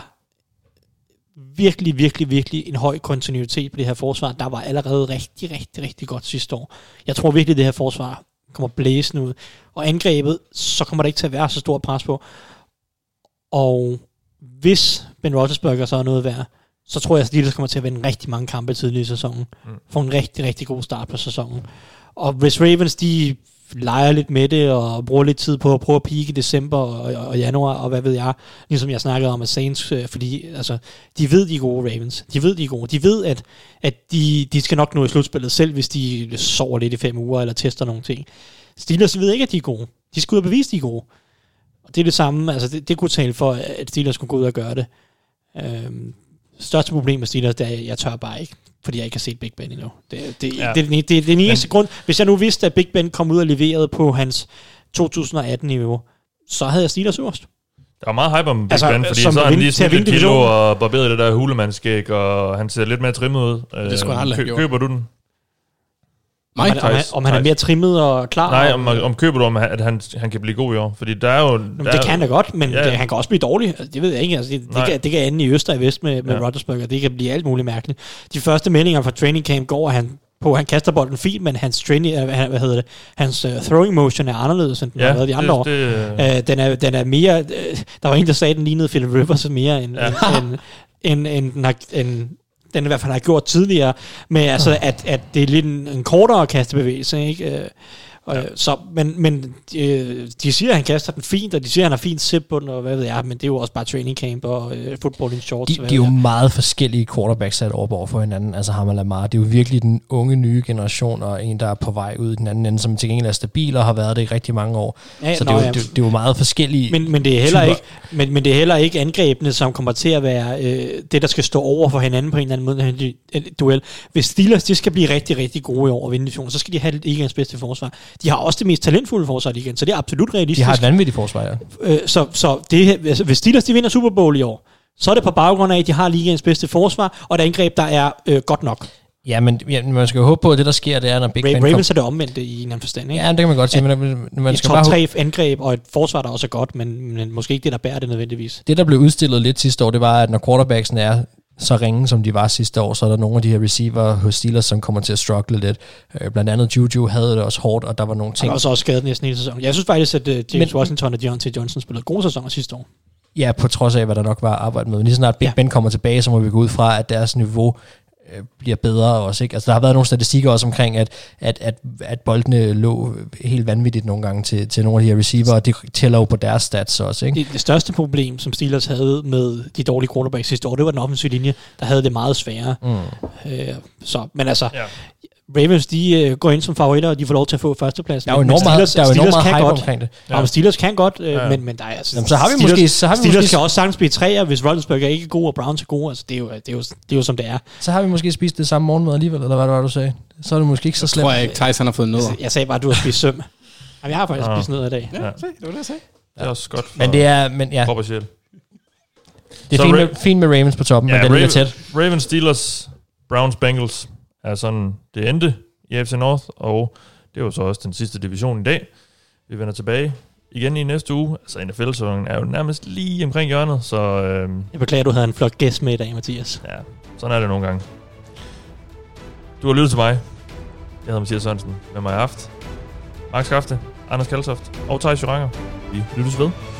virkelig, virkelig, virkelig en høj kontinuitet på det her forsvar. Der var allerede rigtig, rigtig, rigtig godt sidste år. Jeg tror virkelig, det her forsvar kommer blæsende ud. Og angrebet, så kommer der ikke til at være så stort pres på. Og hvis Ben Roethlisberger så er noget værd, så tror jeg, at Steelers kommer til at vinde rigtig mange kampe tidligere i sæsonen. Mm. Få en rigtig, rigtig god start på sæsonen. Og hvis Ravens, de leger lidt med det, og bruger lidt tid på at prøve at peake i december og, og januar, og hvad ved jeg, ligesom jeg snakkede om, at Saints, fordi altså, de ved, de er gode Ravens. De ved, de er gode. De ved, at, at de, de skal nok nå i slutspillet selv, hvis de sover lidt i fem uger, eller tester nogle ting. Steelers ved ikke, at de er gode. De skal ud og bevise, de er gode. Og det er det samme, altså det, det kunne tale for, at Steelers skulle gå ud og gøre det. Øhm, største problem med Steelers, det er, at jeg tør bare ikke, fordi jeg ikke har set Big Ben endnu. Det, det, ja. det, det, det, det er den eneste Men. grund. Hvis jeg nu vidste, at Big Ben kom ud og leverede på hans to tusind atten-niveau, så havde jeg Steelers øverst. Der er meget hype om Big Altså, Ben, fordi som så har han lige til at smidt vinde et kilo divisionen. og barberet det der hulemandskæg, og han ser lidt mere trimmet ud. Det skulle han aldrig have Kø- gjort. Køber du den? Om han, om, han, om han er mere trimmet og klar. Nej, og, om, om køber du, om at han, han kan blive god i år? Fordi der er jo... Jamen, der det er, kan han da godt, men Ja. det, han kan også blive dårlig. Altså, det ved jeg ikke. Altså, det, det, kan, det kan ende i øst og i vest med, med Ja. Rodgersberg, og det kan blive alt muligt mærkeligt. De første meldinger fra training camp går, at han på, han kaster bolden fint, men hans training, uh, hvad hedder det, hans uh, throwing motion er anderledes, end den Ja, har været de andre år. det, det, Uh, den, er, den er mere... Uh, der var en, der sagde, at den lignede Philip Rivers mere, end, Ja. ja. end, end, end, den har, end den i hvert fald har gjort tidligere, men altså, at, at det er lidt en, en kortere kastebevægelse, ikke? Uh, Og, ja. Så, men men øh, de siger, at han kaster den fint, og de siger, at han har fint zip på den, og hvad ved jeg, men det er jo også bare training camp og øh, football in shorts. De, de er jo meget forskellige quarterbacks sat over over for hinanden, altså ham og Lamar. Det er jo virkelig den unge, nye generation, og en, der er på vej ud i den anden ende, som til gengæld er stabil og har været det i rigtig mange år. Ja, så nå, det, er jo, ja. det, det er jo meget forskellige Men, men, det er heller typer. ikke, men, men det er heller ikke angrebene, som kommer til at være øh, det, der skal stå over for hinanden på en eller anden måde i en duel. Hvis Steelers de skal blive rigtig, rigtig gode i år og vinde divisionen, så skal de have ligaens bedste forsvar. De har også det mest talentfulde forsvar igen, så det er absolut realistisk. De har et vanvittigt forsvar, ja. Øh, så så det, altså, hvis Steelers de vinder Super Bowl i år, så er det på baggrund af, at de har ligaens bedste forsvar, og et angreb, der er øh, godt nok. Ja, men ja, man skal jo håbe på, at det, der sker, det er, når Big Ra- Ben Ravens er det omvendte i en anden forstand, ikke? Ja, det kan man godt sige, men man, man Et skal top bare tre angreb og et forsvar, der også er godt, men, men måske ikke det, der bærer det nødvendigvis. Det, der blev udstillet lidt sidste år, det var, at når quarterbacksen er så ringe, som de var sidste år, så er der nogle af de her receiver hos Steelers, som kommer til at struggle lidt. Øh, blandt andet Juju havde det også hårdt, og der var nogle Han ting. var også, også skadet næsten hele sæsonen. Jeg synes faktisk, at uh, James Men- Washington og Deontay Johnson spillede gode sæsoner sidste år. Ja, på trods af, hvad der nok var at arbejde med. Men lige snart Big Ja. Ben kommer tilbage, så må vi gå ud fra, at deres niveau øh, bliver bedre også. Ikke? Altså, der har været nogle statistikker også omkring, at, at, at, at boldene lå helt vanvittigt nogle gange til, til nogle af de her receiver, og det tæller jo på deres stats også. Ikke? Det, det største problem, som Steelers havde med de dårlige quarterbacks sidste år, det var den offensive linje, der havde det meget sværere. Mm. Øh, så, men altså, Ja. Ravens, de uh, går ind som favoritter, og de får lov til at få førstepladsen. Der er jo Men enormt meget, Steelers- der er jo enormt Steelers meget kan hype godt. omkring det. Ja. Ja, Steelers kan godt, øh, Ja. men, men der er altså... Jamen, så har vi Steelers, måske- så har vi Steelers måske- kan også sagtens blive træer, hvis Rodgers er ikke god, og Browns er gode. Altså, det er jo, det er jo, det er jo som det er. Så har vi måske spist det samme morgenmad alligevel, eller hvad det var, du sagde? Så er det måske ikke så Jeg slemt. tror jeg ikke, Thijs han har fået noget. Jeg sagde bare, at du har spist søm. Jamen, jeg har faktisk Ah. spist noget i dag. Ja, se, det var det, jeg sagde. Det er også godt for Men det er, men ja, krop og sjæl. det er Så fint, Ra- med, fint med Ravens på toppen, Ja, men den ligger Raven- tæt. Ravens, Steelers, Browns, Bengals er sådan det endte i A F C North, og det var så også den sidste division i dag. Vi vender tilbage igen i næste uge. Altså N F L-sæsonen er jo nærmest lige omkring hjørnet, så øhm, Jeg beklager, at du havde en flot gæst med i dag, Mathias. ja, sådan er det nogle gange. Du har lyttet til mig. Jeg hedder Mathias Sørensen. Med mig i aften. Mark Skafte, Anders Kaltoft og Thijs Joranger. Vi lyttes ved.